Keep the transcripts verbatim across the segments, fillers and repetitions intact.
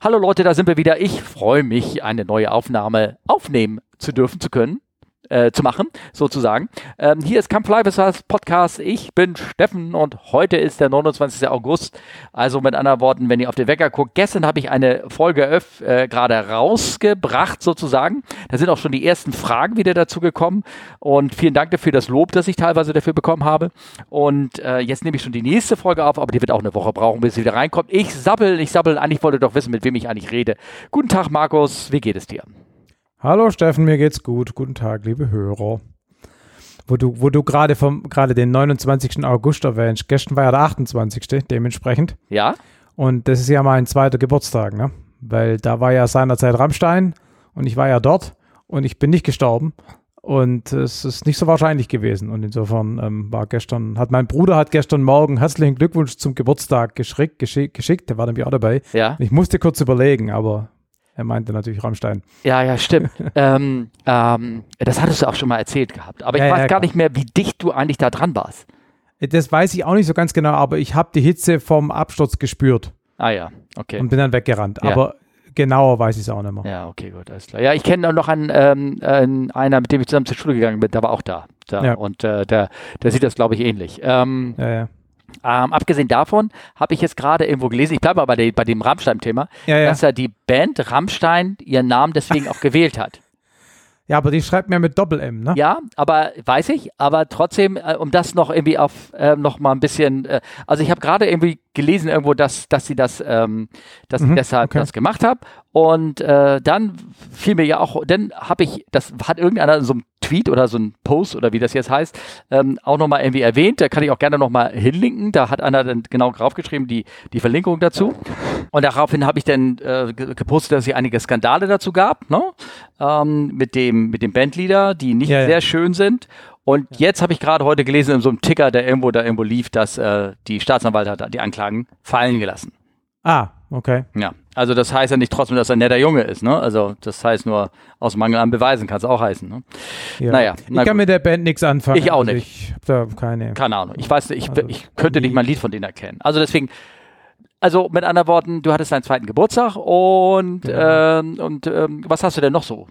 Hallo Leute, da sind wir wieder. Ich freue mich, eine neue Aufnahme aufnehmen zu dürfen, zu können. Äh, zu machen, sozusagen. Ähm, hier ist Camp Flyvissers Podcast. Ich bin Steffen und heute ist der neunundzwanzigster August. Also mit anderen Worten, wenn ihr auf den Wecker guckt, gestern habe ich eine Folge öff, äh, gerade rausgebracht, sozusagen. Da sind auch schon die ersten Fragen wieder dazu gekommen und vielen Dank dafür das Lob, das ich teilweise dafür bekommen habe. Und äh, jetzt nehme ich schon die nächste Folge auf, aber die wird auch eine Woche brauchen, bis sie wieder reinkommt. Ich sabbel, ich sabbel an, ich wollte doch wissen, mit wem ich eigentlich rede. Guten Tag, Markus, wie geht es dir? Hallo Steffen, mir geht's gut. Guten Tag, liebe Hörer. Wo du, wo du gerade vom gerade den neunundzwanzigsten August erwähnst. Gestern war ja der achtundzwanzigste dementsprechend. Ja. Und das ist ja mein zweiter Geburtstag, ne? Weil da war ja seinerzeit Rammstein und ich war ja dort und ich bin nicht gestorben. Und es ist nicht so wahrscheinlich gewesen. Und insofern ähm, war gestern, hat mein Bruder hat gestern Morgen herzlichen Glückwunsch zum Geburtstag geschickt, geschick, geschickt. Der war nämlich auch dabei. Ja. Ich musste kurz überlegen, aber er meinte natürlich Rammstein. Ja, ja, stimmt. ähm, ähm, das hattest du auch schon mal erzählt gehabt. Aber ich ja, weiß ja, gar klar. nicht mehr, wie dicht du eigentlich da dran warst. Das weiß ich auch nicht so ganz genau, aber ich habe die Hitze vom Absturz gespürt. Ah ja, okay. Und bin dann weggerannt. Ja. Aber genauer weiß ich es auch nicht mehr. Ja, okay, gut, alles klar. Ja, ich kenne noch einen, ähm, einen, einer, mit dem ich zusammen zur Schule gegangen bin, der war auch da. da. Ja. Und äh, der, der sieht das, glaube ich, ähnlich. Ähm, Ja, ja. Ähm, abgesehen davon habe ich jetzt gerade irgendwo gelesen, ich bleibe aber bei, de, bei dem Rammstein-Thema, Ja, ja. dass ja die Band Rammstein ihren Namen deswegen auch gewählt hat. Ja, aber die schreibt mir mit Doppel-M, ne? Ja, aber weiß ich, aber trotzdem, äh, um das noch irgendwie auf äh, noch mal ein bisschen, äh, also ich habe gerade irgendwie gelesen irgendwo, dass, dass sie das, ähm, dass Mhm, ich deshalb okay. das gemacht habe und äh, dann fiel mir ja auch, dann habe ich, das hat irgendeiner in so einem Tweet oder so ein Post oder wie das jetzt heißt, ähm, auch nochmal irgendwie erwähnt, da kann ich auch gerne nochmal hinlinken, da hat einer dann genau draufgeschrieben, die, die Verlinkung dazu und daraufhin habe ich dann äh, ge- gepostet, dass es einige Skandale dazu gab, ne? ähm, mit dem, mit dem Bandleader, die nicht Ja, ja. sehr schön sind. Und jetzt habe ich gerade heute gelesen in so einem Ticker, der irgendwo da irgendwo lief, dass äh, die Staatsanwalt hat die Anklagen fallen gelassen. Ah, okay. Ja, also das heißt ja nicht trotzdem, dass er ein netter Junge ist, ne? Also das heißt nur, aus Mangel an Beweisen kann es auch heißen, ne? Ja. Naja, ich na kann gut. mit der Band nichts anfangen. Ich auch Also nicht. Ich habe da keine. Keine Ahnung. Ich weiß nicht, ich, Also, ich könnte nie. nicht mal ein Lied von denen erkennen. Also deswegen, also mit anderen Worten, du hattest deinen zweiten Geburtstag und, Genau. ähm, und ähm, was hast du denn noch so?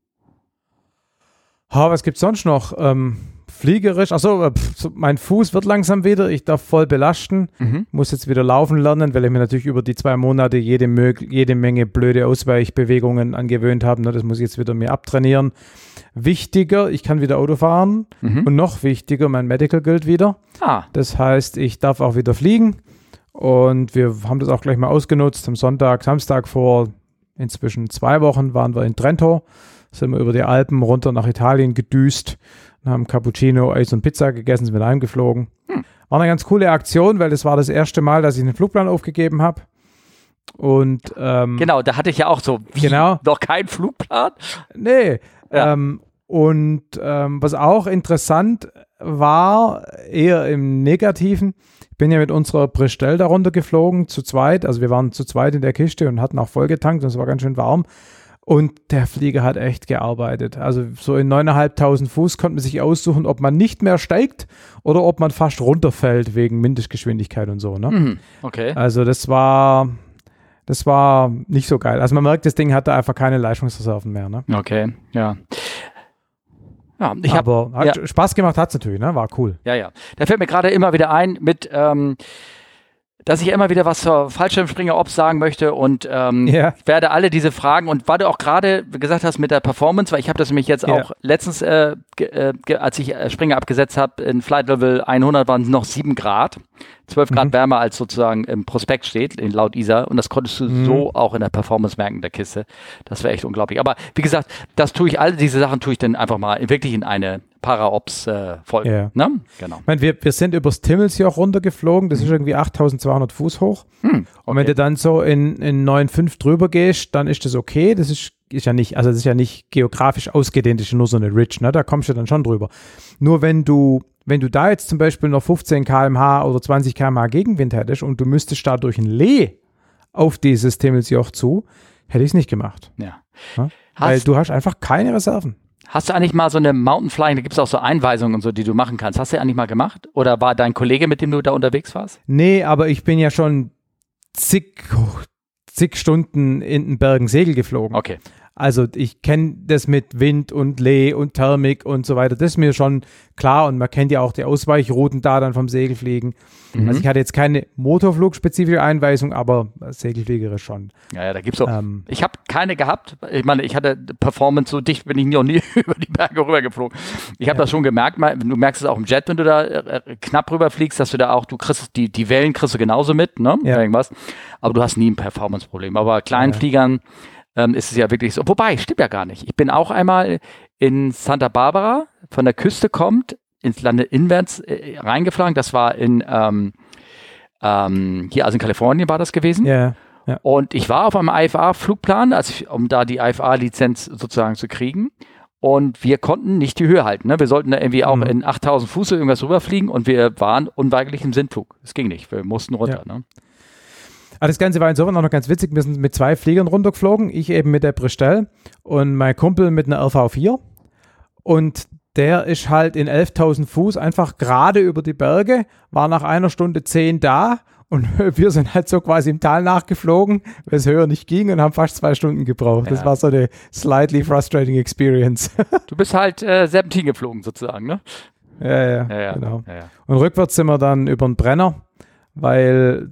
Ha, was gibt's sonst noch? Ähm, fliegerisch. Achso, äh, pf, so, mein Fuß wird langsam wieder. Ich darf voll belasten. Mhm. Muss jetzt wieder laufen lernen, weil ich mir natürlich über die zwei Monate jede, mög- jede Menge blöde Ausweichbewegungen angewöhnt habe. Ne? Das muss ich jetzt wieder mir abtrainieren. Wichtiger, ich kann wieder Auto fahren. Mhm. Und noch wichtiger, mein Medical gilt wieder. Ah, Das heißt, ich darf auch wieder fliegen. Und wir haben das auch gleich mal ausgenutzt. Am Sonntag, Samstag vor inzwischen zwei Wochen waren wir in Trento. Sind wir über die Alpen runter nach Italien gedüst und haben Cappuccino, Eis und Pizza gegessen, sind wieder heimgeflogen. Hm. War eine ganz coole Aktion, weil das war das erste Mal, dass ich einen Flugplan aufgegeben habe. Und ähm, genau, da hatte ich ja auch so, wie, Genau. noch kein Flugplan? nee. Ja. Ähm, und ähm, was auch interessant war, eher im Negativen, ich bin ja mit unserer Bristol da runtergeflogen, zu zweit. Also wir waren zu zweit in der Kiste und hatten auch vollgetankt und es war ganz schön warm. Und der Flieger hat echt gearbeitet. Also so in neuntausendfünfhundert Fuß konnte man sich aussuchen, ob man nicht mehr steigt oder ob man fast runterfällt wegen Mindestgeschwindigkeit und so. Ne? Mhm. Okay. Also das war, das war nicht so geil. Also man merkt, das Ding hatte einfach keine Leistungsreserven mehr. Ne? Okay, ja. Ja, ich habe, Aber hat ja. Spaß gemacht hat es natürlich, ne? War cool. ja, ja. Da fällt mir gerade immer wieder ein mit, ähm, dass ich immer wieder was zur Fallschirmspringer-Ops sagen möchte und ähm, Ja. ich werde alle diese Fragen und weil du auch gerade gesagt hast mit der Performance, weil ich habe das nämlich jetzt Ja. auch letztens, äh, ge, äh, ge, als ich äh, Springer abgesetzt habe, in Flight Level hundert waren es noch sieben Grad, zwölf Grad Mhm. wärmer als sozusagen im Prospekt steht, in, laut I S A und das konntest du Mhm. so auch in der Performance merken, der Kiste. Das wäre echt unglaublich. Aber wie gesagt, das tue ich, alle diese Sachen tue ich dann einfach mal wirklich in eine Para-Ops-Folge. Ja. Ne? Genau. Ich meine, wir, wir sind übers Timmelsjoch runtergeflogen, das ist irgendwie achttausendzweihundert Fuß hoch. Hm, Und wenn du dann so in, in neun Komma fünf drüber gehst, dann ist das okay. Das ist, ist ja nicht, also das ist ja nicht geografisch ausgedehnt, das ist ja nur so eine Ridge, ne? Da kommst du dann schon drüber. Nur wenn du, wenn du da jetzt zum Beispiel noch fünfzehn Kilometer pro Stunde oder zwanzig Kilometer pro Stunde Gegenwind hättest und du müsstest da durch ein Lee auf dieses Timmelsjoch zu, hätte ich es nicht gemacht. Ja. Ja? Weil Hast, du hast einfach keine Reserven. hast du eigentlich mal so eine Mountainflying, da gibt es auch so Einweisungen und so, die du machen kannst. Hast du eigentlich mal gemacht? Oder war dein Kollege, mit dem du da unterwegs warst? Nee, aber ich bin ja schon zig, zig Stunden in den Bergen Segel geflogen. Okay. Also ich kenne das mit Wind und Lee und Thermik und so weiter. Das ist mir schon klar und man kennt ja auch die Ausweichrouten da dann vom Segelfliegen. Mhm. Also ich hatte jetzt keine motorflugspezifische Einweisung, aber segelfliegerisch schon. Ja, ja, da gibt's auch. Ähm, ich habe keine gehabt. Ich meine, ich hatte Performance so dicht, bin ich noch nie über die Berge rübergeflogen. Ich habe ja. das schon gemerkt. Du merkst es auch im Jet, wenn du da äh, knapp rüberfliegst, dass du da auch, du kriegst die, die Wellen kriegst du genauso mit, ne? Ja. Irgendwas. Aber du hast nie ein Performance-Problem. Aber kleinen ja. Fliegern Ähm, ist es ja wirklich so. Wobei, stimmt ja gar nicht. Ich bin auch einmal in Santa Barbara, von der Küste kommt, ins Lande inwärts äh, reingeflogen. Das war in, ähm, ähm, hier, also in Kalifornien war das gewesen. Yeah, yeah. Und ich war auf einem I F A-Flugplan, also ich, um da die I F A-Lizenz sozusagen zu kriegen. Und wir konnten nicht die Höhe halten. Ne? Wir sollten da irgendwie auch mhm. in achttausend Fuß irgendwas rüberfliegen und wir waren unweigerlich im Sintflug. Es ging nicht. Wir mussten runter. Ja. Ne? Aber das Ganze war insofern auch noch ganz witzig. Wir sind mit zwei Fliegern runtergeflogen. Ich eben mit der Bristol und mein Kumpel mit einer R V vier. Und der ist halt in elftausend Fuß einfach gerade über die Berge, war nach einer Stunde zehn da und wir sind halt so quasi im Tal nachgeflogen, weil es höher nicht ging und haben fast zwei Stunden gebraucht. Ja. Das war so eine slightly frustrating experience. Du bist halt äh, Serpentin geflogen sozusagen, ne? Ja, ja, ja, ja. genau. Ja, ja. Und rückwärts sind wir dann über den Brenner, weil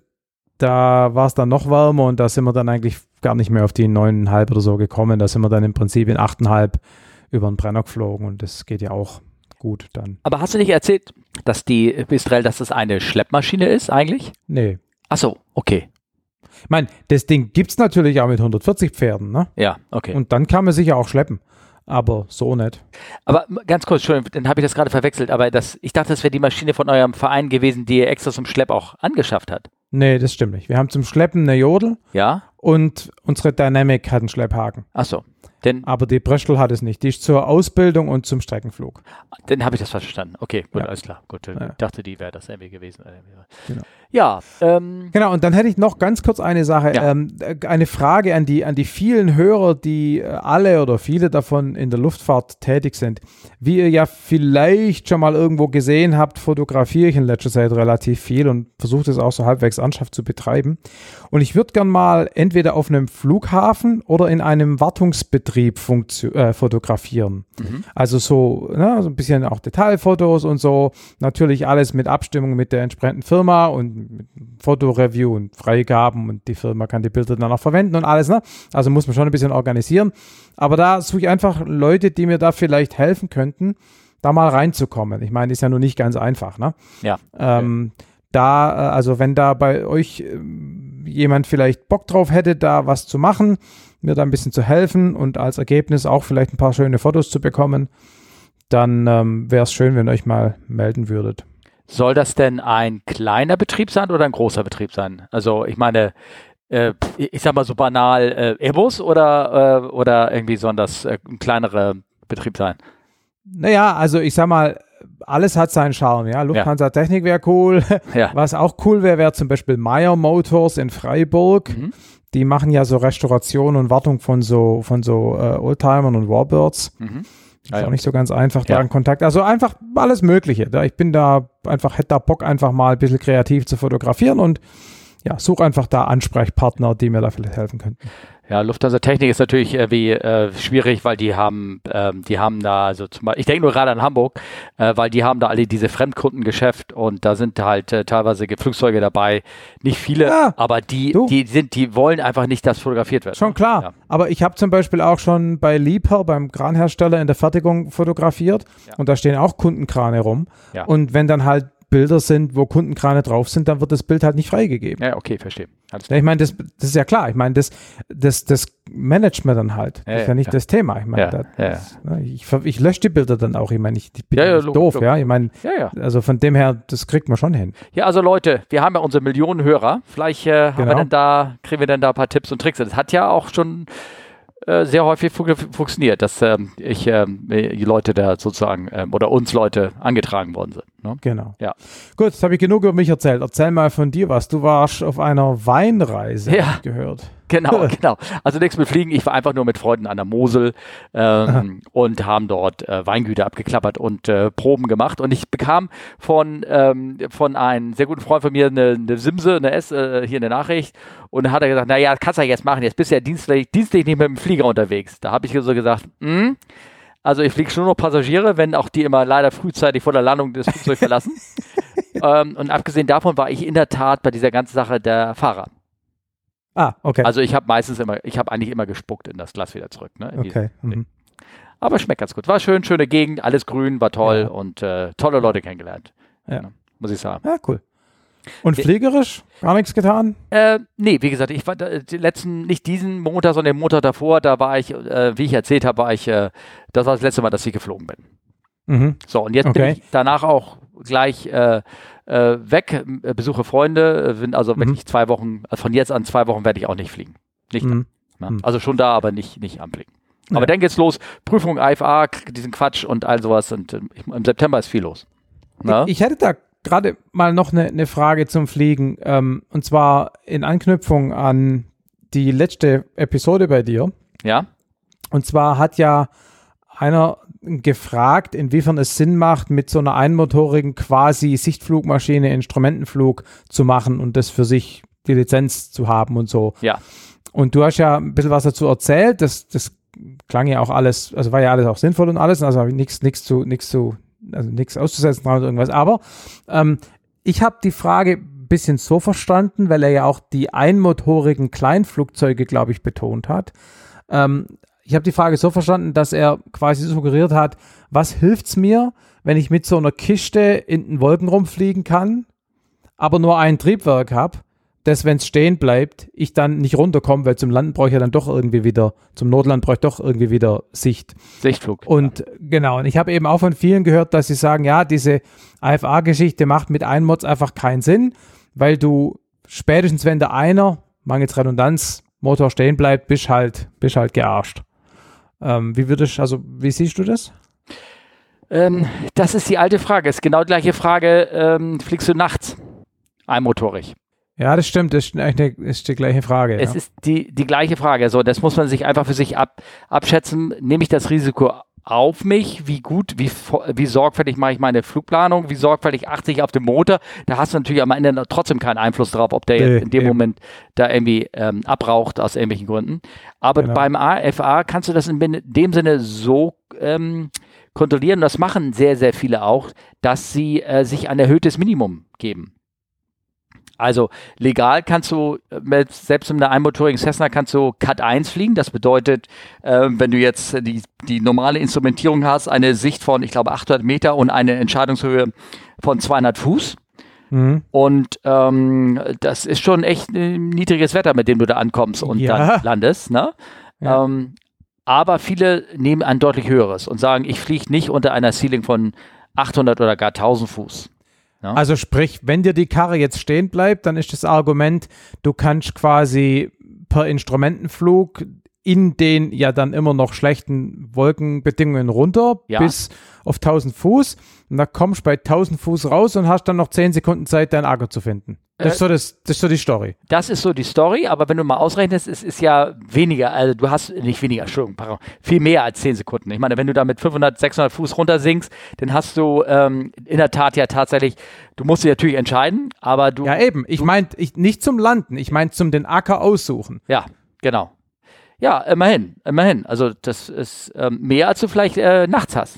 da war es dann noch wärmer und da sind wir dann eigentlich gar nicht mehr auf die neun Komma fünf oder so gekommen. Da sind wir dann im Prinzip in acht Komma fünf über den Brenner geflogen und das geht ja auch gut dann. Aber hast du nicht erzählt, dass die Bristol, dass das eine Schleppmaschine ist eigentlich? Nee. Ach so, okay. Ich meine, das Ding gibt es natürlich auch mit hundertvierzig Pferden, ne? Ja, okay. Und dann kann man sicher auch schleppen. Aber so nicht. Aber ganz kurz, Entschuldigung, dann habe ich das gerade verwechselt, aber das, ich dachte, das wäre die Maschine von eurem Verein gewesen, die ihr extra zum Schlepp auch angeschafft hat. Nee, das stimmt nicht. Wir haben zum Schleppen eine Jodel. Ja. Und unsere Dynamic hat einen Schlepphaken. Ach so. Denn, aber die Bristol hat es nicht. Die ist zur Ausbildung und zum Streckenflug. Dann habe ich das verstanden. Okay, gut, ja. Alles klar. Gut, ich ja. dachte, die wäre das irgendwie gewesen. Genau. Ja. Ähm, genau, und dann hätte ich noch ganz kurz eine Sache. Ja. Ähm, eine Frage an die, an die vielen Hörer, die alle oder viele davon in der Luftfahrt tätig sind. Wie ihr ja vielleicht schon mal irgendwo gesehen habt, fotografiere ich in letzter Zeit relativ viel und versuche das auch so halbwegs ernsthaft zu betreiben. Und ich würde gern mal entweder auf einem Flughafen oder in einem Wartungsbetrieb äh, fotografieren. Mhm. Also so, ne, so ein bisschen auch Detailfotos und so. Natürlich alles mit Abstimmung mit der entsprechenden Firma und mit Fotoreview und Freigaben und die Firma kann die Bilder dann auch verwenden und alles. Ne? Also muss man schon ein bisschen organisieren. Aber da suche ich einfach Leute, die mir da vielleicht helfen könnten, da mal reinzukommen. Ich meine, ist ja nur nicht ganz einfach. Ne? Ja. Ähm, okay. Da, also wenn da bei euch äh, jemand vielleicht Bock drauf hätte, da was zu machen, mir da ein bisschen zu helfen und als Ergebnis auch vielleicht ein paar schöne Fotos zu bekommen, dann ähm, wäre es schön, wenn ihr euch mal melden würdet. Soll das denn ein kleiner Betrieb sein oder ein großer Betrieb sein? Also ich meine, äh, ich sag mal so banal, äh, Airbus oder, äh, oder irgendwie soll das äh, ein kleinerer Betrieb sein? Naja, also ich sag mal, alles hat seinen Charme, ja. Lufthansa ja. Technik wäre cool. Ja. Was auch cool wäre, wäre zum Beispiel Meyer Motors in Freiburg. Mhm. Die machen ja so Restauration und Wartung von so, von so äh, Oldtimern und Warbirds. Mhm. Ist ah, auch ja. nicht so ganz einfach, da ja. in Kontakt. Also einfach alles Mögliche. Da ich bin da einfach, hätte da Bock, einfach mal ein bisschen kreativ zu fotografieren und ja, suche einfach da Ansprechpartner, die mir da vielleicht helfen könnten. Ja, Lufthansa Technik ist natürlich irgendwie äh, schwierig, weil die haben, ähm, die haben da, also zum Beispiel, ich denke nur gerade an Hamburg, äh, weil die haben da alle diese Fremdkundengeschäft und da sind halt äh, teilweise Flugzeuge dabei, nicht viele, ja, aber die, du. die sind, die wollen einfach nicht, dass fotografiert wird. Schon klar, ja. Aber ich habe zum Beispiel auch schon bei Liebherr, beim Kranhersteller in der Fertigung fotografiert ja. und da stehen auch Kundenkrane rum ja. und wenn dann halt Bilder sind, wo Kundenkrane drauf sind, dann wird das Bild halt nicht freigegeben. Ja, okay, verstehe. Ja, ich meine, das, das ist ja klar. Ich meine, das, das, das managt man dann halt. Das ja, ist ja nicht ja. das Thema. Ich meine, ja, das, ja, ja. ich, ich lösche die Bilder dann auch. Ich meine, ich, ich bin ja, ja, nicht look, doof, look. ja. Ich meine, ja, ja. also von dem her, das kriegt man schon hin. Ja, also Leute, wir haben ja unsere Millionen Hörer. Vielleicht äh, haben genau. wir denn da, kriegen wir dann da ein paar Tipps und Tricks. Das hat ja auch schon äh, sehr häufig fu- funktioniert, dass ähm, ich ähm, die Leute da sozusagen ähm, oder uns Leute angetragen worden sind. Ne? Genau. Ja. Gut, jetzt habe ich genug über mich erzählt. Erzähl mal von dir was. Du warst auf einer Weinreise, ja. habe ich gehört. Genau, genau. Also nichts mit Fliegen. Ich war einfach nur mit Freunden an der Mosel ähm, und haben dort äh, Weingüter abgeklappert und äh, Proben gemacht. Und ich bekam von, ähm, von einem sehr guten Freund von mir eine, eine Simse, eine S, äh, hier eine Nachricht. Und da hat er gesagt, naja, kannst du ja jetzt machen. Jetzt bist du ja dienstlich, dienstlich nicht mit dem Flieger unterwegs. Da habe ich so gesagt, hm, also ich fliege schon noch Passagiere, wenn auch die immer leider frühzeitig vor der Landung das Flugzeug verlassen. ähm, und abgesehen davon war ich in der Tat bei dieser ganzen Sache der Fahrer. Ah, okay. Also ich habe meistens immer, ich habe eigentlich immer gespuckt in das Glas wieder zurück. Ne, okay. Mhm. Aber schmeckt ganz gut. War schön, schöne Gegend, alles grün, war toll Ja. und äh, tolle Leute kennengelernt. Ja. Ja, muss ich sagen. Ja, cool. Und fliegerisch? Gar nichts getan? Äh, nee, wie gesagt, ich war da, die letzten, nicht diesen Montag, sondern den Montag davor, da war ich, äh, wie ich erzählt habe, war ich, äh, das war das letzte Mal, dass ich geflogen bin. Mhm. So, und jetzt Okay. bin ich danach auch gleich äh, äh, weg, äh, besuche Freunde, äh, bin also Mhm. wirklich zwei Wochen, also von jetzt an zwei Wochen werde ich auch nicht fliegen. Nicht Mhm. da. Mhm. Ne? Also schon da, aber nicht, nicht am Fliegen. Ja. Aber dann geht's los, Prüfung I F A, diesen Quatsch und all sowas und äh, im September ist viel los. Ne? Ich, ich hätte da gerade mal noch eine ne Frage zum Fliegen, ähm, und zwar in Anknüpfung an die letzte Episode bei dir. Ja? Und zwar hat ja einer gefragt, inwiefern es Sinn macht, mit so einer einmotorigen quasi Sichtflugmaschine Instrumentenflug zu machen und das für sich die Lizenz zu haben und so. Ja. Und du hast ja ein bisschen was dazu erzählt, das, das klang ja auch alles, also war ja alles auch sinnvoll und alles, also habe ich nichts nichts zu, nichts zu, also nichts auszusetzen dran oder irgendwas. Aber ähm, ich habe die Frage ein bisschen so verstanden, weil er ja auch die einmotorigen Kleinflugzeuge, glaube ich, betont hat. Ähm, ich habe die Frage so verstanden, dass er quasi suggeriert hat, was hilft's mir, wenn ich mit so einer Kiste in den Wolkenraum fliegen kann, aber nur ein Triebwerk habe, dass, wenn es stehen bleibt, ich dann nicht runterkomme, weil zum Landen brauche ich ja dann doch irgendwie wieder, zum Notland brauche ich doch irgendwie wieder Sicht. Sichtflug. Und ja. Genau, und ich habe eben auch von vielen gehört, dass sie sagen, ja, diese I F A-Geschichte macht mit Einmods einfach keinen Sinn, weil du spätestens, wenn der einer, mangels Redundanz, Motor stehen bleibt, bist halt, bist halt gearscht. Ähm, wie würdest, also wie siehst du das? Ähm, das ist die alte Frage. Ist genau die gleiche Frage, ähm, fliegst du nachts einmotorig? Ja, das stimmt, das ist, eine, ist die gleiche Frage. Es ja. ist die, die gleiche Frage. So, das muss man sich einfach für sich ab, abschätzen. Nehme ich das Risiko auf mich? Wie gut, wie, wie sorgfältig mache ich meine Flugplanung? Wie sorgfältig achte ich auf den Motor? Da hast du natürlich am Ende trotzdem keinen Einfluss drauf, ob der Nee, jetzt in dem eben. Moment da irgendwie ähm, abraucht aus irgendwelchen Gründen. Aber Genau. beim A F A kannst du das in dem Sinne so ähm, kontrollieren, und das machen sehr, sehr viele auch, dass sie äh, sich ein erhöhtes Minimum geben. Also legal kannst du, mit, selbst mit einer einmotorigen Cessna kannst du Cat eins fliegen. Das bedeutet, äh, wenn du jetzt die, die normale Instrumentierung hast, eine Sicht von, ich glaube, achthundert Meter und eine Entscheidungshöhe von zweihundert Fuß. Mhm. Und ähm, das ist schon echt ein niedriges Wetter, mit dem du da ankommst und Ja. dann landest. Ne? Ja. Ähm, aber viele nehmen ein deutlich höheres und sagen, ich fliege nicht unter einer Ceiling von achthundert oder gar tausend Fuß. Ja? Also sprich, wenn dir die Karre jetzt stehen bleibt, dann ist das Argument, du kannst quasi per Instrumentenflug in den ja dann immer noch schlechten Wolkenbedingungen runter Ja. bis auf tausend Fuß und da kommst du bei tausend Fuß raus und hast dann noch zehn Sekunden Zeit, deinen Akku zu finden. Das, Äh, ist so das, das ist so die Story. Das ist so die Story, aber wenn du mal ausrechnest, es ist ja weniger, also du hast, nicht weniger, Entschuldigung, pardon, viel mehr als zehn Sekunden. Ich meine, wenn du da mit fünfhundert, sechshundert Fuß runter sinkst, dann hast du ähm, in der Tat ja tatsächlich, du musst dich natürlich entscheiden, aber du, Ja eben, ich meinte ich, nicht zum Landen, ich meinte zum den Acker aussuchen. ja, genau. Ja, immerhin, immerhin. Also das ist ähm, mehr, als du vielleicht äh, nachts hast.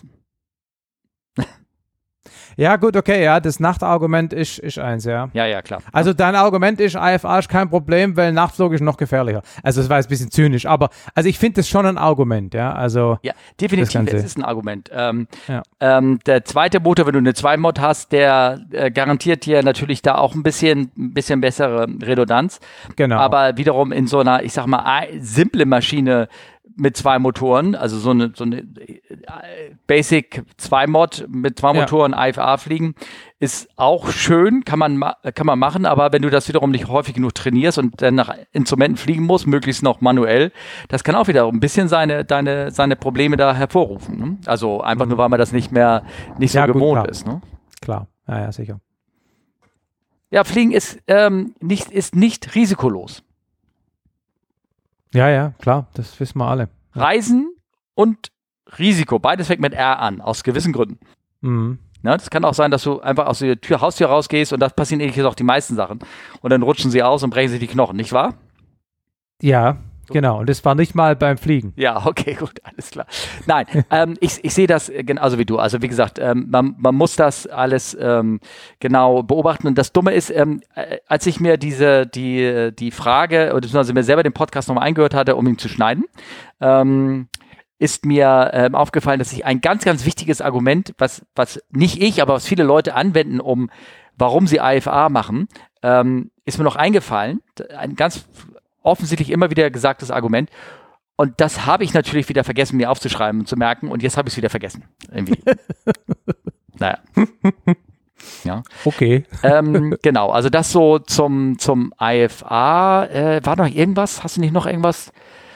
Ja gut, okay, ja, das Nachtargument ist, ist eins, ja. Ja, ja, klar. Also dein Argument ist, I F A ist kein Problem, weil Nachtflug ist noch gefährlicher. Also das war jetzt ein bisschen zynisch, aber also ich finde das schon ein Argument, ja. Also Ja, definitiv, Ganze. es ist ein Argument. Ähm, Ja. ähm, der zweite Motor, wenn du eine zwei Mod hast, der äh, garantiert dir natürlich da auch ein bisschen, ein bisschen bessere Redundanz. genau. Aber wiederum in so einer, ich sag mal, ei- simple Maschine mit zwei Motoren, also so eine, so eine äh, Basic zwei Mod mit zwei Ja. Motoren I F A fliegen, ist auch schön, kann man, ma- kann man machen, aber wenn du das wiederum nicht häufig genug trainierst und dann nach Instrumenten fliegen musst, möglichst noch manuell, das kann auch wieder ein bisschen seine, deine, seine Probleme da hervorrufen. Ne? Also einfach nur, weil man das nicht mehr nicht so Ja, gut, gewohnt klar. ist. Ne? Klar, ja, ja, sicher. Ja, Fliegen ist, ähm, nicht, ist nicht risikolos. Ja, ja, klar, das wissen wir alle. Reisen und Risiko, beides fängt mit R an, aus gewissen Gründen. Mhm. Ja, das kann auch sein, dass du einfach aus der Tür, Haustür rausgehst und das passieren ehrlich gesagt auch die meisten Sachen. Und dann rutschen sie aus und brechen sich die Knochen, nicht wahr? Ja, genau. Und das war nicht mal beim Fliegen. Ja, okay, gut, alles klar. Nein, ähm, ich, ich sehe das genauso wie du. Also wie gesagt, ähm, man, man muss das alles ähm, genau beobachten. Und das Dumme ist, ähm, äh, als ich mir diese die die Frage oder beziehungsweise mir selber den Podcast nochmal eingehört hatte, um ihn zu schneiden, ähm, ist mir ähm, aufgefallen, dass ich ein ganz, ganz wichtiges Argument, was was nicht ich, aber was viele Leute anwenden, um warum sie I F A machen, ähm, ist mir noch eingefallen. Ein ganz offensichtlich immer wieder gesagtes Argument. Und das habe ich natürlich wieder vergessen, mir aufzuschreiben und zu merken. Und jetzt habe ich es wieder vergessen. Irgendwie. Naja. Ja. Okay. Ähm, genau, also das so zum, zum I F A. Äh, war noch irgendwas? Hast du nicht noch irgendwas?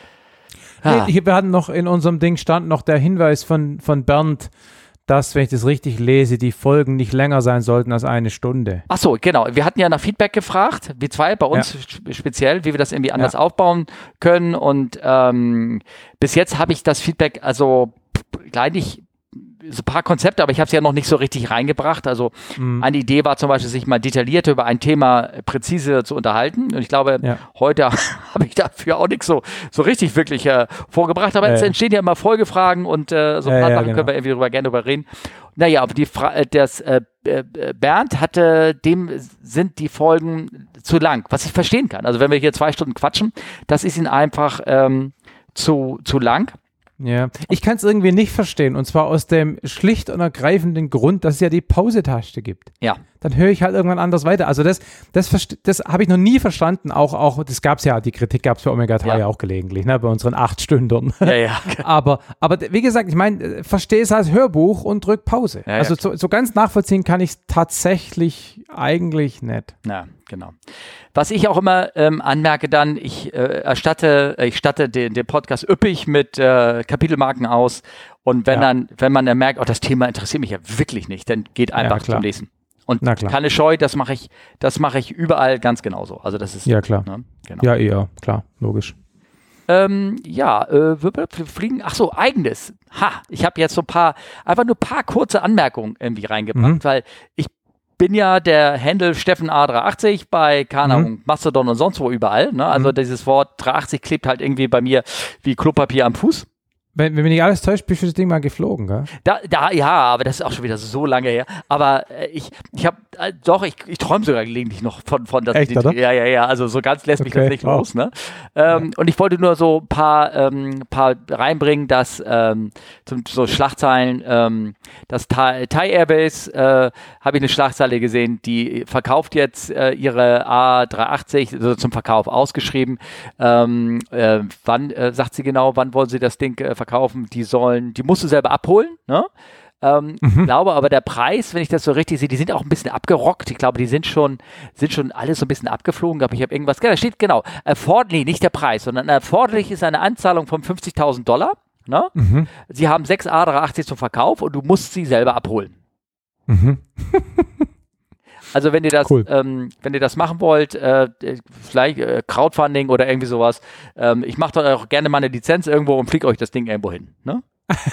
Ah. Nee, wir hatten noch in unserem Ding stand noch der Hinweis von, von Bernd, dass, wenn ich das richtig lese, die Folgen nicht länger sein sollten als eine Stunde. Ach so, genau. Wir hatten ja nach Feedback gefragt, wir zwei, bei uns ja. speziell, wie wir das irgendwie anders ja. aufbauen können. Und ähm, bis jetzt habe ich das Feedback, also leider so ein paar Konzepte, aber ich habe es ja noch nicht so richtig reingebracht. Also mhm. eine Idee war zum Beispiel, sich mal detaillierter über ein Thema präzise zu unterhalten. Und ich glaube, ja. heute habe ich dafür auch nichts so, so richtig wirklich äh, vorgebracht. Aber äh. es entstehen ja immer Folgefragen und äh, so ein paar äh, Sachen ja, genau. können wir irgendwie drüber, gerne drüber reden. Naja, aber die Fra- das, äh, äh, Bernd hatte, dem sind die Folgen zu lang, was ich verstehen kann. Also wenn wir hier zwei Stunden quatschen, das ist ihm einfach ähm, zu, zu lang. Ja, ich kann es irgendwie nicht verstehen und zwar aus dem schlicht und ergreifenden Grund, dass es ja die Pause-Taste gibt. Ja. Dann höre ich halt irgendwann anders weiter. Also das, das, das habe ich noch nie verstanden. Auch, auch das gab es ja, die Kritik gab es für Omega drei ja. auch gelegentlich, ne, bei unseren acht Stunden. Ja, ja. aber, aber wie gesagt, ich meine, verstehe es als Hörbuch und drück Pause. Ja, also ja, so, so ganz nachvollziehen kann ich es tatsächlich eigentlich nicht. Ja, genau. Was ich auch immer ähm, anmerke dann, ich äh, erstatte, ich statte den, den Podcast üppig mit äh, Kapitelmarken aus und wenn ja. dann, wenn man dann merkt, oh, das Thema interessiert mich ja wirklich nicht, dann geht einfach ja, zum nächsten. Und keine Scheu, das mache ich, das mache ich überall ganz genauso. Also das ist ja klar. Ne? Genau. Ja, eher, klar, logisch. Ähm, ja, äh, wir, wir fliegen, ach so, eigenes. Ha, ich habe jetzt so ein paar, einfach nur ein paar kurze Anmerkungen irgendwie reingebracht, mhm. weil ich bin ja der Handle Steffen A dreihundertachtzig bei, keine Ahnung, mhm. Mastodon und sonst wo überall. Ne? Also mhm. dieses Wort dreihundertachtzig klebt halt irgendwie bei mir wie Klopapier am Fuß. Wenn, wenn mich nicht alles täuscht, bist du das Ding mal geflogen, gell? Da, da, ja, aber das ist auch schon wieder so lange her. Aber äh, ich, ich habe, äh, doch, ich, ich träume sogar gelegentlich noch von, von das. Echt, die, oder? Ja, ja, ja, also so ganz lässt mich okay. das nicht wow. los, ne? Ähm, ja. Und ich wollte nur so ein paar, ähm, paar reinbringen, dass, ähm, zum, so Schlagzeilen, ähm, das Thai, Thai Airways, äh, habe ich eine Schlagzeile gesehen, die verkauft jetzt äh, ihre A dreihundertachtzig, also zum Verkauf ausgeschrieben. Ähm, äh, wann, äh, sagt sie genau, wann wollen sie das Ding äh, verkaufen? Die sollen, die musst du selber abholen, ne? Ähm, mhm. Ich glaube aber der Preis, wenn ich das so richtig sehe, die sind auch ein bisschen abgerockt. Ich glaube, die sind schon, sind schon alles so ein bisschen abgeflogen. Aber ich habe irgendwas, da steht genau, erforderlich, nicht der Preis, sondern erforderlich ist eine Anzahlung von fünfzigtausend Dollar. Ne? Mhm. Sie haben sechs A dreihundertachtzig zum Verkauf und du musst sie selber abholen. Mhm. Also wenn ihr das, cool. ähm, wenn ihr das machen wollt, äh, vielleicht äh, Crowdfunding oder irgendwie sowas, ähm, ich mache doch auch gerne mal eine Lizenz irgendwo und fliege euch das Ding irgendwo hin. Ne?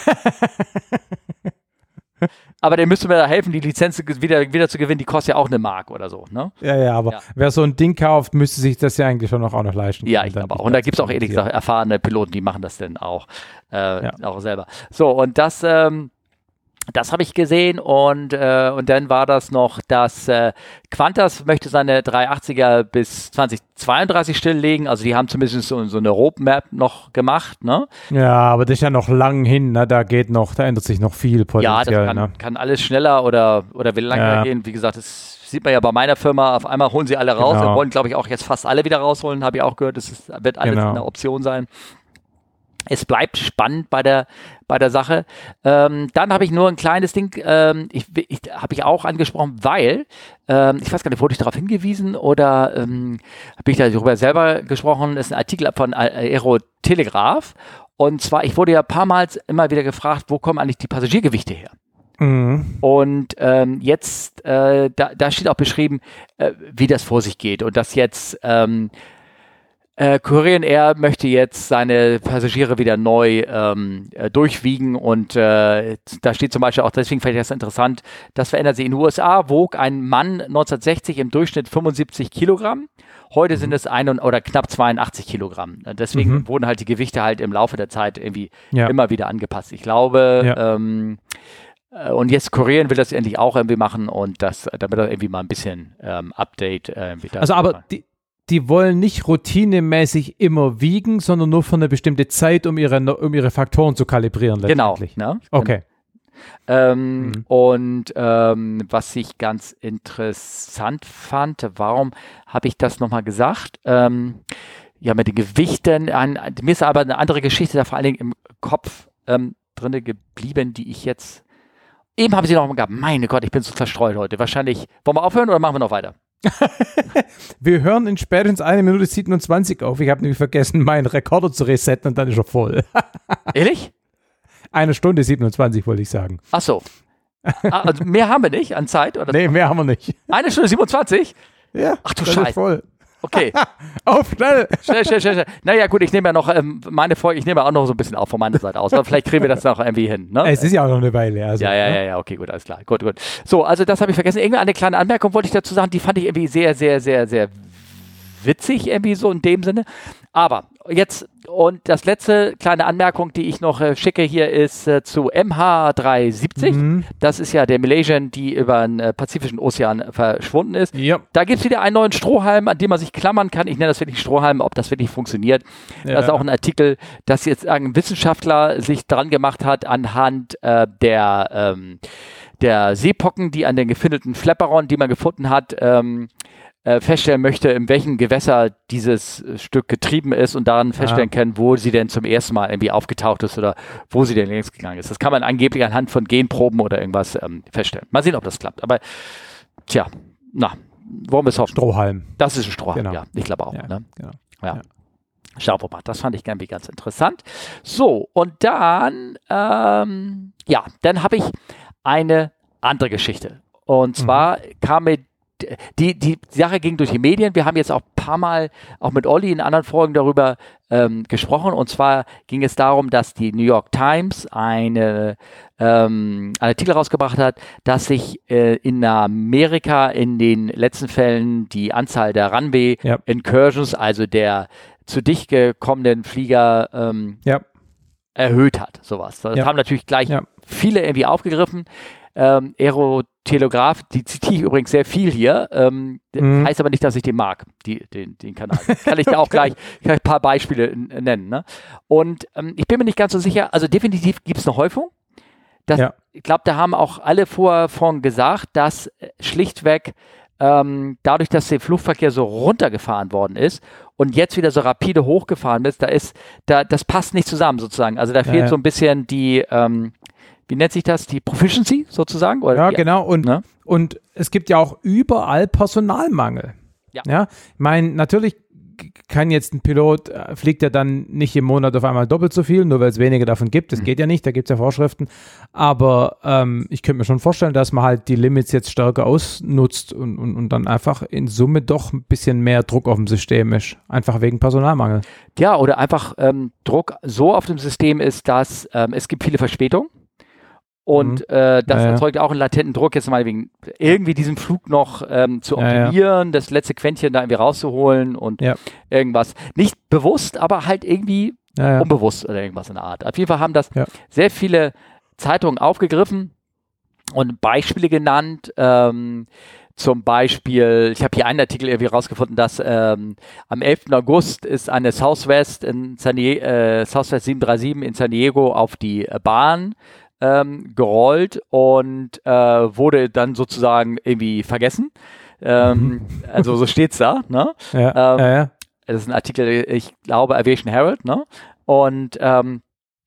Aber der müsste mir da helfen, die Lizenz wieder, wieder zu gewinnen, die kostet ja auch eine Mark oder so. Ne? Ja, ja, aber ja. wer so ein Ding kauft, müsste sich das ja eigentlich schon noch auch noch leisten. Ja, ich glaube auch. Und da gibt es auch ehrlich gesagt erfahrene Piloten, die machen das dann auch, äh, ja. auch selber. So, und das, ähm, das habe ich gesehen und, äh, und dann war das noch, dass äh, Qantas möchte seine dreihundertachtziger bis zweitausendzweiunddreißig stilllegen. Also die haben zumindest so, so eine Roadmap noch gemacht. Ne? Ja, aber das ist ja noch lang hin. Ne? Da geht noch, da ändert sich noch viel potenziell. Ja, das kann, ne? kann alles schneller oder, oder will länger ja. gehen. Wie gesagt, das sieht man ja bei meiner Firma. Auf einmal holen sie alle raus. Genau. Wir wollen, glaube ich, auch jetzt fast alle wieder rausholen. Habe ich auch gehört. Das ist, wird alles genau. eine Option sein. Es bleibt spannend bei der, bei der Sache. Ähm, dann habe ich nur ein kleines Ding, ähm, ich, ich, habe ich auch angesprochen, weil, ähm, ich weiß gar nicht, wurde ich darauf hingewiesen oder ähm, habe ich darüber selber gesprochen, das ist ein Artikel von Aerotelegraph. Und zwar, ich wurde ja ein paar Mal immer wieder gefragt, wo kommen eigentlich die Passagiergewichte her? Mhm. Und ähm, jetzt, äh, da, da steht auch beschrieben, äh, wie das vor sich geht und dass jetzt ähm, Äh, Korean Air möchte jetzt seine Passagiere wieder neu ähm, äh, durchwiegen und äh, da steht zum Beispiel auch, deswegen fand ich das interessant, das verändert sich. In den U S A wog ein Mann neunzehnhundertsechzig im Durchschnitt fünfundsiebzig Kilogramm. Heute mhm. sind es ein oder knapp zweiundachtzig Kilogramm. Deswegen mhm. wurden halt die Gewichte halt im Laufe der Zeit irgendwie ja. immer wieder angepasst. Ich glaube, ja. ähm, äh, und jetzt Korean will das endlich auch irgendwie machen und das, damit er irgendwie mal ein bisschen ähm, Update äh, wieder. Also aber die Die wollen nicht routinemäßig immer wiegen, sondern nur für eine bestimmte Zeit, um ihre, um ihre Faktoren zu kalibrieren. Genau. Ne? Okay. Ähm, mhm. Und ähm, was ich ganz interessant fand, warum habe ich das nochmal gesagt? Ähm, ja, mit den Gewichten. Ein, mir ist aber eine andere Geschichte da vor allen Dingen im Kopf ähm, drin geblieben, die ich jetzt. Eben habe ich sie noch mal gehabt. Meine Gott, ich bin so zerstreut heute. Wahrscheinlich. Wollen wir aufhören oder machen wir noch weiter? Wir hören in spätestens eine Minute siebenundzwanzig auf. Ich habe nämlich vergessen, meinen Rekorder zu resetten und dann ist er voll. Ehrlich? Eine Stunde siebenundzwanzig wollte ich sagen. Ach so. Ah, also mehr haben wir nicht an Zeit? Oder? Nee, mehr haben wir nicht. Eine Stunde siebenundzwanzig? Ja. Ach du Scheiße. Voll. Okay. Auf, schnell. Schnell, schnell, schnell, schnell. Naja, gut, ich nehme ja noch ähm, meine Folge, ich nehme ja auch noch so ein bisschen auf von meiner Seite aus. Aber vielleicht kriegen wir das noch irgendwie hin. Ne? Es ist ja auch noch eine Weile. Also, ja, ja, ne? ja, ja, okay, gut, alles klar. Gut, gut. So, also das habe ich vergessen. Irgendeine kleine Anmerkung wollte ich dazu sagen, die fand ich irgendwie sehr, sehr, sehr, sehr witzig, irgendwie so in dem Sinne. Aber jetzt, und das letzte kleine Anmerkung, die ich noch äh, schicke hier, ist äh, zu M H dreihundertsiebzig. Mhm. Das ist ja der Malaysian, die über den äh, Pazifischen Ozean verschwunden ist. Ja. Da gibt es wieder einen neuen Strohhalm, an dem man sich klammern kann. Ich nenne das wirklich Strohhalm, ob das wirklich funktioniert. Ja. Das ist auch ein Artikel, dass jetzt ein Wissenschaftler sich dran gemacht hat anhand äh, der, ähm, der Seepocken, die an den gefindeten Flepperon, die man gefunden hat, ähm, feststellen möchte, in welchem Gewässer dieses Stück getrieben ist und daran feststellen ah. kann, wo sie denn zum ersten Mal irgendwie aufgetaucht ist oder wo sie denn längst gegangen ist. Das kann man angeblich anhand von Genproben oder irgendwas ähm, feststellen. Mal sehen, ob das klappt. Aber tja, na, wollen wir es hoffen? Strohhalm. Das ist ein Strohhalm, genau. ja. Ich glaube auch. Ja, ne? genau. ja. ja. Schauen wir mal. Das fand ich irgendwie ganz interessant. So, und dann, ähm, ja, dann habe ich eine andere Geschichte. Und zwar mhm. kam mir Die, die Sache ging durch die Medien. Wir haben jetzt auch ein paar Mal auch mit Olli in anderen Folgen darüber ähm, gesprochen. Und zwar ging es darum, dass die New York Times eine, ähm, einen Artikel rausgebracht hat, dass sich äh, in Amerika in den letzten Fällen die Anzahl der Runway ja. Incursions, also der zu dicht gekommenen Flieger, ähm, ja. erhöht hat. Sowas. Das ja. haben natürlich gleich ja. viele irgendwie aufgegriffen. Ähm, Aerotelegraph, die zitiere ich übrigens sehr viel hier, ähm, mhm. heißt aber nicht, dass ich den mag, die, den, den Kanal. Kann ich da auch gleich, gleich ein paar Beispiele nennen. Ne? Und ähm, ich bin mir nicht ganz so sicher, also definitiv gibt es eine Häufung. Das, ja. Ich glaube, da haben auch alle vorher von gesagt, dass schlichtweg ähm, dadurch, dass der Flugverkehr so runtergefahren worden ist und jetzt wieder so rapide hochgefahren ist, da ist, da, das passt nicht zusammen sozusagen. Also da fehlt ja, ja. so ein bisschen die ähm, wie nennt sich das, die Proficiency sozusagen? Oder ja, die, genau. Und, ne? und es gibt ja auch überall Personalmangel. Ja. ja? Ich meine, natürlich kann jetzt ein Pilot, äh, fliegt ja dann nicht im Monat auf einmal doppelt so viel, nur weil es weniger davon gibt. Das mhm. geht ja nicht, da gibt es ja Vorschriften. Aber ähm, ich könnte mir schon vorstellen, dass man halt die Limits jetzt stärker ausnutzt und, und, und dann einfach in Summe doch ein bisschen mehr Druck auf dem System ist. Einfach wegen Personalmangel. Ja, oder einfach ähm, Druck so auf dem System ist, dass ähm, es gibt viele Verspätungen. Und mhm. äh, das ja, erzeugt auch einen latenten Druck, jetzt mal wegen irgendwie diesen Flug noch ähm, zu optimieren, ja, ja. das letzte Quäntchen da irgendwie rauszuholen und ja. irgendwas. Nicht bewusst, aber halt irgendwie ja, ja. unbewusst oder irgendwas in der Art. Auf jeden Fall haben das ja. sehr viele Zeitungen aufgegriffen und Beispiele genannt. Ähm, zum Beispiel, ich habe hier einen Artikel irgendwie rausgefunden, dass ähm, am elften August ist eine Southwest, in San Die- äh, Southwest sieben drei sieben in San Diego auf die Bahn Ähm, gerollt und äh, wurde dann sozusagen irgendwie vergessen. Ähm, also so steht's da. Ne? Ja, ähm, ja, ja. Das ist ein Artikel, ich glaube, Aviation Herald. Ne? Und ähm,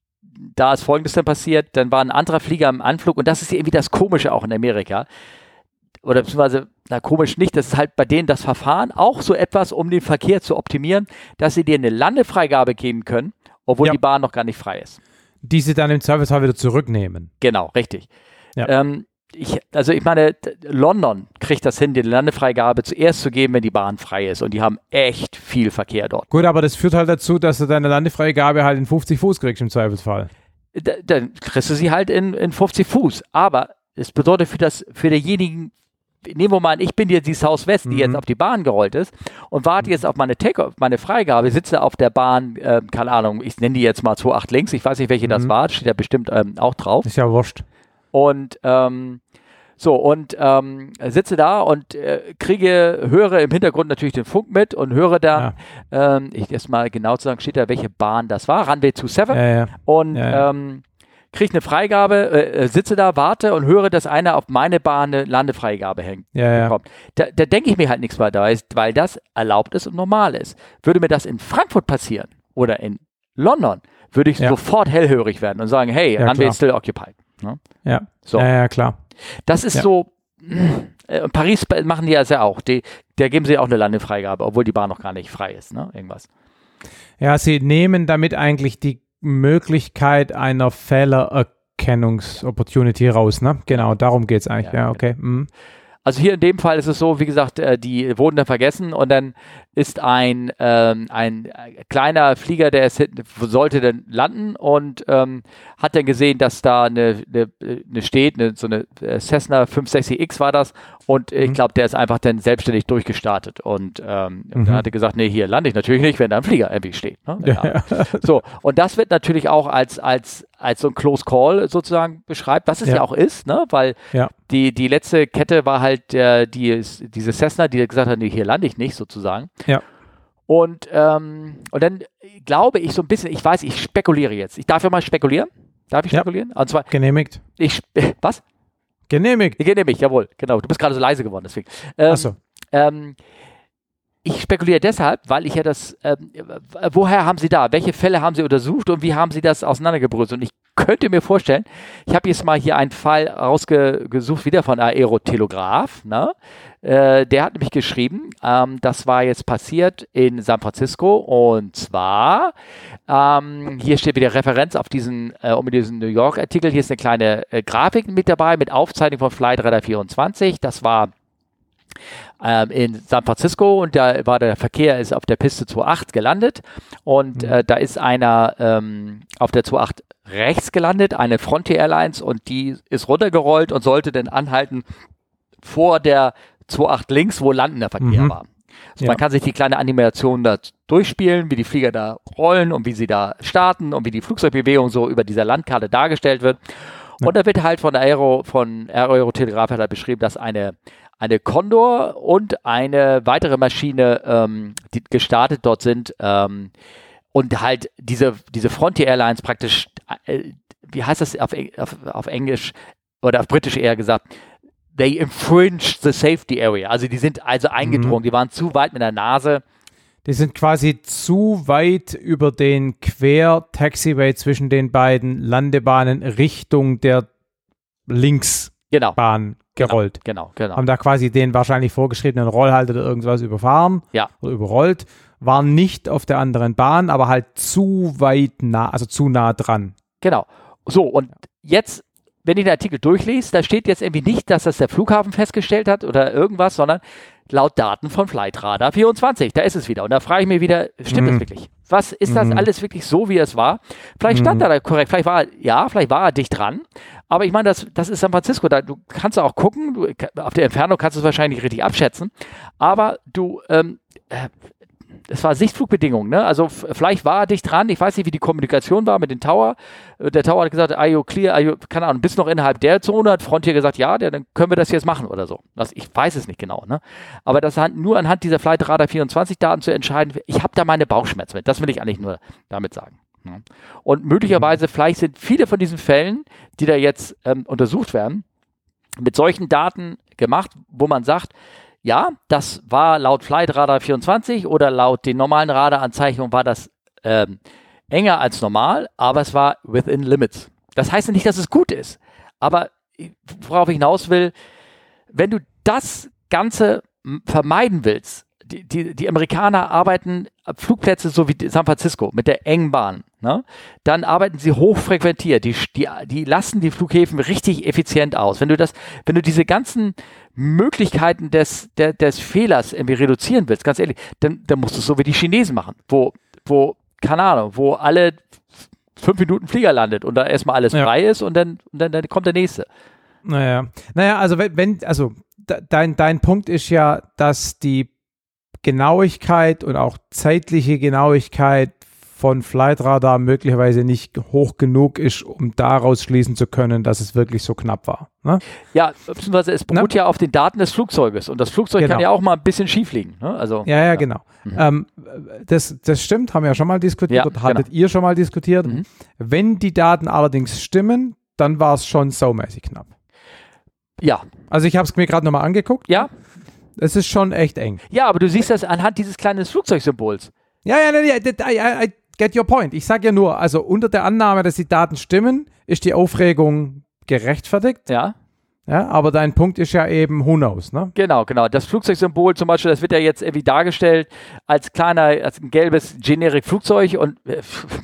da ist Folgendes dann passiert. Dann war ein anderer Flieger im Anflug und das ist irgendwie das Komische auch in Amerika. Oder beziehungsweise, na komisch nicht, das ist halt bei denen das Verfahren auch so etwas, um den Verkehr zu optimieren, dass sie dir eine Landefreigabe geben können, obwohl ja. die Bahn noch gar nicht frei ist. Die sie dann im Zweifelsfall wieder zurücknehmen. Genau, richtig. Ja. Ähm, ich, also ich meine, London kriegt das hin, die Landefreigabe zuerst zu geben, wenn die Bahn frei ist. Und die haben echt viel Verkehr dort. Gut, aber das führt halt dazu, dass du deine Landefreigabe halt in fünfzig Fuß kriegst im Zweifelsfall. Da, dann kriegst du sie halt in, in fünfzig Fuß. Aber es bedeutet für, das, für denjenigen, nehmen wir mal an, ich bin jetzt die Southwest, die mhm. jetzt auf die Bahn gerollt ist und warte jetzt auf meine Take-off, meine Freigabe, sitze auf der Bahn, äh, keine Ahnung, ich nenne die jetzt mal zwei acht links, ich weiß nicht, welche mhm. das war, steht ja bestimmt ähm, auch drauf. Ist ja wurscht. Und ähm, so, und ähm, sitze da und äh, kriege, höre im Hintergrund natürlich den Funk mit und höre dann, ja. ähm, ich jetzt mal genau zu sagen, steht da, welche Bahn das war, Runway siebenundzwanzig ja, ja. und ja, ja. Ähm, kriege eine Freigabe, äh, sitze da, warte und höre, dass einer auf meine Bahn eine Landefreigabe hängt. Ja, ja. Da, da denke ich mir halt nichts weiter, weil das erlaubt ist und normal ist. Würde mir das in Frankfurt passieren oder in London, würde ich ja. sofort hellhörig werden und sagen, hey, ja, Runway is still occupied. Ne? Ja. So. ja, ja, klar. Das ist ja. so, äh, Paris machen die das ja auch, die, da geben sie auch eine Landefreigabe, obwohl die Bahn noch gar nicht frei ist, ne? Irgendwas. Ja, sie nehmen damit eigentlich die Möglichkeit einer Fehlererkennungs-Opportunity raus, ne? Genau, darum geht es eigentlich, ja, ja okay. Mhm. Also hier in dem Fall ist es so, wie gesagt, äh, die wurden dann vergessen und dann ist ein, ähm, ein kleiner Flieger, der ist, sollte dann landen und ähm, hat dann gesehen, dass da eine, eine, eine steht, eine, so eine Cessna fünfhundertsechzig X war das und ich glaube, der ist einfach dann selbstständig durchgestartet und ähm, mhm. dann hat er gesagt, nee, hier lande ich natürlich nicht, wenn da ein Flieger irgendwie steht. Ne? Ja. Ja. So, und das wird natürlich auch als, als, als so ein Close Call sozusagen beschreibt, was es ja, ja auch ist, ne? Weil ja. die, die letzte Kette war halt äh, die, diese Cessna, die gesagt hat, nee, hier lande ich nicht sozusagen. Ja. Und, ähm, und dann glaube ich so ein bisschen, ich weiß, ich spekuliere jetzt. Ich darf ja mal spekulieren. Darf ich ja. spekulieren? Und zwar, genehmigt. Ich, was? Genehmigt. Genehmigt, jawohl, genau. Du bist gerade so leise geworden, deswegen. Ähm, Ach so. Ähm, ich spekuliere deshalb, weil ich ja das, ähm, woher haben Sie da, welche Fälle haben Sie untersucht und wie haben Sie das auseinandergebröselt? Und ich könnte mir vorstellen, ich habe jetzt mal hier einen Fall rausgesucht, wieder von Aerotelegraph, ne? Äh, der hat nämlich geschrieben, ähm, das war jetzt passiert in San Francisco und zwar, ähm, hier steht wieder Referenz auf diesen, äh, um diesen New York-Artikel, hier ist eine kleine äh, Grafik mit dabei, mit Aufzeichnung von Flight Radar vierundzwanzig, das war ähm, in San Francisco und da war der Verkehr ist auf der Piste zwei acht gelandet und mhm. äh, da ist einer ähm, auf der zwei acht rechts gelandet, eine Frontier Airlines und die ist runtergerollt und sollte dann anhalten vor der zwei acht links, wo landender Verkehr mhm. war. Also ja. Man kann sich die kleine Animation da durchspielen, wie die Flieger da rollen und wie sie da starten und wie die Flugzeugbewegung so über dieser Landkarte dargestellt wird. Ja. Und da wird halt von Aero, von Aerotelegraph halt beschrieben, dass eine, eine Condor und eine weitere Maschine, ähm, die gestartet dort sind, ähm, und halt diese, diese Frontier Airlines praktisch, äh, wie heißt das auf, auf, auf Englisch oder auf Britisch eher gesagt, they infringed the safety area. Also die sind also eingedrungen, mhm. die waren zu weit mit der Nase. Die sind quasi zu weit über den Quer-Taxiway zwischen den beiden Landebahnen Richtung der Linksbahn genau. gerollt. Genau, genau, genau. Haben da quasi den wahrscheinlich vorgeschriebenen Rollhalter oder irgendwas überfahren ja. oder überrollt. Waren nicht auf der anderen Bahn, aber halt zu weit nah, also zu nah dran. Genau. So, und jetzt, wenn ich den Artikel durchlese, da steht jetzt irgendwie nicht, dass das der Flughafen festgestellt hat oder irgendwas, sondern laut Daten von Flight Radar vierundzwanzig. Da ist es wieder. Und da frage ich mich wieder, stimmt mhm. das wirklich? Was, ist das mhm. alles wirklich so, wie es war? Vielleicht stand mhm. er da korrekt, vielleicht war er, ja, vielleicht war er dicht dran. Aber ich meine, das, das ist San Francisco, da, du kannst auch gucken, du, auf der Entfernung kannst du es wahrscheinlich nicht richtig abschätzen, aber du, ähm, äh, es war Sichtflugbedingungen, ne? Also f- vielleicht war er dicht dran, ich weiß nicht, wie die Kommunikation war mit dem Tower. Der Tower hat gesagt, are you clear, are you, keine Ahnung, bist noch innerhalb der Zone, hat Frontier gesagt, ja, der, dann können wir das jetzt machen oder so. Das, ich weiß es nicht genau, ne? Aber das hat nur anhand dieser Flight Radar vierundzwanzig Daten zu entscheiden, ich habe da meine Bauchschmerzen mit, das will ich eigentlich nur damit sagen. Ne? Und möglicherweise, vielleicht sind viele von diesen Fällen, die da jetzt ähm, untersucht werden, mit solchen Daten gemacht, wo man sagt, ja, das war laut Flight Radar vierundzwanzig oder laut den normalen Radaranzeichnungen war das ähm, enger als normal, aber es war within limits. Das heißt nicht, dass es gut ist, aber worauf ich hinaus will, wenn du das Ganze vermeiden willst, die, die, die Amerikaner arbeiten Flugplätze so wie San Francisco mit der engen Bahn. Ne? Dann arbeiten sie hochfrequentiert. Die, die, die lassen die Flughäfen richtig effizient aus. Wenn du das, wenn du diese ganzen Möglichkeiten des, der, des Fehlers irgendwie reduzieren willst, ganz ehrlich, dann, dann musst du es so wie die Chinesen machen, wo, wo, keine Ahnung, wo alle fünf Minuten Flieger landet und da erstmal alles ja. frei ist und dann, und dann, dann kommt der nächste. Naja, naja, also wenn, wenn also dein, dein Punkt ist ja, dass die Genauigkeit und auch zeitliche Genauigkeit von Flightradar möglicherweise nicht hoch genug ist, um daraus schließen zu können, dass es wirklich so knapp war. Ne? Ja, beziehungsweise es beruht Na? ja auf den Daten des Flugzeuges und das Flugzeug genau. kann ja auch mal ein bisschen schief liegen. Ne? Also, ja, ja, ja, genau. Mhm. Ähm, das, das stimmt, haben wir ja schon mal diskutiert, ja, oder hattet genau. ihr schon mal diskutiert. Mhm. Wenn die Daten allerdings stimmen, dann war es schon saumäßig knapp. Ja. Also ich habe es mir gerade nochmal angeguckt. Ja. Es ist schon echt eng. Ja, aber du siehst das anhand dieses kleinen Flugzeugsymbols. Ja, ja, ja, ja, I, I get your point. Ich sage ja nur, also unter der Annahme, dass die Daten stimmen, ist die Aufregung gerechtfertigt. Ja. Ja, aber dein Punkt ist ja eben, who knows, ne? Genau, genau. Das Flugzeugsymbol zum Beispiel, das wird ja jetzt irgendwie dargestellt als kleiner, als ein gelbes Generic-Flugzeug und äh,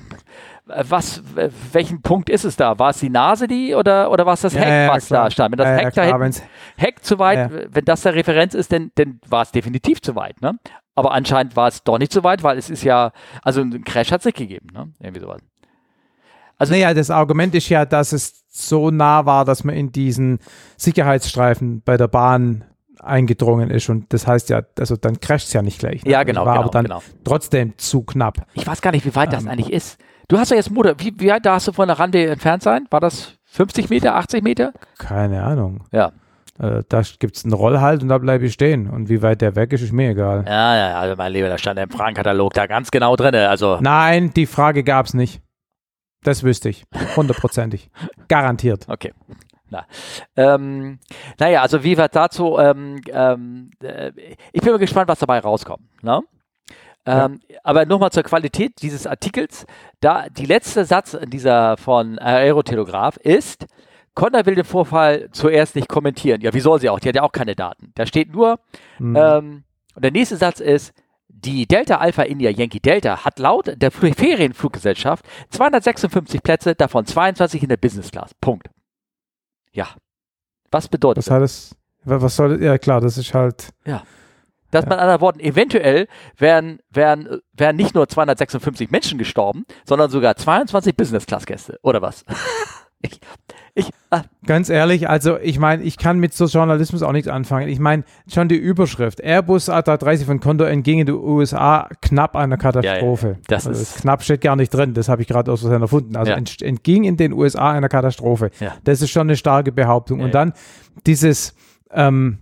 was, welchen Punkt ist es da? War es die Nase die oder, oder war es das Heck, ja, ja, was klar. da stand? Wenn das ja, Heck ja, da klar, hinten, Heck zu weit, ja. wenn das der Referenz ist, dann, dann war es definitiv zu weit, ne? Aber anscheinend war es doch nicht so weit, weil es ist ja, also einen Crash hat es nicht gegeben, ne? Irgendwie sowas. Also, naja, das Argument ist ja, dass es so nah war, dass man in diesen Sicherheitsstreifen bei der Bahn eingedrungen ist und das heißt ja, also dann crasht es ja nicht gleich. Ne? Ja, genau, war genau, aber dann genau. trotzdem zu knapp. Ich weiß gar nicht, wie weit das ähm, eigentlich ist. Du hast ja jetzt Motor, wie, wie weit darfst du von der Rande entfernt sein? War das fünfzig Meter, achtzig Meter? Keine Ahnung. Ja. Äh, da gibt es einen Rollhalt und da bleibe ich stehen. Und wie weit der weg ist, ist mir egal. Ja, ja, also mein Lieber, da stand im Fragenkatalog da ganz genau drin. Also. Nein, die Frage gab es nicht. Das wüsste ich. Hundertprozentig. Garantiert. Okay. Na. Ähm, naja, also wie weit dazu, ähm, ähm, äh, ich bin mal gespannt, was dabei rauskommt. Ne? Ähm, ja. Aber nochmal zur Qualität dieses Artikels. Da die letzte Satz in dieser von Aerotelegraph ist, Condor will den Vorfall zuerst nicht kommentieren. Ja, wie soll sie auch? Die hat ja auch keine Daten. Da steht nur, mhm. ähm, und der nächste Satz ist, die Delta Alpha India Yankee Delta hat laut der Ferienfluggesellschaft zweihundertsechsundfünfzig Plätze, davon zweiundzwanzig in der Business Class. Punkt. Ja. Was bedeutet was das? das? Was soll, ja klar, das ist halt. Ja. Dass ja. man in anderen Worten, eventuell wären, wären, wären nicht nur zweihundertsechsundfünfzig Menschen gestorben, sondern sogar zweiundzwanzig Business Class Gäste. Oder was? ich, ich, ah. Ganz ehrlich, also ich meine, ich kann mit so Journalismus auch nichts anfangen. Ich meine, schon die Überschrift, Airbus A drei dreißig von Condor entging in den U S A knapp einer Katastrophe. Ja, ja. Das, also ist das knapp steht gar nicht drin, das habe ich gerade aus Versehen erfunden. Also ja. ent, entging in den U S A einer Katastrophe. Ja. Das ist schon eine starke Behauptung. Ja, Und dann dieses, ähm,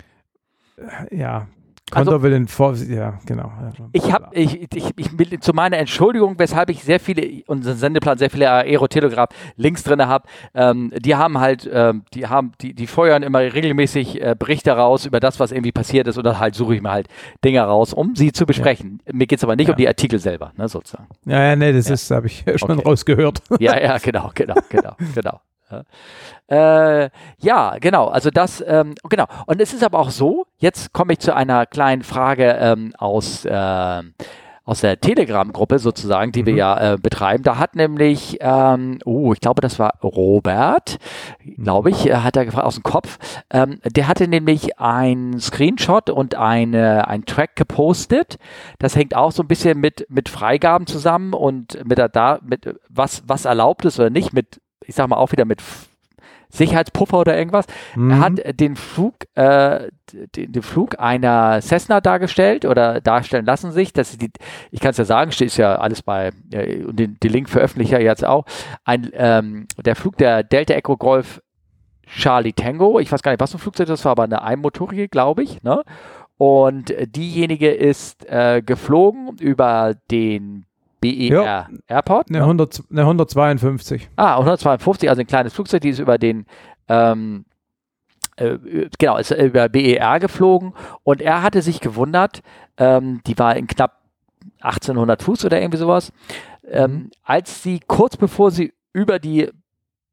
ja, Condor also, will den Vor... Ja, genau. Ich habe, ich, ich, ich will zu meiner Entschuldigung, weshalb ich sehr viele, unseren Sendeplan, sehr viele Aerotelegraph-Links drin habe, ähm, die haben halt, ähm, die haben, die, die feuern immer regelmäßig äh, Berichte raus über das, was irgendwie passiert ist und dann halt suche ich mir halt Dinge raus, um sie zu besprechen. Ja. Mir geht es aber nicht ja. um die Artikel selber, ne, sozusagen. Ja, ja, nee, das ja. ist, habe ich schon okay. rausgehört. Ja, ja, genau, genau, genau, genau. Ja. Äh, ja, genau, also das, ähm, genau. Und es ist aber auch so, jetzt komme ich zu einer kleinen Frage ähm, aus, äh, aus der Telegram-Gruppe sozusagen, die mhm. wir ja äh, betreiben. Da hat nämlich, ähm, oh, ich glaube, das war Robert, glaube ich, hat er gefragt aus dem Kopf. Ähm, der hatte nämlich einen Screenshot und eine, einen Track gepostet. Das hängt auch so ein bisschen mit, mit Freigaben zusammen und mit der da, mit was, was erlaubt ist oder nicht, mit ich sag mal auch wieder mit Sicherheitspuffer oder irgendwas. Mhm. Er hat den Flug, äh, den, den Flug einer Cessna dargestellt oder darstellen lassen sich. Das ist die, ich kann es ja sagen, steht ja alles bei, äh, und den, den Link veröffentliche ich jetzt auch. Ein, ähm, der Flug der Delta Echo Golf Charlie Tango. Ich weiß gar nicht, was für ein Flugzeug das war, aber eine einmotorige, glaube ich. Ne? Und diejenige ist äh, geflogen über den B E R ja, Airport. Eine, hundert, eine hundertzweiundfünfzig. Ah, hundertzweiundfünfzig, also ein kleines Flugzeug, die ist über den, ähm, äh, genau, ist über B E R geflogen und er hatte sich gewundert, ähm, die war in knapp achtzehnhundert Fuß oder irgendwie sowas, ähm, mhm. als sie kurz bevor sie über die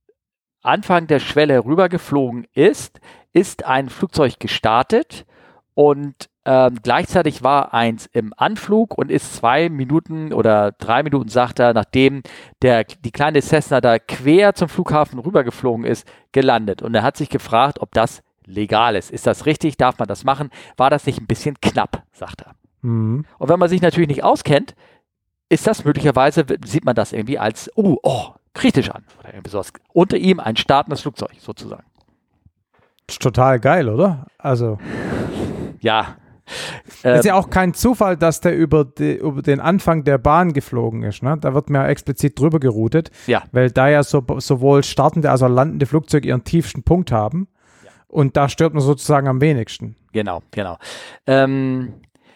Anfang der Schwelle rübergeflogen ist, ist ein Flugzeug gestartet Und ähm, gleichzeitig war eins im Anflug und ist zwei Minuten oder drei Minuten, sagt er, nachdem der, die kleine Cessna da quer zum Flughafen rübergeflogen ist, gelandet. Und er hat sich gefragt, ob das legal ist. Ist das richtig? Darf man das machen? War das nicht ein bisschen knapp, sagt er. Mhm. Und wenn man sich natürlich nicht auskennt, ist das möglicherweise, sieht man das irgendwie als, oh, oh, kritisch an. Oder irgendwie sowas. Unter ihm ein startendes Flugzeug, sozusagen. Ist total geil, oder? Also. Ja. Es ist ja auch kein Zufall, dass der über, die, über den Anfang der Bahn geflogen ist. Ne? Da wird mir ja explizit drüber geroutet, ja. weil da ja so, sowohl startende als auch landende Flugzeuge ihren tiefsten Punkt haben. Ja. Und da stört man sozusagen am wenigsten. Genau, genau. Ähm,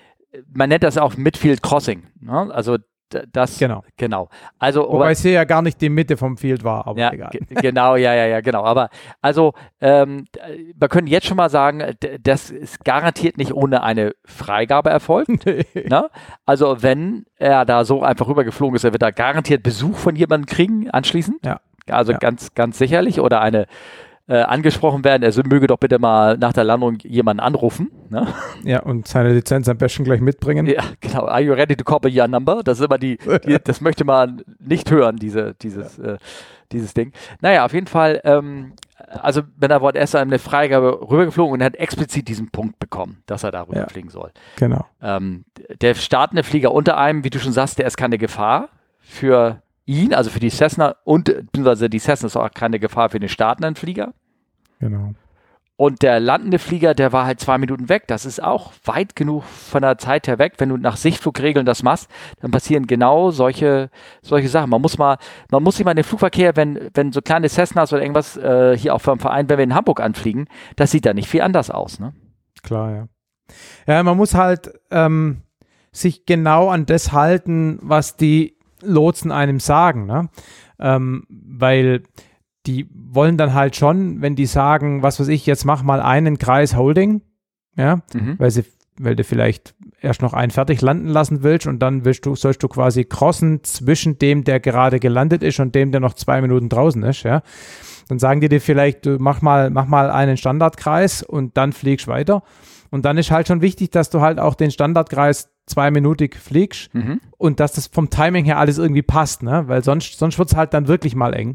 man nennt das auch Midfield Crossing. Ne? Also das, genau. genau. Also, Wobei aber, es hier ja gar nicht die Mitte vom Field war, aber ja, egal. G- genau, ja, ja, ja, genau. Aber also, ähm, wir können jetzt schon mal sagen, das ist garantiert nicht ohne eine Freigabe erfolgt. Nee. Ne? Also, wenn er da so einfach rübergeflogen ist, er wird da garantiert Besuch von jemandem kriegen anschließend. Ja. Also ja. ganz, ganz sicherlich. Oder eine Äh, angesprochen werden, er möge doch bitte mal nach der Landung jemanden anrufen. Ne? Ja, und seine Lizenz am besten gleich mitbringen. Ja, genau. Are you ready to copy your number? Das ist immer die, die das möchte man nicht hören, diese, dieses, ja. äh, dieses Ding. Naja, auf jeden Fall, ähm, also wenn er wollte, er ist eine Freigabe rübergeflogen und er hat explizit diesen Punkt bekommen, dass er da rüberfliegen ja. soll. Genau. Ähm, der startende Flieger unter einem, wie du schon sagst, der ist keine Gefahr für ihn, also für die Cessna und beziehungsweise die Cessna ist auch keine Gefahr für den startenden Flieger. Genau. Und der landende Flieger, der war halt zwei Minuten weg. Das ist auch weit genug von der Zeit her weg. Wenn du nach Sichtflugregeln das machst, dann passieren genau solche, solche Sachen. Man muss mal, man muss sich mal den Flugverkehr, wenn, wenn so kleine Cessnas oder irgendwas äh, hier auch vom Verein, wenn wir in Hamburg anfliegen, das sieht da nicht viel anders aus, ne? Klar, ja. Ja, man muss halt ähm, sich genau an das halten, was die Lotsen einem sagen, ne? Ähm, weil die wollen dann halt schon, wenn die sagen, was weiß ich, jetzt mach mal einen Kreis Holding, ja, mhm. weil sie, weil du vielleicht erst noch einen fertig landen lassen willst und dann willst du, sollst du quasi crossen zwischen dem, der gerade gelandet ist und dem, der noch zwei Minuten draußen ist, ja. Dann sagen die dir vielleicht, du mach mal, mach mal einen Standardkreis und dann fliegst weiter. Und dann ist halt schon wichtig, dass du halt auch den Standardkreis zweiminütig fliegst mhm. und dass das vom Timing her alles irgendwie passt, ne? Weil sonst, sonst wird es halt dann wirklich mal eng.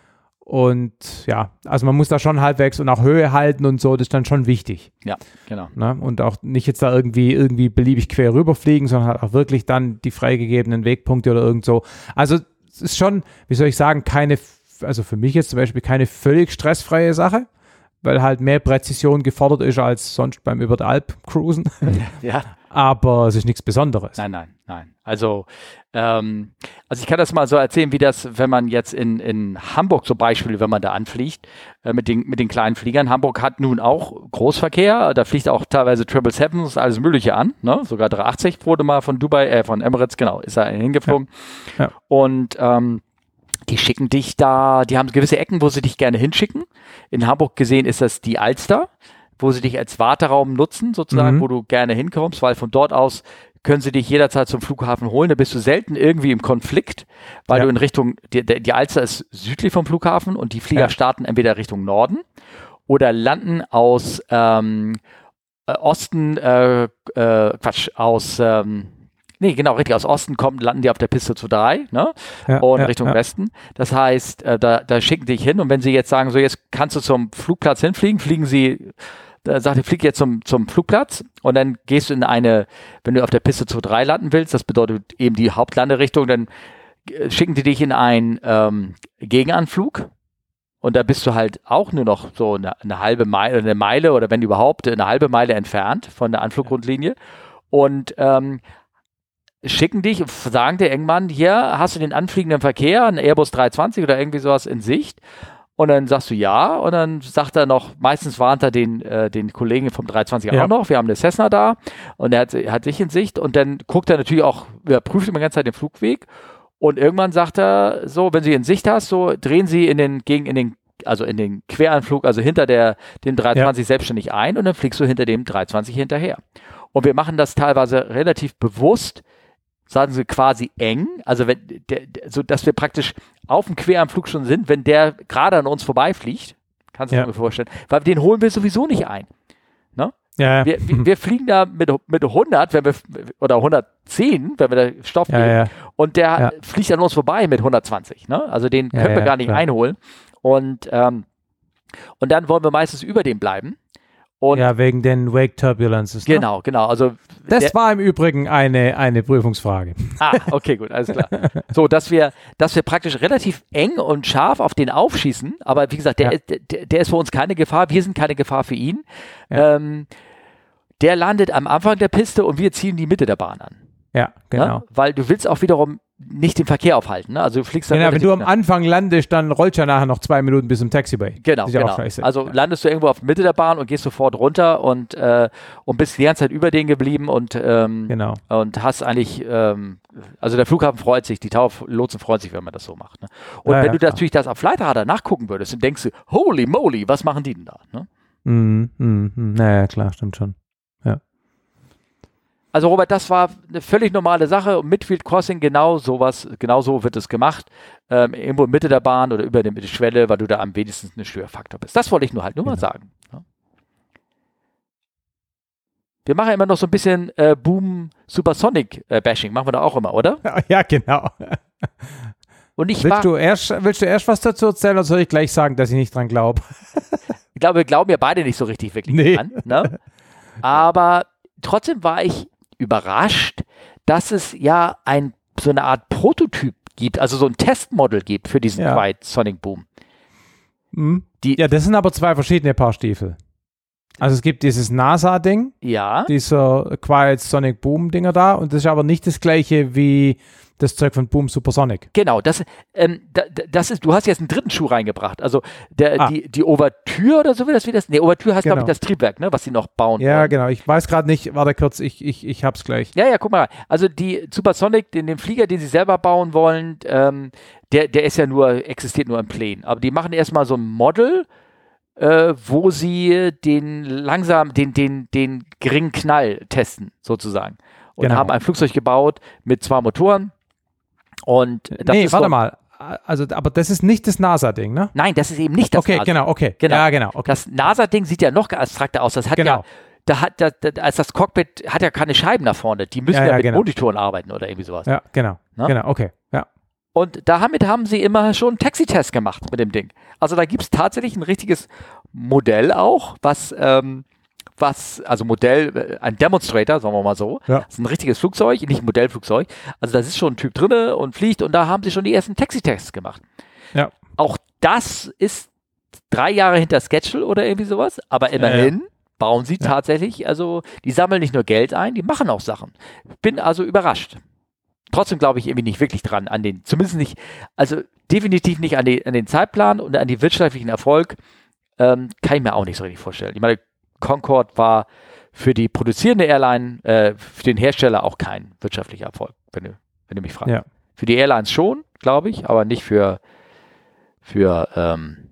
Und ja, also man muss da schon halbwegs und auch Höhe halten und so, das ist dann schon wichtig. Ja, genau. Ne? Und auch nicht jetzt da irgendwie, irgendwie beliebig quer rüberfliegen, sondern halt auch wirklich dann die freigegebenen Wegpunkte oder irgend so. Also es ist schon, wie soll ich sagen, keine, also für mich jetzt zum Beispiel keine völlig stressfreie Sache, weil halt mehr Präzision gefordert ist als sonst beim über der Alp cruisen. Ja. Aber es ist nichts Besonderes. Nein, nein, nein. Also, ähm, also ich kann das mal so erzählen, wie das, wenn man jetzt in, in Hamburg zum Beispiel, wenn man da anfliegt, äh, mit, den, mit den kleinen Fliegern. Hamburg hat nun auch Großverkehr, da fliegt auch teilweise triple sevens, alles Mögliche an, ne? Sogar drei achtzig wurde mal von Dubai, äh, von Emirates, genau, ist er hingeflogen. Ja. Ja. Und ähm, die schicken dich da, die haben gewisse Ecken, wo sie dich gerne hinschicken. In Hamburg gesehen ist das die Alster, wo sie dich als Warteraum nutzen, sozusagen, mhm. wo du gerne hinkommst, weil von dort aus können sie dich jederzeit zum Flughafen holen. Da bist du selten irgendwie im Konflikt, weil ja. du in Richtung, die, die Alster ist südlich vom Flughafen und die Flieger ja. starten entweder Richtung Norden oder landen aus ähm, äh, Osten, äh, äh, Quatsch, aus ähm, Nee, genau, richtig. Aus Osten kommen, landen die auf der Piste zu drei, ne? Ja, und ja, Richtung ja. Westen. Das heißt, äh, da, da schicken die dich hin und wenn sie jetzt sagen, so jetzt kannst du zum Flugplatz hinfliegen, fliegen sie, da sagt ihr, flieg jetzt zum, zum Flugplatz und dann gehst du in eine, wenn du auf der Piste zu drei landen willst, das bedeutet eben die Hauptlanderichtung, dann äh, schicken die dich in einen ähm, Gegenanflug. Und da bist du halt auch nur noch so eine, eine halbe Meile, eine Meile oder wenn überhaupt, eine halbe Meile entfernt von der Anfluggrundlinie. Und ähm, schicken dich, sagen dir irgendwann, hier hast du den anfliegenden Verkehr, ein Airbus dreihundertzwanzig oder irgendwie sowas in Sicht. Und dann sagst du ja und dann sagt er noch, meistens warnt er den, äh, den Kollegen vom dreihundertzwanzig ja. auch noch, wir haben eine Cessna da und er hat, hat dich in Sicht und dann guckt er natürlich auch, überprüft immer die ganze Zeit den Flugweg und irgendwann sagt er so, wenn sie in Sicht hast, so drehen sie in den, gegen in den, also in den Queranflug, also hinter der, dem dreihundertzwanzig ja. selbstständig ein und dann fliegst du hinter dem dreihundertzwanzig hinterher. Und wir machen das teilweise relativ bewusst, sagen sie quasi eng, also wenn der, der, so dass wir praktisch auf dem Queranflug schon sind, wenn der gerade an uns vorbeifliegt, kannst du ja. dir vorstellen, weil den holen wir sowieso nicht ein. Ne? Ja. Wir, wir, wir fliegen da mit, mit hundert wenn wir, oder hundertzehn, wenn wir da Stoff Ja, geben. ja. Und der Ja. fliegt an uns vorbei mit hundertzwanzig. Ne? Also den Ja, können wir ja, gar nicht klar. einholen. Und, ähm, und dann wollen wir meistens über dem bleiben. Und Ja, wegen den Wake Turbulences. Ne? genau, genau. Also Das der, war im Übrigen eine, eine Prüfungsfrage. Ah, okay, gut, alles klar. So, dass wir, dass wir praktisch relativ eng und scharf auf den aufschießen, aber wie gesagt, der, Ja. ist, der, der ist für uns keine Gefahr, wir sind keine Gefahr für ihn. Ja. Ähm, der landet am Anfang der Piste und wir ziehen die Mitte der Bahn an. Ja, genau. Ne? Weil du willst auch wiederum nicht den Verkehr aufhalten. Ne? Also du fliegst dann Genau, wenn relativ du am knapp. Anfang landest, dann rollst du ja nachher noch zwei Minuten bis zum Taxiway. Genau, Das ist ja genau. auch scheiße. Also ja. landest du irgendwo auf der Mitte der Bahn und gehst sofort runter und, äh, und bist die ganze Zeit über den geblieben und, ähm, Genau. und hast eigentlich, ähm, also der Flughafen freut sich, die Tower-Lotsen freuen sich, wenn man das so macht. Ne? Und Ja, wenn ja, du klar. natürlich das auf Flightradar nachgucken würdest, dann denkst du, holy moly, was machen die denn da? Ne? Mhm, mhm, mhm. Naja, klar, stimmt schon. Also Robert, das war eine völlig normale Sache und Midfield Crossing, genau sowas, genau so wird es gemacht. Ähm, irgendwo in Mitte der Bahn oder über der Schwelle, weil du da am wenigsten ein Störfaktor bist. Das wollte ich nur halt nur mal Genau. sagen. Ja. Wir machen immer noch so ein bisschen äh, Boom Supersonic äh, Bashing, machen wir da auch immer, oder? Ja, genau. Und ich war, Willst du, erst, willst du erst was dazu erzählen oder soll ich gleich sagen, dass ich nicht dran glaube? ich glaube, wir glauben ja beide nicht so richtig wirklich Nee. dran. Ne? Aber trotzdem war ich überrascht, dass es ja ein, so eine Art Prototyp gibt, also so ein Testmodel gibt für diesen Ja. Quiet Sonic Boom. Hm? Die- Ja, das sind aber zwei verschiedene Paar Stiefel. Also es gibt dieses NASA-Ding, Ja, dieser Quiet Sonic Boom-Dinger da, und das ist aber nicht das gleiche wie das Zeug von Boom Supersonic. genau. Das, ähm, da, da- das ist, du hast jetzt einen dritten Schuh reingebracht. Also der, Ah. die, die Ouvertüre oder so wie das wie das. Nee, Ouvertüre heißt, glaube ich, Genau. das Triebwerk, ne, was sie noch bauen Ja, wollen. genau. Ich weiß gerade nicht, warte kurz, ich, ich, ich hab's gleich. Ja, ja, guck mal rein. Also die Supersonic, den, den Flieger, den sie selber bauen wollen, ähm, der, der ist ja nur, existiert nur in Plänen. Aber die machen erstmal so ein Model, äh, wo sie den langsam, den, den, den geringen Knall testen, sozusagen. Und Genau. haben ein Flugzeug gebaut mit zwei Motoren. Und das Nee, ist warte so, mal. Also, aber das ist nicht das NASA-Ding, ne? Nein, das ist eben nicht das Okay, NASA. genau, okay. Genau. Ja, genau. Okay. Das NASA-Ding sieht ja noch abstrakter aus. Das hat Genau. ja, da hat, da, da, als das Cockpit hat ja keine Scheiben nach vorne. Die müssen Ja, ja, ja, mit genau. Monitoren arbeiten oder irgendwie sowas. Ja, genau. Na? Genau, okay. Ja. Und damit haben sie immer schon einen Taxi-Test gemacht mit dem Ding. Also da gibt es tatsächlich ein richtiges Modell auch, was, ähm, was, also Modell, äh, ein Demonstrator, sagen wir mal so. Ja. Das ist ein richtiges Flugzeug, nicht ein Modellflugzeug. Also da ist schon ein Typ drinne und fliegt und da haben sie schon die ersten Taxi-Tests gemacht. Ja. Auch das ist drei Jahre hinter Schedule oder irgendwie sowas, aber immerhin bauen sie Ja. tatsächlich, also die sammeln nicht nur Geld ein, die machen auch Sachen. Bin also überrascht. Trotzdem glaube ich irgendwie nicht wirklich dran, an den, zumindest nicht, also definitiv nicht an, die, an den Zeitplan und an den wirtschaftlichen Erfolg, ähm, kann ich mir auch nicht so richtig vorstellen. Ich meine, Concorde war für die produzierende Airline, äh, für den Hersteller auch kein wirtschaftlicher Erfolg, wenn du, wenn du mich fragst. Ja. Für die Airlines schon, glaube ich, aber nicht für, für, ähm,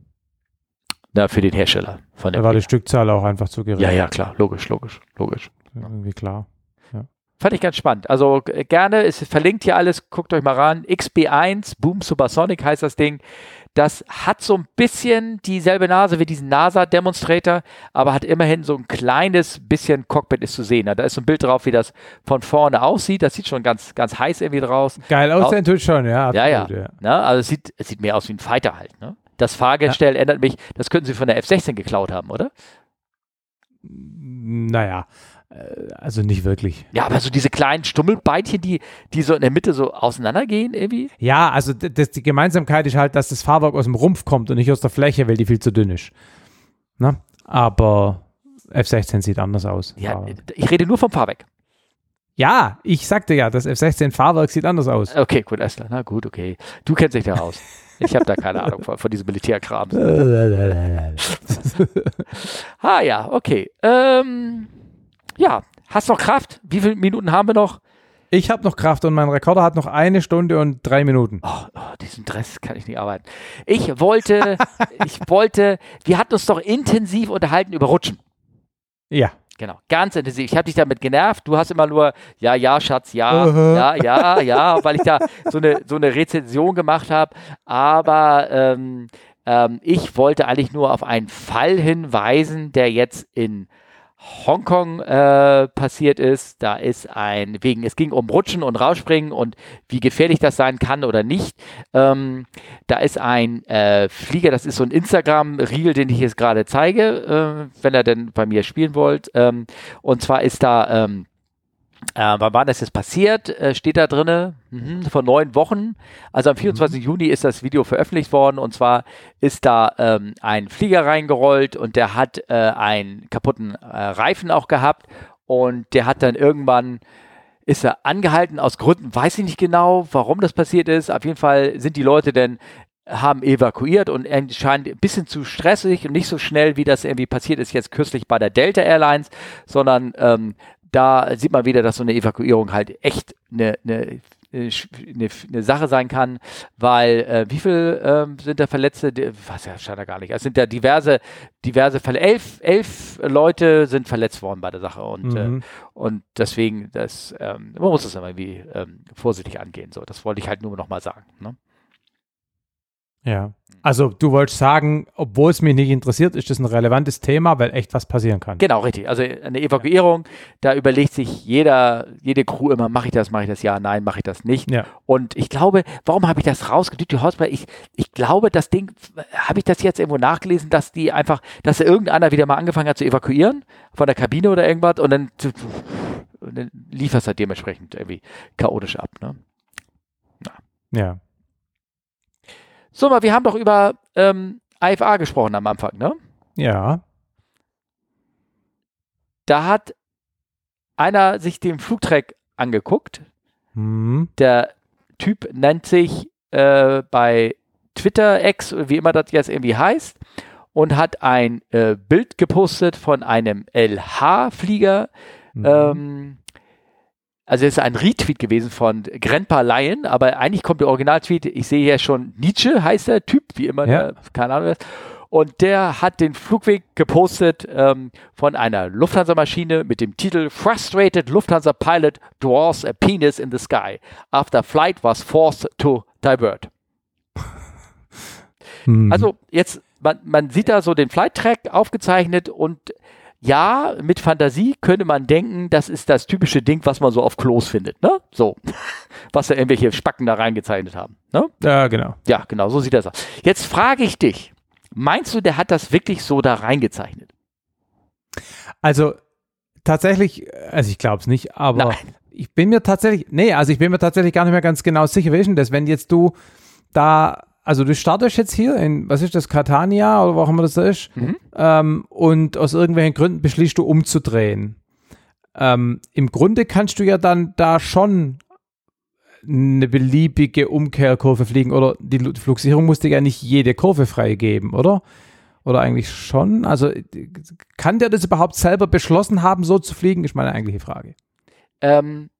na, für den Hersteller. Von Da dem war die Flieger. Stückzahl auch einfach zu gering. Ja, ja, klar, logisch, logisch, logisch. Irgendwie klar. Fand ich ganz spannend. Also g- gerne, es ist verlinkt hier alles, guckt euch mal ran. X B eins, Boom Supersonic heißt das Ding. Das hat so ein bisschen dieselbe Nase wie diesen NASA-Demonstrator, aber hat immerhin so ein kleines bisschen Cockpit ist zu sehen. Da ist so ein Bild drauf, wie das von vorne aussieht. Das sieht schon ganz, ganz heiß irgendwie draus. Geil aussehen tut schon, ja. Ja, ja. absolut, Ne? Also es sieht, es sieht mehr aus wie ein Fighter halt. Ne? Das Fahrgestell erinnert mich, das könnten sie von der F sechzehn geklaut haben, oder? Naja, äh, also nicht wirklich. Ja, aber so diese kleinen Stummelbeinchen, die, die so in der Mitte so auseinandergehen irgendwie. Ja, also d- das, die Gemeinsamkeit ist halt, dass das Fahrwerk aus dem Rumpf kommt und nicht aus der Fläche, weil die viel zu dünn ist. Na? Aber F sechzehn sieht anders aus. Ja, Aber- ich rede nur vom Fahrwerk. ja, ich sagte ja, das F sechzehn Fahrwerk sieht anders aus. Okay, gut, alles klar. Na gut, okay. Du kennst dich da aus. Ich habe da keine Ahnung von, von diesem Militärkram. Ah ja, okay. Ähm, ja, hast noch Kraft? Wie viele Minuten haben wir noch? Ich habe noch Kraft und mein Rekorder hat noch eine Stunde und drei Minuten. Oh, oh, diesen Dress kann ich nicht arbeiten. Ich wollte, ich wollte, wir hatten uns doch intensiv unterhalten über Rutschen. Ja. Genau, ganz intensiv. Ich habe dich damit genervt. Du hast immer nur, ja, ja, Schatz, ja, Uh-huh. ja, ja, ja, weil ich da so eine, so eine Rezension gemacht habe. Aber ähm, ähm, ich wollte eigentlich nur auf einen Fall hinweisen, der jetzt in Hongkong äh, passiert ist. Da ist ein, wegen, es ging um Rutschen und Rausspringen und wie gefährlich das sein kann oder nicht. Ähm, da ist ein äh, Flieger, das ist so ein Instagram-Reel, den ich jetzt gerade zeige, äh, wenn ihr denn bei mir spielen wollt. Ähm, und zwar ist da, ähm, Äh, wann war das jetzt passiert? Äh, steht da drin, mhm, vor neun Wochen. Also am vierundzwanzigsten Juni ist das Video veröffentlicht worden und zwar ist da ähm, ein Flieger reingerollt und der hat äh, einen kaputten äh, Reifen auch gehabt und der hat dann irgendwann, ist er angehalten aus Gründen, weiß ich nicht genau, warum das passiert ist. Auf jeden Fall sind die Leute dann haben evakuiert und scheint ein bisschen zu stressig und nicht so schnell, wie das irgendwie passiert ist jetzt kürzlich bei der Delta Airlines, sondern ähm, da sieht man wieder, dass so eine Evakuierung halt echt eine, eine, eine, eine Sache sein kann, weil äh, wie viel ähm, sind da Verletzte? Was ja, scheint da gar nicht. Es sind da diverse, diverse Fälle. Elf, elf Leute sind verletzt worden bei der Sache und, mhm. äh, und deswegen, das, ähm, man muss das immer irgendwie ähm, vorsichtig angehen. So, das wollte ich halt nur noch mal sagen. Ne? Ja, also du wolltest sagen, obwohl es mich nicht interessiert, ist das ein relevantes Thema, weil echt was passieren kann. Genau, richtig. Also eine Evakuierung, da überlegt sich jeder, jede Crew immer, mache ich das, mache ich das, ja, nein, mache ich das nicht. Ja. Und ich glaube, warum habe ich das rausgedrückt, die Horseback? Ich, ich glaube, das Ding, habe ich das jetzt irgendwo nachgelesen, dass die einfach, dass irgendeiner wieder mal angefangen hat zu evakuieren von der Kabine oder irgendwas und dann, und dann lief es halt dementsprechend irgendwie chaotisch ab. Ne? Ja. So, mal, wir haben doch über ähm, I F A gesprochen am Anfang, ne? Ja. Da hat einer sich den Flugtrack angeguckt. Hm. Der Typ nennt sich äh, bei Twitter X, wie immer das jetzt irgendwie heißt, und hat ein äh, Bild gepostet von einem L H-Flieger. Mhm. Ähm, also es ist ein Retweet gewesen von Grandpa Lion, aber eigentlich kommt der Originaltweet, ich sehe hier schon Nietzsche heißt der Typ, wie immer, ja. der, keine Ahnung was. Und der hat den Flugweg gepostet ähm, von einer Lufthansa-Maschine mit dem Titel Frustrated Lufthansa Pilot draws a penis in the sky after flight was forced to divert. Hm. Also jetzt, man, man sieht da so den Flight-Track aufgezeichnet und ja, mit Fantasie könnte man denken, das ist das typische Ding, was man so auf Klos findet, ne? So, was da irgendwelche Spacken da reingezeichnet haben, ne? Ja, genau. Ja, genau, so sieht das aus. Jetzt frage ich dich, meinst du, der hat das wirklich so da reingezeichnet? Also, tatsächlich, also ich glaube es nicht, aber Nein. ich bin mir tatsächlich, nee, also ich bin mir tatsächlich gar nicht mehr ganz genau sicher, wie ist denn das, wenn jetzt du da, also du startest jetzt hier in, was ist das, Catania oder wo auch immer das ist, mhm. ähm, und aus irgendwelchen Gründen beschließt du umzudrehen. Ähm, im Grunde kannst du ja dann da schon eine beliebige Umkehrkurve fliegen oder die Flugsicherung musste ja nicht jede Kurve freigeben, oder? Oder eigentlich schon? Also kann der das überhaupt selber beschlossen haben, so zu fliegen, ist meine eigentliche Frage. Ähm,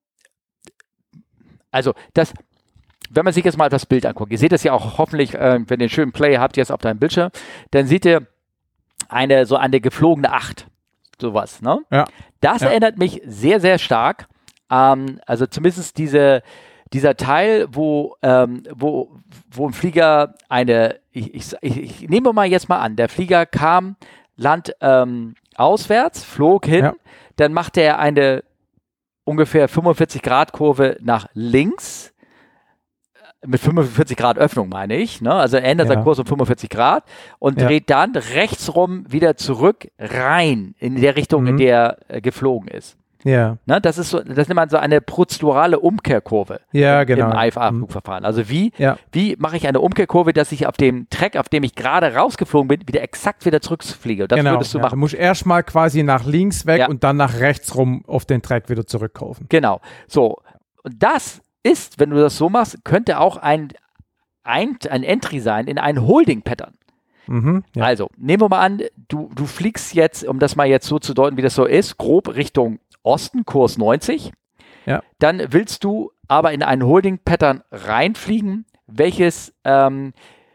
also das wenn man sich jetzt mal das Bild anguckt, ihr seht das ja auch hoffentlich, äh, wenn ihr einen schönen Play habt jetzt auf deinem Bildschirm, dann seht ihr eine so eine geflogene Acht, sowas, ne? Ja. Das ja. erinnert mich sehr, sehr stark, ähm, also zumindest diese, dieser Teil, wo, ähm, wo, wo ein Flieger eine, ich, ich, ich, ich nehme mal jetzt mal an, der Flieger kam Land ähm, auswärts, flog hin, ja. dann machte er eine ungefähr fünfundvierzig Grad Kurve nach links, mit fünfundvierzig Grad Öffnung meine ich, ne? Also er ändert ja. seinen Kurs um fünfundvierzig Grad und ja. dreht dann rechtsrum wieder zurück rein in der Richtung, mhm. in der er geflogen ist. Ja. Ne? Das ist so, das nennt man so eine prozedurale Umkehrkurve ja, im, genau. im I F A-Flugverfahren. Also wie, ja. wie mache ich eine Umkehrkurve, dass ich auf dem Track, auf dem ich gerade rausgeflogen bin, wieder exakt wieder zurückfliege? Das genau. würdest du ja. machen. Du musst erstmal quasi nach links weg ja. und dann nach rechts rum auf den Track wieder zurückkurven. Genau. So. Und das ist, wenn du das so machst, könnte auch ein, ein, ein Entry sein in ein Holding-Pattern. Mhm, ja. Also, nehmen wir mal an, du, du fliegst jetzt, um das mal jetzt so zu deuten, wie das so ist, grob Richtung Osten, Kurs neunzig. Ja. Dann willst du aber in ein Holding-Pattern reinfliegen, welches ähm,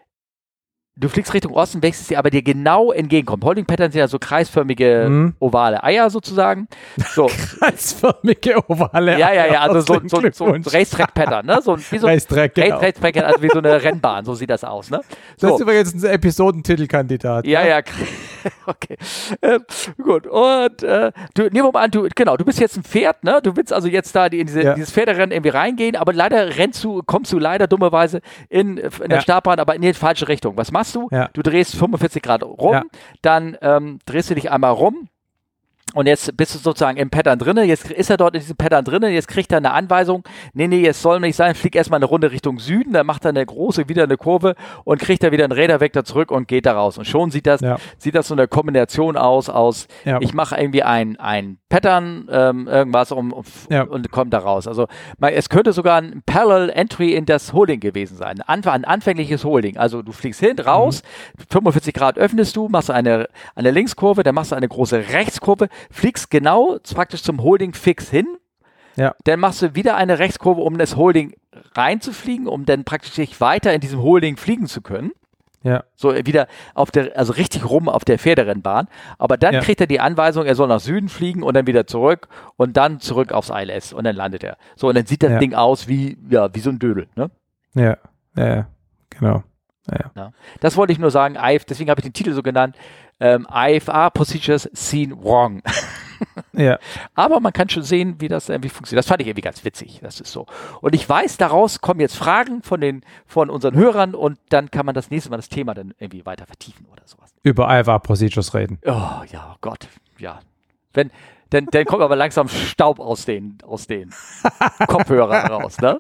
du fliegst Richtung Osten, welches dir aber dir genau entgegenkommt. Holding-Patterns sind ja so kreisförmige, mhm. ovale Eier sozusagen. So. Kreisförmige, ovale Eier. Ja, ja, ja, also so, so, so, so ein Racetrack-Pattern, ne? So, wie so Racetrack, genau. Racetrack, also wie so eine Rennbahn, so sieht das aus, ne? So. Das ist übrigens ein Episodentitelkandidat. Ja, ja, Okay, äh, gut. Und äh, du, nehmen wir mal an, du, genau, du bist jetzt ein Pferd, ne? Du willst also jetzt da die, in diese, ja. dieses Pferderennen irgendwie reingehen, aber leider rennst du, kommst du leider dummerweise in, in der ja. Startbahn, aber in die falsche Richtung. Was machst du? Ja. Du drehst fünfundvierzig Grad rum, ja. dann ähm, drehst du dich einmal rum. Und jetzt bist du sozusagen im Pattern drinne, jetzt ist er dort in diesem Pattern drinne, jetzt kriegt er eine Anweisung, nee, nee, jetzt soll nicht sein, flieg erstmal eine Runde Richtung Süden, dann macht er eine große, wieder eine Kurve und kriegt er wieder einen Rädervektor zurück und geht da raus. Und schon sieht das, ja. sieht das so eine Kombination aus, aus ja. ich mache irgendwie ein, ein Pattern, ähm, irgendwas um, um ja. und kommt da raus. Also man, es könnte sogar ein Parallel Entry in das Holding gewesen sein, ein, ein anfängliches Holding. Also du fliegst hin, raus, mhm. fünfundvierzig Grad öffnest du, machst eine, eine Linkskurve, dann machst du eine große Rechtskurve, fliegst genau praktisch zum Holding fix hin, ja. dann machst du wieder eine Rechtskurve, um das Holding reinzufliegen, um dann praktisch dich weiter in diesem Holding fliegen zu können. Ja. So wieder auf der, also richtig rum auf der Pferderennbahn. Aber dann ja. kriegt er die Anweisung, er soll nach Süden fliegen und dann wieder zurück und dann zurück aufs I L S und dann landet er. So, und dann sieht das ja. Ding aus wie, ja, wie so ein Dödel, ne? Ja, ja, ja. Genau. Ja, ja. Ja. Das wollte ich nur sagen, I F, deswegen habe ich den Titel so genannt, ähm, I F R Procedures Seen Wrong. Ja. Aber man kann schon sehen, wie das irgendwie funktioniert. Das fand ich irgendwie ganz witzig. Das ist so. Und ich weiß, daraus kommen jetzt Fragen von den, von unseren Hörern und dann kann man das nächste Mal das Thema dann irgendwie weiter vertiefen oder sowas. Über I F R Procedures reden. Oh, ja, oh Gott, ja. Wenn, dann, dann kommt aber langsam Staub aus den, aus den Kopfhörern raus, ne?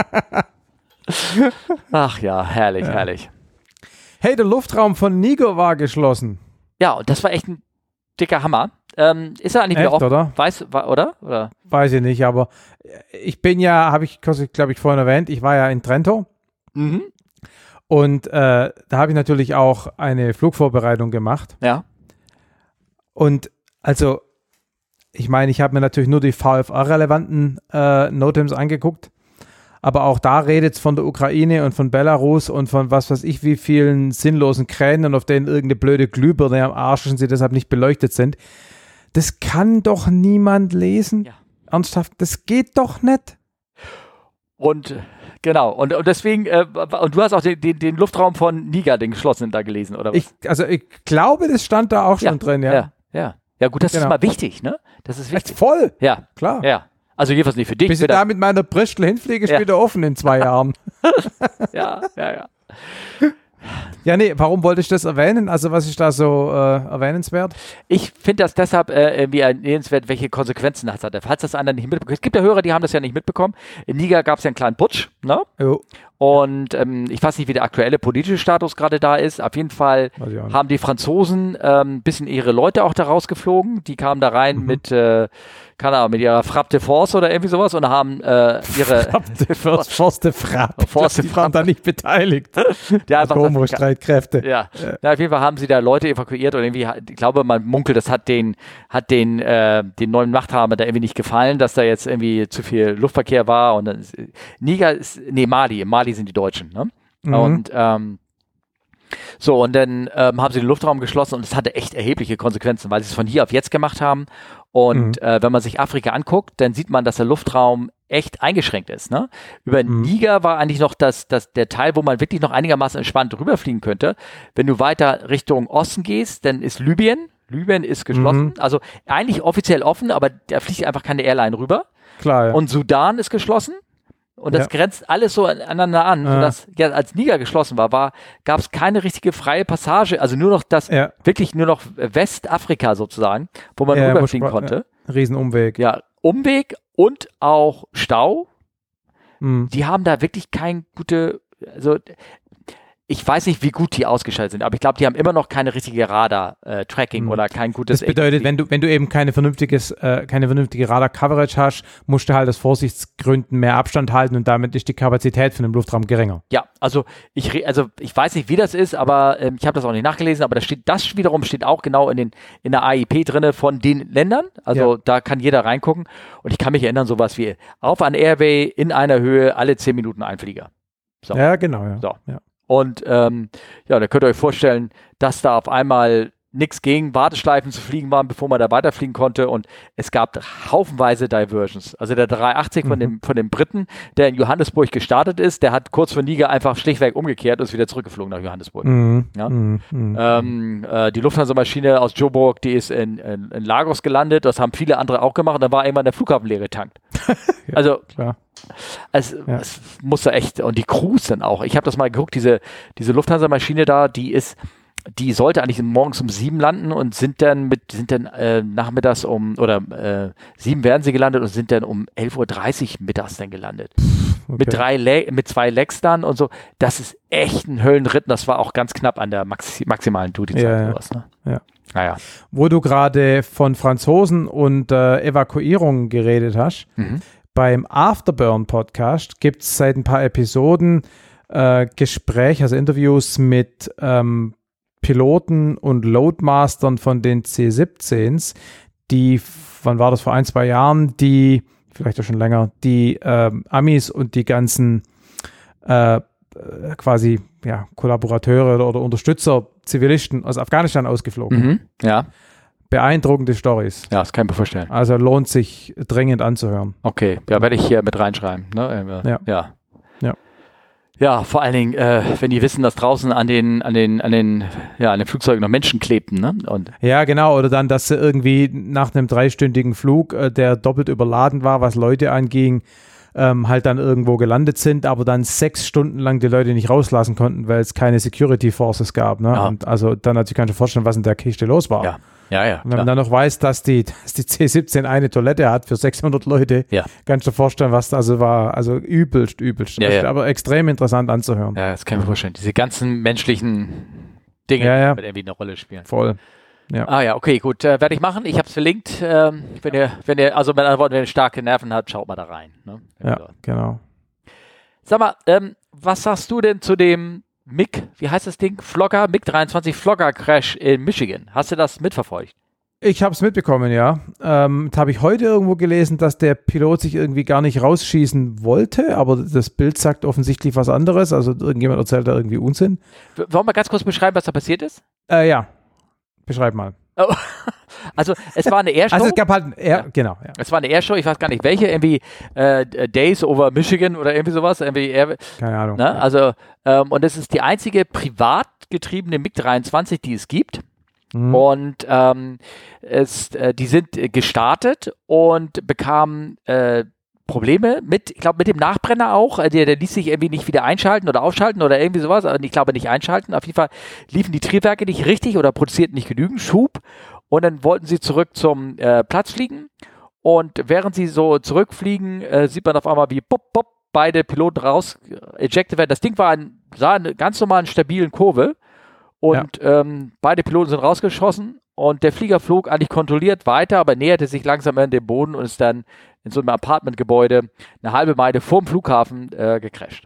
Ach ja, herrlich, ja. herrlich. Hey, der Luftraum von Niger war geschlossen. Ja, und das war echt ein dicker Hammer. Ähm, ist er eigentlich echt, wieder offen? Oder? Weiß, war, oder? oder? Weiß ich nicht, aber ich bin ja, habe ich, glaube ich, vorhin erwähnt, ich war ja in Trento. Mhm. Und äh, da habe ich natürlich auch eine Flugvorbereitung gemacht. Ja. Und also, ich meine, ich habe mir natürlich nur die V F R-relevanten äh, NOTAMs angeguckt. Aber auch da redet es von der Ukraine und von Belarus und von was weiß ich wie vielen sinnlosen Kränen, auf denen irgendeine blöde Glühbirne am Arsch ist und sie deshalb nicht beleuchtet sind. Das kann doch niemand lesen. Ja. Ernsthaft, das geht doch nicht. Und genau, und, und deswegen, äh, und du hast auch den, den, den Luftraum von Niger, den geschlossenen, da gelesen, oder was? Ich, also ich glaube, das stand da auch schon ja, drin, ja. Ja, ja. Ja gut, das genau. ist mal wichtig, ne? Das ist wichtig. Echt voll. Ja, klar. Ja. Also jedenfalls nicht für dich. Bis ich da mit meiner Bristol hinfliege, ist ja. wieder offen in zwei Jahren. Ja, ja, ja. Ja, nee, warum wollte ich das erwähnen? Also was ist da so äh, erwähnenswert? Ich finde das deshalb äh, irgendwie erwähnenswert, welche Konsequenzen das hat. Falls das einer nicht mitbekommen. Es gibt ja Hörer, die haben das ja nicht mitbekommen. In Niger gab es ja einen kleinen Putsch, ne? Jo. Und ähm, ich weiß nicht, wie der aktuelle politische Status gerade da ist. Auf jeden Fall haben die Franzosen ein ähm, bisschen ihre Leute auch da rausgeflogen. Die kamen da rein mhm. mit, äh, keine Ahnung, mit ihrer Frappe de Force oder irgendwie sowas und haben äh, ihre Force de Frappe. Die waren da nicht beteiligt. Ja, Homo-Streitkräfte. Ja. Ja. Ja, auf jeden Fall haben sie da Leute evakuiert und irgendwie, ich glaube, man munkelt, das hat den, hat den, äh, den neuen Machthaber da irgendwie nicht gefallen, dass da jetzt irgendwie zu viel Luftverkehr war und dann ist, Niger ist, nee, Mali, Mali sind die Deutschen, ne? Mhm. Und ähm, so, und dann ähm, haben sie den Luftraum geschlossen und es hatte echt erhebliche Konsequenzen, weil sie es von hier auf jetzt gemacht haben. Und mhm. äh, wenn man sich Afrika anguckt, dann sieht man, dass der Luftraum echt eingeschränkt ist. Ne? Über mhm. Niger war eigentlich noch das, das, der Teil, wo man wirklich noch einigermaßen entspannt rüberfliegen könnte. Wenn du weiter Richtung Osten gehst, dann ist Libyen. Libyen ist geschlossen. Mhm. Also eigentlich offiziell offen, aber da fliegt einfach keine Airline rüber. Klar, ja. Und Sudan ist geschlossen. Und das ja. grenzt alles so aneinander an, ja. sodass ja, als Niger geschlossen war, war gab es keine richtige freie Passage, also nur noch das, ja. wirklich nur noch Westafrika sozusagen, wo man ja, rüberfliegen wo konnte. Ja. Riesenumweg. Ja, Umweg und auch Stau. Mhm. Die haben da wirklich kein gute, also ich weiß nicht, wie gut die ausgeschaltet sind, aber ich glaube, die haben immer noch keine richtige Radar-Tracking äh, oder kein gutes... Das bedeutet, wenn du, wenn du eben keine, vernünftiges, äh, keine vernünftige Radar-Coverage hast, musst du halt aus Vorsichtsgründen mehr Abstand halten und damit ist die Kapazität von dem Luftraum geringer. Ja, also ich, also ich weiß nicht, wie das ist, aber ähm, ich habe das auch nicht nachgelesen, aber das, steht, das wiederum steht auch genau in, den, in der A I P drin von den Ländern, also ja. da kann jeder reingucken und ich kann mich erinnern, sowas wie auf an Airway in einer Höhe alle zehn Minuten ein Flieger. So. Ja, genau, ja. So. ja. Und ähm, ja, da könnt ihr euch vorstellen, dass da auf einmal nichts gegen Warteschleifen zu fliegen waren, bevor man da weiterfliegen konnte und es gab haufenweise Diversions. Also der dreihundertachtzig mhm. von, dem, von den Briten, der in Johannesburg gestartet ist, der hat kurz vor Niger einfach schlichtweg umgekehrt und ist wieder zurückgeflogen nach Johannesburg. Mhm. Ja? Mhm. Ähm, äh, die Lufthansa-Maschine aus Joburg, die ist in, in, in Lagos gelandet, das haben viele andere auch gemacht und dann war irgendwann der Flughafen leer getankt. ja, also klar. Es, ja. es musste echt, und die Crews dann auch, ich habe das mal geguckt, diese, diese Lufthansa-Maschine da, die ist die sollte eigentlich morgens um sieben landen und sind dann mit, sind dann äh, nachmittags um, oder äh, sieben werden sie gelandet und sind dann um elf Uhr dreißig mittags dann gelandet. Okay. Mit drei, Le- mit zwei Legs dann und so. Das ist echt ein Höllenritt und das war auch ganz knapp an der Maxi- maximalen Duty-Zeit. Ja, sowas, ne? ja. Naja. Wo du gerade von Franzosen und äh, Evakuierungen geredet hast, mhm. beim Afterburn-Podcast gibt es seit ein paar Episoden äh, Gespräche, also Interviews mit ähm, Piloten und Loadmastern von den C siebzehns, die, wann war das, vor ein, zwei Jahren, die, vielleicht auch schon länger, die ähm, Amis und die ganzen äh, quasi ja, Kollaborateure oder, oder Unterstützer, Zivilisten aus Afghanistan ausgeflogen. Mhm, ja. Beeindruckende Storys. Ja, das kann ich mir vorstellen. Also lohnt sich dringend anzuhören. Okay, ja, werde ich hier mit reinschreiben. Ne? Ja. ja. Ja. Ja, vor allen Dingen, äh, wenn die wissen, dass draußen an den, an den, an den, ja, an den Flugzeugen noch Menschen klebten, ne? Und ja, genau. Oder dann, dass sie irgendwie nach einem dreistündigen Flug, äh, der doppelt überladen war, was Leute anging, ähm, halt dann irgendwo gelandet sind, aber dann sechs Stunden lang die Leute nicht rauslassen konnten, weil es keine Security Forces gab. Ne? Ja. Und also dann natürlich kannst du dir vorstellen, was in der Kiste los war. Ja. Ja, ja. Und wenn man dann noch weiß, dass die, dass die C siebzehn eine Toilette hat für sechshundert Leute, ja. kannst du dir vorstellen, was da also war. Also übelst, übelst. Ja, ja. Aber extrem interessant anzuhören. Ja, das kann ich mir vorstellen. Diese ganzen menschlichen Dinge, ja, ja. die irgendwie eine Rolle spielen. Voll. Ja. Ah ja, okay, gut. Äh, werde ich machen. Ich habe es verlinkt. Ähm, wenn ihr, wenn ihr, also mit anderen Worten, wenn ihr starke Nerven habt, schaut mal da rein. Ne? Ja, also. Genau. Sag mal, ähm, was sagst du denn zu dem M I G, wie heißt das Ding? Flogger, M I G dreiundzwanzig Flogger Crash in Michigan. Hast du das mitverfolgt? Ich habe es mitbekommen, ja. Ähm, das habe ich heute irgendwo gelesen, dass der Pilot sich irgendwie gar nicht rausschießen wollte, aber das Bild sagt offensichtlich was anderes. Also irgendjemand erzählt da irgendwie Unsinn. W- wollen wir ganz kurz beschreiben, was da passiert ist? Äh, ja, beschreib mal. Oh. Also es war eine Airshow. Also es gab halt, Air, ja. genau. Ja. Es war eine Airshow, ich weiß gar nicht welche, irgendwie äh, Days over Michigan oder irgendwie sowas. Irgendwie Air, Keine Ahnung. Ne? Also ähm, und es ist die einzige privat getriebene M I G dreiundzwanzig, die es gibt. Mhm. Und ähm, es, äh, die sind gestartet und bekamen äh, Probleme mit, ich glaube, mit dem Nachbrenner auch. Der, der ließ sich irgendwie nicht wieder einschalten oder aufschalten oder irgendwie sowas. Also ich glaube nicht einschalten. Auf jeden Fall liefen die Triebwerke nicht richtig oder produzierten nicht genügend Schub. Und dann wollten sie zurück zum äh, Platz fliegen. Und während sie so zurückfliegen, äh, sieht man auf einmal, wie pop, pop, beide Piloten raus äh, ejected werden. Das Ding war ein, sah eine ganz normalen, stabilen Kurve. Und ja. ähm, beide Piloten sind rausgeschossen und der Flieger flog eigentlich kontrolliert weiter, aber näherte sich langsam an den Boden und ist dann in so einem Apartmentgebäude eine halbe Meile vorm Flughafen äh, gecrasht.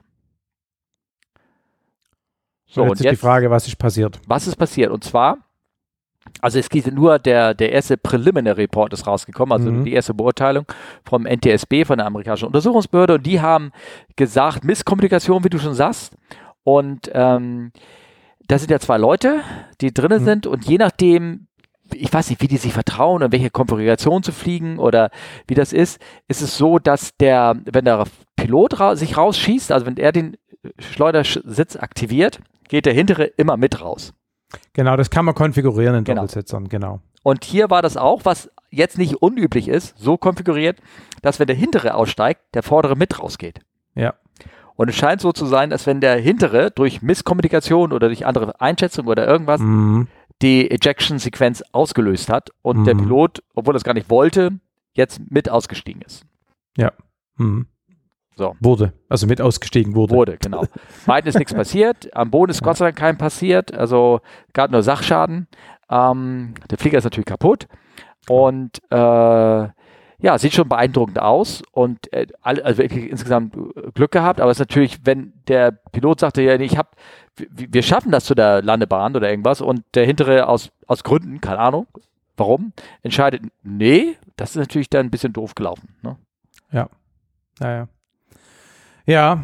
So, und jetzt, und jetzt ist die Frage, was ist passiert? Was ist passiert? Und zwar, also es geht nur, der, der erste Preliminary Report ist rausgekommen, also mhm. die erste Beurteilung vom N T S B, von der amerikanischen Untersuchungsbehörde, und die haben gesagt, Misskommunikation, wie du schon sagst, und ähm, da sind ja zwei Leute, die drinnen mhm. sind, und je nachdem, ich weiß nicht, wie die sich vertrauen und welche Konfiguration zu fliegen oder wie das ist, ist es so, dass der, wenn der Pilot ra- sich rausschießt, also wenn er den Schleudersitz aktiviert, geht der hintere immer mit raus. Genau, das kann man konfigurieren in genau. Doppelsitzern, genau. Und hier war das auch, was jetzt nicht unüblich ist, so konfiguriert, dass wenn der hintere aussteigt, der vordere mit rausgeht. Ja. Und es scheint so zu sein, dass wenn der hintere durch Misskommunikation oder durch andere Einschätzung oder irgendwas mhm. die Ejection-Sequenz ausgelöst hat und mhm. der Pilot, obwohl er es gar nicht wollte, jetzt mit ausgestiegen ist. Ja. Mhm. So. Wurde. Also mit ausgestiegen wurde. Wurde, genau. Beiden ist nichts passiert. Am Boden ist Gott sei Dank keinem passiert. Also gab nur Sachschaden. Ähm, der Flieger ist natürlich kaputt. Und äh, ja, sieht schon beeindruckend aus und äh, also wirklich insgesamt Glück gehabt, aber es ist natürlich, wenn der Pilot sagte, ja, ich hab, wir, wir schaffen das zu der Landebahn oder irgendwas und der hintere aus, aus Gründen, keine Ahnung, warum, entscheidet, nee, das ist natürlich dann ein bisschen doof gelaufen. Ne? Ja, ja, ja. Ja.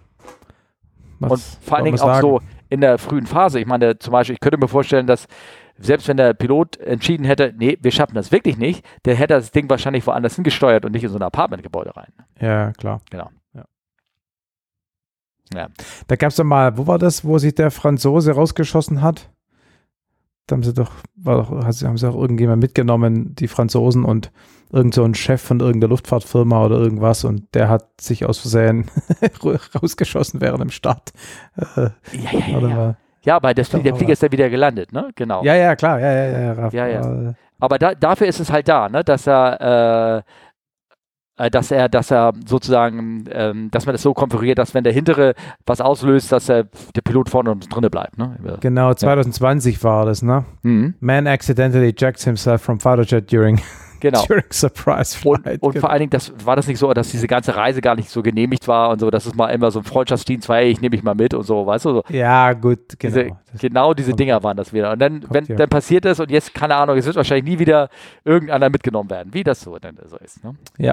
Was und vor allen Dingen auch so in der frühen Phase, ich meine, zum Beispiel, ich könnte mir vorstellen, dass selbst wenn der Pilot entschieden hätte, nee, wir schaffen das wirklich nicht, der hätte das Ding wahrscheinlich woanders hingesteuert und nicht in so ein Apartmentgebäude rein. Ja, klar. Genau. Ja. Ja. Da gab es doch mal, wo war das, wo sich der Franzose rausgeschossen hat? Da haben sie doch, war doch, haben sie auch irgendjemand mitgenommen, die Franzosen und irgend so ein Chef von irgendeiner Luftfahrtfirma oder irgendwas und der hat sich aus Versehen rausgeschossen während dem Start. Äh, Ja, ja, ja. oder ja. mal- Ja, aber das, Doch, der aber- Flieger ist ja wieder gelandet, ne? Genau. Ja, ja, klar, ja, ja, ja. Raff, Ja, ja. äh, Aber da, dafür ist es halt da, ne? Dass er, äh, äh, dass er, dass er sozusagen, ähm, dass man das so konfiguriert, dass wenn der hintere was auslöst, dass er, der Pilot vorne und drinne bleibt, ne? Genau, zwanzig zwanzig war das, ne? Mhm. Man accidentally ejects himself from fighter jet during, Genau. during surprise Und, flight. und Genau. vor allen Dingen, das, war das nicht so, dass diese ganze Reise gar nicht so genehmigt war und so, dass es mal immer so ein Freundschaftsdienst war, hey, ich nehme mich mal mit und so, weißt du? So. Ja, gut, genau. Diese, Das- genau diese kommt- Dinger waren das wieder. Und dann, kommt wenn, hier. dann passiert das und jetzt, keine Ahnung, es wird wahrscheinlich nie wieder irgendeiner mitgenommen werden, wie das so dann so ist. Ne? Ja.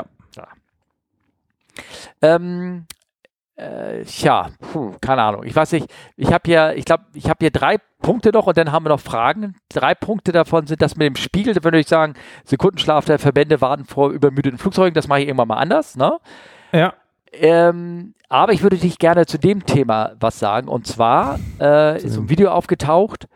Ähm, äh, tja, puh, keine Ahnung. Ich weiß nicht, ich habe hier, ich glaube, ich habe hier drei Punkte noch und dann haben wir noch Fragen. Drei Punkte davon sind das mit dem Spiegel, da würde ich sagen, Sekundenschlaf der Verbände warten vor übermüdeten Flugzeugen, das mache ich irgendwann mal anders, ne? Ja. Ähm, aber ich würde dich gerne zu dem Thema was sagen. Und zwar äh, ist so ein Video aufgetaucht,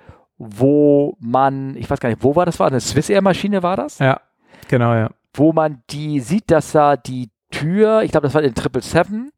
wo man, ich weiß gar nicht, wo war das war, eine Swiss Air Maschine war das? Ja, genau, ja. Wo man die sieht, dass da die Tür, ich glaube, das war in Triple Seven,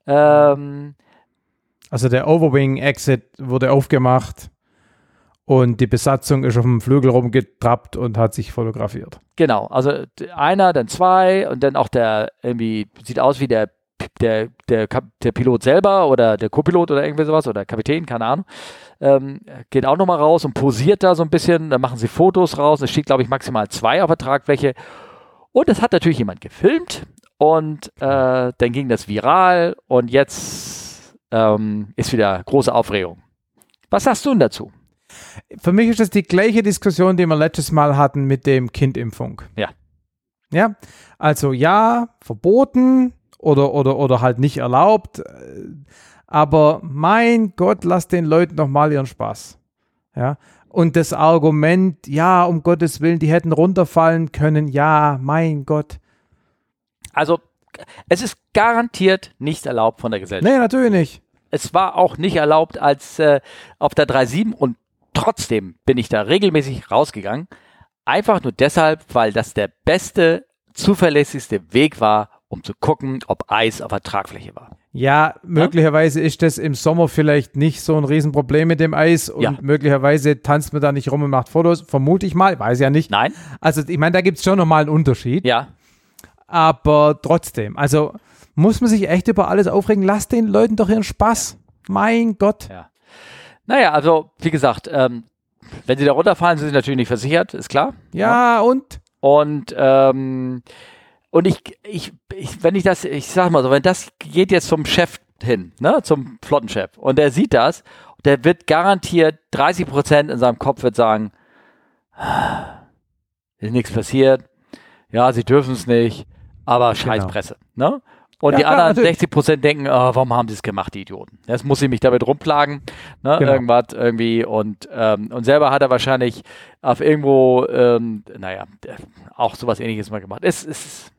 ähm, Also der Overwing-Exit wurde aufgemacht und die Besatzung ist auf dem Flügel rumgetrappt und hat sich fotografiert. genau, also d- einer, dann zwei und dann auch der irgendwie, sieht aus wie der, der, der, Kap- der Pilot selber oder der Co-Pilot oder irgendwie sowas oder Kapitän, keine Ahnung, ähm, geht auch nochmal raus und posiert da so ein bisschen, dann machen sie Fotos raus, es steht, glaube ich, maximal zwei auf der Tragfläche und das hat natürlich jemand gefilmt und äh, dann ging das viral und jetzt ähm, ist wieder große Aufregung. Was sagst du denn dazu? Für mich ist das die gleiche Diskussion, die wir letztes Mal hatten mit dem Kindimpfung. Ja. Ja, also ja, verboten oder, oder, oder halt nicht erlaubt, äh, aber mein Gott, lass den Leuten doch mal ihren Spaß. Ja, und das Argument, ja, um Gottes Willen, die hätten runterfallen können, ja, mein Gott. Also, es ist garantiert nicht erlaubt von der Gesellschaft. Nee, natürlich nicht. Es war auch nicht erlaubt als äh, auf der drei sieben und trotzdem bin ich da regelmäßig rausgegangen. Einfach nur deshalb, weil das der beste, zuverlässigste Weg war, um zu gucken, ob Eis auf der Tragfläche war. Ja, möglicherweise ist das im Sommer vielleicht nicht so ein Riesenproblem mit dem Eis und Ja. möglicherweise tanzt man da nicht rum und macht Fotos, vermute ich mal, weiß ja nicht. Nein? Also ich meine, da gibt es schon nochmal einen Unterschied, Ja. aber trotzdem, also muss man sich echt über alles aufregen, lass den Leuten doch ihren Spaß. Mein Gott. Ja. Naja, also, wie gesagt, ähm, wenn sie da runterfallen, sind sie natürlich nicht versichert, ist klar. Ja, und? Und, ähm, und ich, ich, ich, wenn ich das, ich sag mal so, wenn das geht jetzt zum Chef hin, ne, zum Flottenchef, und der sieht das, der wird garantiert dreißig Prozent in seinem Kopf wird sagen, ist nichts passiert, ja, sie dürfen es nicht, aber scheiß Genau. Presse, ne? Und Ja, die klar, anderen natürlich. sechzig Prozent denken, oh, warum haben sie es gemacht, die Idioten? Jetzt muss ich mich damit rumplagen, ne, Genau. irgendwas irgendwie und, ähm, und selber hat er wahrscheinlich auf irgendwo, ähm, naja, auch sowas Ähnliches mal gemacht. Es ist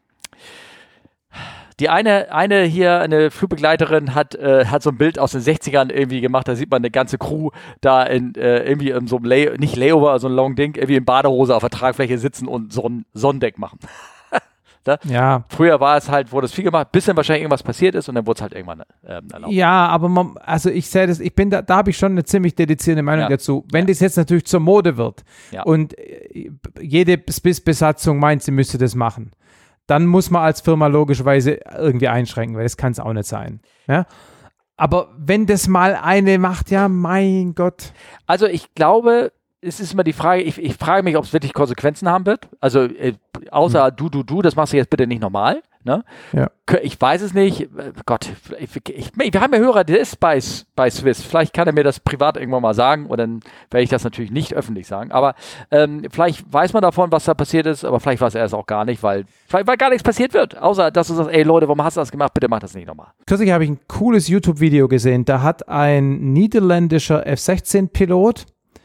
die eine, eine hier, eine Flugbegleiterin hat, äh, hat so ein Bild aus den sechzigern irgendwie gemacht, da sieht man eine ganze Crew da in, äh, irgendwie in so einem, Lay nicht Layover, so ein Long Ding, irgendwie in Badehose auf der Tragfläche sitzen und so ein Sonnendeck machen. Ja. Früher war es halt, wurde es viel gemacht, bis dann wahrscheinlich irgendwas passiert ist und dann wurde es halt irgendwann ähm, erlaubt. Ja, aber man, also ich sehe das, ich bin da, da habe ich schon eine ziemlich dedizierte Meinung Ja. dazu. Wenn Ja. das jetzt natürlich zur Mode wird Ja. und äh, jede Swiss-Besatzung meint, sie müsste das machen, dann muss man als Firma logischerweise irgendwie einschränken, weil das kann es auch nicht sein. Ja? Aber wenn das mal eine macht, ja, mein Gott. Also ich glaube, es ist immer die Frage, ich, ich frage mich, ob es wirklich Konsequenzen haben wird. Also äh, außer Hm. du, du, du, das machst du jetzt bitte nicht normal. Ne? Ja. Kö- Ich weiß es nicht. Äh, Gott, ich, ich, wir haben ja Hörer, der ist bei, S- bei Swiss. Vielleicht kann er mir das privat irgendwann mal sagen und dann werde ich das natürlich nicht öffentlich sagen. Aber ähm, vielleicht weiß man davon, was da passiert ist, aber vielleicht weiß er es auch gar nicht, weil, vielleicht, weil gar nichts passiert wird. Außer, dass du sagst, ey Leute, warum hast du das gemacht? Bitte mach das nicht nochmal. Kürzlich habe ich ein cooles YouTube-Video gesehen. Da hat ein niederländischer F sechzehn Pilot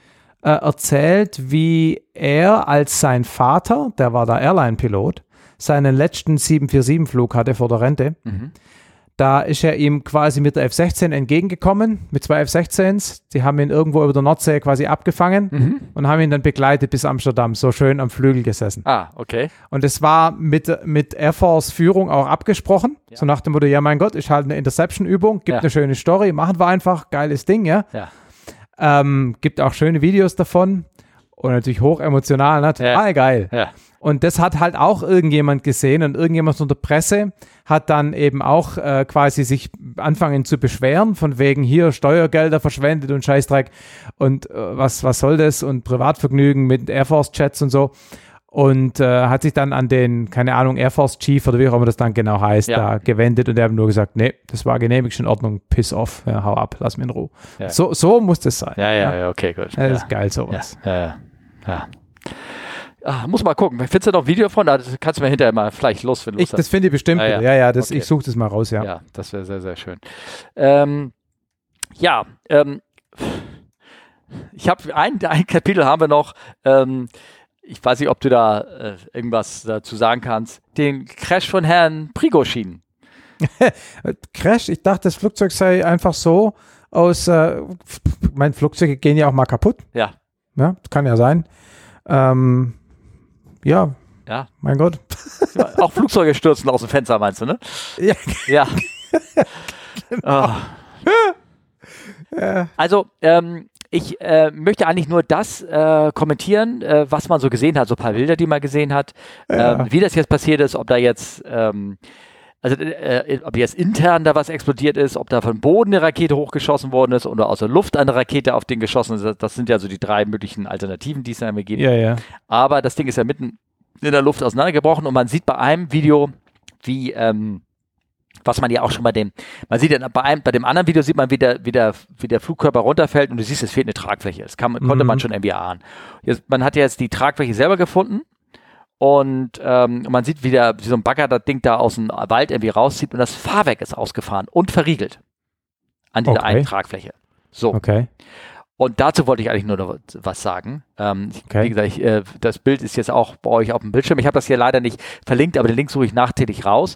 äh, erzählt, wie er als sein Vater, der war der Airline-Pilot, seinen letzten sieben vier sieben Flug hatte vor der Rente. Mhm. Da ist er ihm quasi mit der F sechzehn entgegengekommen, mit zwei F sechzehns. Die haben ihn irgendwo über der Nordsee quasi abgefangen Mhm. und haben ihn dann begleitet bis Amsterdam, so schön am Flügel gesessen. Ah, okay. Und es war mit, mit Air Force-Führung auch abgesprochen, Ja. so nach dem Motto, ja mein Gott, ist halt eine Interception-Übung, gibt Ja. eine schöne Story, machen wir einfach, geiles Ding, ja. Ja. Ähm, gibt auch schöne Videos davon und natürlich hochemotional, ne? Total Ja. geil. Ja. Und das hat halt auch irgendjemand gesehen und irgendjemand von der Presse hat dann eben auch äh, quasi sich anfangen zu beschweren, von wegen hier Steuergelder verschwendet und Scheißdreck und äh, was, was soll das und Privatvergnügen mit Air Force Jets und so. Und äh, hat sich dann an den, keine Ahnung, Air Force Chief oder wie auch immer das dann genau heißt, Ja. da gewendet und der hat nur gesagt, nee, das war genehmigt, in Ordnung, piss off, ja, hau ab, lass mich in Ruhe. Ja. So, so muss das sein. Ja, ja, ja, okay, gut. Das Ja. ist geil, sowas. Ja, ja, ja. Ah, muss mal gucken. Findest du noch ein Video von? Ah, das kannst du mir hinterher mal vielleicht los, wenn du Ich, Lust das finde ich bestimmt. Ja, Ja, ja. ja, ja das, Okay. ich suche das mal raus, ja. Ja, das wäre sehr, sehr schön. Ähm, ja, ähm, ich habe ein, ein Kapitel haben wir noch. Ähm, ich weiß nicht, ob du da äh, irgendwas dazu sagen kannst. Den Crash von Herrn Prigozhin. Crash, ich dachte, das Flugzeug sei einfach so aus, äh, meine Flugzeuge gehen ja auch mal kaputt. Ja. Ja, das kann ja sein. Ähm, ja, Ja. mein Gott. Auch Flugzeuge stürzen aus dem Fenster, meinst du, ne? Ja. Ja. Oh. Also, ähm, ich äh, möchte eigentlich nur das äh, kommentieren, äh, was man so gesehen hat, so ein paar Bilder, die man gesehen hat, Ja. ähm, wie das jetzt passiert ist, ob da jetzt, ähm, also äh, ob jetzt intern da was explodiert ist, ob da von Boden eine Rakete hochgeschossen worden ist oder aus der Luft eine Rakete auf den geschossen ist. Das- Das sind ja so die drei möglichen Alternativen, die es da immer gibt. Ja, ja. Aber das Ding ist ja mitten in der Luft auseinandergebrochen und man sieht bei einem Video, wie, ähm, was man ja auch schon bei dem, man sieht ja bei, einem, bei dem anderen Video sieht man, wie der, wie, der, wie der Flugkörper runterfällt und du siehst, es fehlt eine Tragfläche. Das kann, konnte Mhm. man schon irgendwie ahnen. Jetzt, man hat ja jetzt die Tragfläche selber gefunden und ähm, man sieht, wie, der, wie so ein Bagger das Ding da aus dem Wald irgendwie rauszieht und das Fahrwerk ist ausgefahren und verriegelt an dieser Okay. einen Tragfläche. So. Okay. Und dazu wollte ich eigentlich nur noch was sagen. Ähm, ich- Okay. Wie gesagt, ich, äh, das Bild ist jetzt auch bei euch auf dem Bildschirm. Ich habe das hier leider nicht verlinkt, aber den Link suche ich nachträglich raus.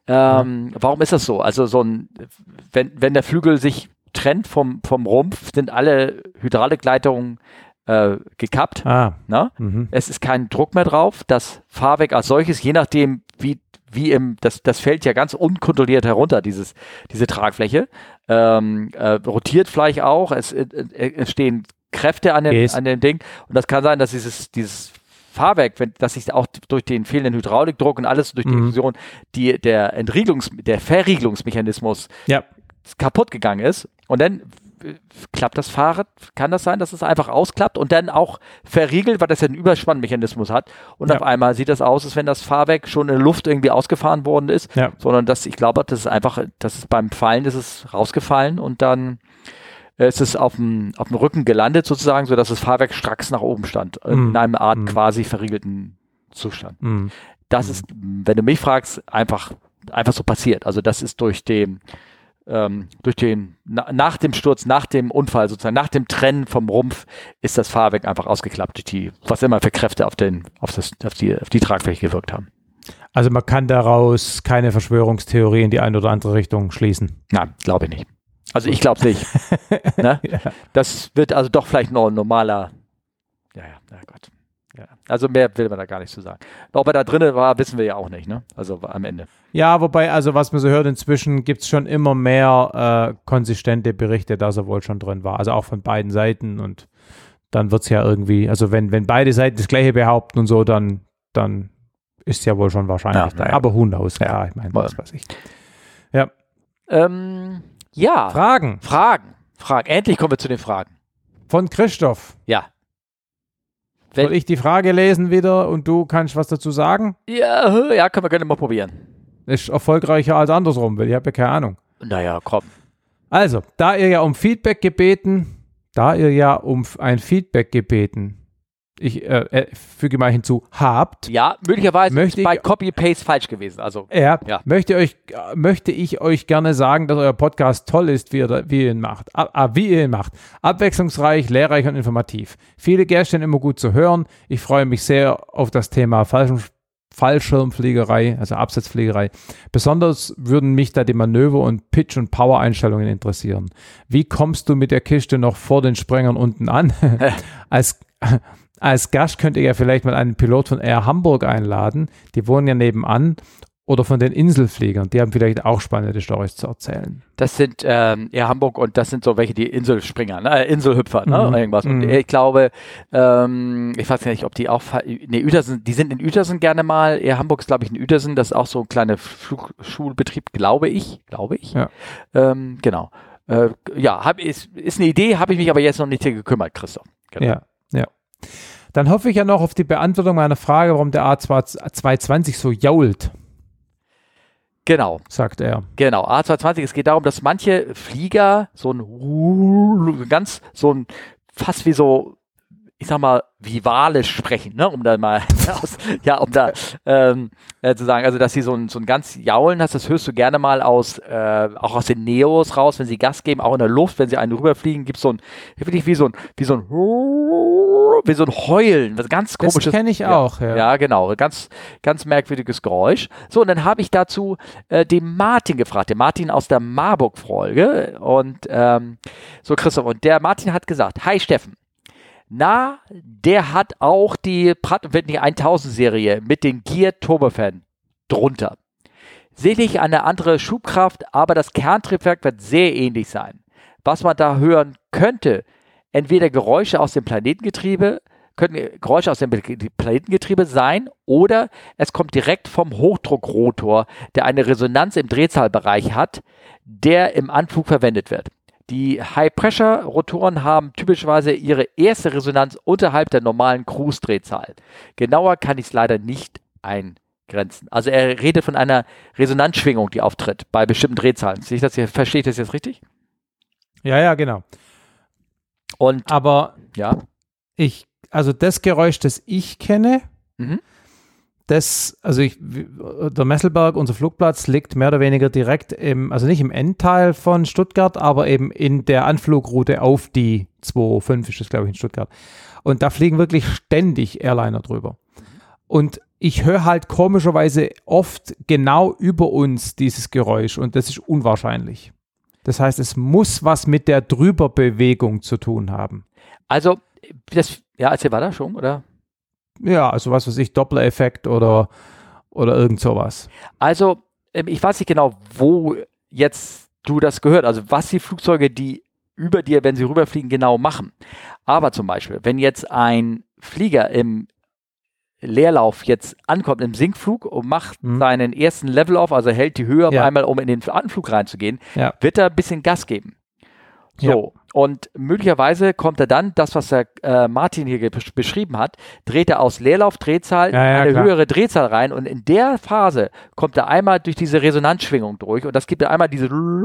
Ähm, Warum ist das so? Also so ein, wenn, wenn der Flügel sich trennt vom, vom Rumpf, sind alle Hydraulikleitungen äh, gekappt. Ah. Ne? Mhm. Es ist kein Druck mehr drauf. Das Fahrwerk als solches, je nachdem, wie, wie im, das, das fällt ja ganz unkontrolliert herunter, dieses, diese Tragfläche. Ähm, äh, rotiert vielleicht auch. Es äh, äh, entstehen Kräfte an dem, Yes. an dem Ding. Und das kann sein, dass dieses, dieses Fahrwerk, wenn, dass sich auch durch den fehlenden Hydraulikdruck und alles durch die Mhm. Explosion, die, der Entriegelungs, der Verriegelungsmechanismus Ja. kaputt gegangen ist und dann äh, klappt das Fahrrad, kann das sein, dass es einfach ausklappt und dann auch verriegelt, weil das ja einen Überspannmechanismus hat und Ja. auf einmal sieht das aus, als wenn das Fahrwerk schon in der Luft irgendwie ausgefahren worden ist, Ja. sondern dass ich glaube, das ist einfach, das ist beim Fallen ist es rausgefallen und dann äh, ist es auf dem, auf dem Rücken gelandet sozusagen, sodass das Fahrwerk stracks nach oben stand, äh, Mhm. in einem Art Mhm. quasi verriegelten Zustand. Mhm. Das ist, wenn du mich fragst, einfach, einfach so passiert. Also das ist durch den, ähm, durch den, na, nach dem Sturz, nach dem Unfall sozusagen, nach dem Trennen vom Rumpf ist das Fahrwerk einfach ausgeklappt durch die, was immer für Kräfte auf den, auf das, auf die, auf die Tragfläche gewirkt haben. Also man kann daraus keine Verschwörungstheorie in die eine oder andere Richtung schließen. Nein, glaube ich nicht. Also ich glaube nicht. Ne? Ja. Das wird also doch vielleicht noch ein normaler, ja, ja, na Gott. Ja. Also mehr will man da gar nicht zu sagen. Ob er da drin war, wissen wir ja auch nicht, ne? Also am Ende. Ja, wobei, also was man so hört, inzwischen gibt es schon immer mehr äh, konsistente Berichte, dass er wohl schon drin war. Also auch von beiden Seiten und dann wird es ja irgendwie, also wenn, wenn beide Seiten das Gleiche behaupten und so, dann, dann ist ja wohl schon wahrscheinlich. Ja, da. ja. Aber who knows? Ja, Ja. ich meine, Mal- was weiß ich. Ja. Ähm, ja. Fragen Fragen. Fragen. Endlich kommen wir zu den Fragen. von Christoph. Ja. Wenn- Soll ich die Frage lesen wieder und du kannst was dazu sagen? Ja, ja, können wir gerne mal probieren. Ist erfolgreicher als andersrum, weil ich habe ja keine Ahnung. Naja, komm. Also, da ihr ja um Feedback gebeten, da ihr ja um ein Feedback gebeten, ich äh, füge mal hinzu, habt. Ja, möglicherweise möchte ist bei ich, Copy-Paste falsch gewesen. Also, ja, ja. Möchte, euch, möchte ich euch gerne sagen, dass euer Podcast toll ist, wie ihr, wie ihr ihn macht. Ab, wie ihr ihn macht. Abwechslungsreich, lehrreich und informativ. Viele Gäste immer gut zu hören. Ich freue mich sehr auf das Thema Fallschirm, Fallschirmfliegerei, also Absetzfliegerei. Besonders würden mich da die Manöver- und Pitch- und Power-Einstellungen interessieren. Wie kommst du mit der Kiste noch vor den Sprengern unten an? als Als Gast könnt ihr ja vielleicht mal einen Pilot von Air Hamburg einladen. Die wohnen ja nebenan. Oder von den Inselfliegern. Die haben vielleicht auch spannende Storys zu erzählen. Das sind ähm, Air Hamburg und das sind so welche, die Inselspringer, ne? Inselhüpfer, ne? Mhm. Irgendwas. Und Mhm. ich glaube, ähm, ich weiß nicht, ob die auch, ne, Uetersen, die sind in Uetersen gerne mal. Air Hamburg ist, glaube ich, in Uetersen. Das ist auch so ein kleiner Flugschulbetrieb, glaube ich. Glaube ich. Ja. Ähm, genau. Äh, ja, hab, ist, ist eine Idee, habe ich mich aber jetzt noch nicht hier gekümmert, Christoph. Genau. Ja, ja. Dann hoffe ich ja noch auf die Beantwortung meiner Frage, warum der A zweihundertzwanzig so jault. Genau. Sagt er. Genau, A zweihundertzwanzig, es geht darum, dass manche Flieger so ein ganz, so ein, fast wie so, ich sag mal, wie Wale sprechen, ne, um da mal, aus, ja, um da ähm, äh, zu sagen, also dass sie so ein, so ein ganz Jaulen hast, das hörst du gerne mal aus, äh, auch aus den Neos raus, wenn sie Gas geben, auch in der Luft, wenn sie einen rüberfliegen, gibt es so ein, wirklich wie so ein, wie so ein, wie so ein Heulen, was ganz komisches. Das kenne ich ja, auch, ja. Ja, genau, ganz, ganz merkwürdiges Geräusch. So, und dann habe ich dazu äh, den Martin gefragt, den Martin aus der Marburg-Folge und ähm, so Christoph, und der Martin hat gesagt, hi Steffen, na, der hat auch die Pratt und Whitney tausend Serie mit den Gear Turbofan drunter. Sicherlich eine andere Schubkraft, aber das Kerntriebwerk wird sehr ähnlich sein. Was man da hören könnte, entweder Geräusche aus dem Planetengetriebe, könnten Geräusche aus dem Planetengetriebe sein, oder es kommt direkt vom Hochdruckrotor, der eine Resonanz im Drehzahlbereich hat, der im Anflug verwendet wird. Die High-Pressure-Rotoren haben typischerweise ihre erste Resonanz unterhalb der normalen Cruise-Drehzahl. Genauer kann ich es leider nicht eingrenzen. Also er redet von einer Resonanzschwingung, die auftritt bei bestimmten Drehzahlen. Sehe ich das hier, verstehe ich das jetzt richtig? Ja, ja, genau. Und aber ja, ich, also das Geräusch, das ich kenne, mhm. das, also ich, der Messelberg, unser Flugplatz, liegt mehr oder weniger direkt im, also nicht im Endteil von Stuttgart, aber eben in der Anflugroute auf die zweihundertfünf ist das, glaube ich, in Stuttgart. Und da fliegen wirklich ständig Airliner drüber. Und ich höre halt komischerweise oft genau über uns dieses Geräusch und das ist unwahrscheinlich. Das heißt, es muss was mit der Drüberbewegung zu tun haben. Also, das, ja, erzähl weiter schon, oder? Ja, also was weiß ich, Doppler-Effekt oder, oder irgend sowas. Also, ich weiß nicht genau, wo jetzt du das gehört, also was die Flugzeuge, die über dir, wenn sie rüberfliegen, genau machen. Aber zum Beispiel, wenn jetzt ein Flieger im Leerlauf jetzt ankommt im Sinkflug und macht mhm. seinen ersten Level auf, also hält die Höhe auf ja. einmal, um in den Anflug reinzugehen, ja. wird er ein bisschen Gas geben. So, ja. und möglicherweise kommt er dann, das, was der äh, Martin hier besch- beschrieben hat, dreht er aus Leerlauf, Drehzahl, ja, ja, eine klar. höhere Drehzahl rein und in der Phase kommt er einmal durch diese Resonanzschwingung durch und das gibt er einmal diese,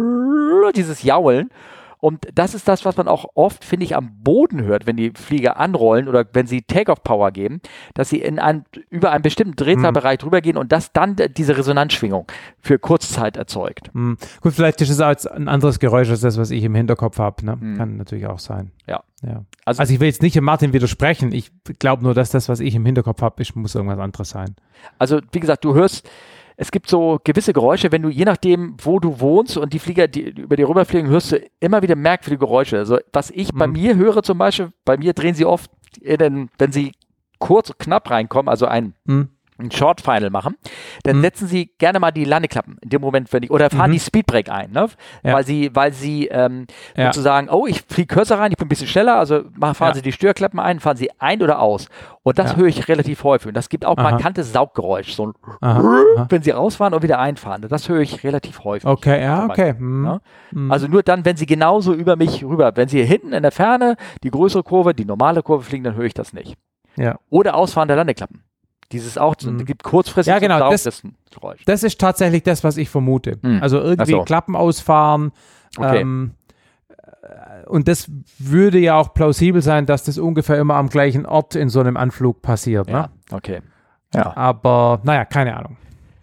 dieses Jaulen. Und das ist das, was man auch oft, finde ich, am Boden hört, wenn die Flieger anrollen oder wenn sie Take-Off-Power geben, dass sie in ein, über einen bestimmten Drehzahlbereich drüber gehen und das dann diese Resonanzschwingung für Kurzzeit erzeugt. Mhm. Gut, vielleicht ist es auch jetzt ein anderes Geräusch als das, was ich im Hinterkopf habe. Ne? Mhm. Kann natürlich auch sein. Ja. ja. Also, also ich will jetzt nicht dem Martin widersprechen. Ich glaube nur, dass das, was ich im Hinterkopf habe, muss irgendwas anderes sein. Also wie gesagt, du hörst, es gibt so gewisse Geräusche, wenn du, je nachdem, wo du wohnst und die Flieger, die über dir rüberfliegen, hörst du immer wieder merkwürdige Geräusche. Also was ich mhm. bei mir höre zum Beispiel, bei mir drehen sie oft, in den, wenn sie kurz und knapp reinkommen, also ein, mhm. ein Short Final machen, dann mhm. setzen sie gerne mal die Landeklappen in dem Moment, wenn die, oder fahren mhm. die Speedbrake ein, ne? Ja. weil sie, weil sie ähm, ja. sozusagen, oh, ich fliege kürzer rein, ich bin ein bisschen schneller, also machen, fahren ja. sie die Störklappen ein, fahren sie ein oder aus. Und das ja. höre ich relativ häufig. Und das gibt auch Aha. markantes Sauggeräusch, so ein Aha. wenn sie rausfahren und wieder einfahren. Das höre ich relativ häufig. Okay, ja, okay. Mhm. Ja? Also nur dann, wenn sie genauso über mich rüber, wenn sie hinten in der Ferne die größere Kurve, die normale Kurve fliegen, dann höre ich das nicht. Ja. Oder Ausfahren der Landeklappen. Dieses auch, mhm. gibt kurzfristig ja, genau, das, das Geräusch. Das ist tatsächlich das, was ich vermute. Mhm. Also irgendwie so. Klappen ausfahren, okay. ähm, und das würde ja auch plausibel sein, dass das ungefähr immer am gleichen Ort in so einem Anflug passiert. Ja, ne? okay. Ja. Aber, naja, keine Ahnung.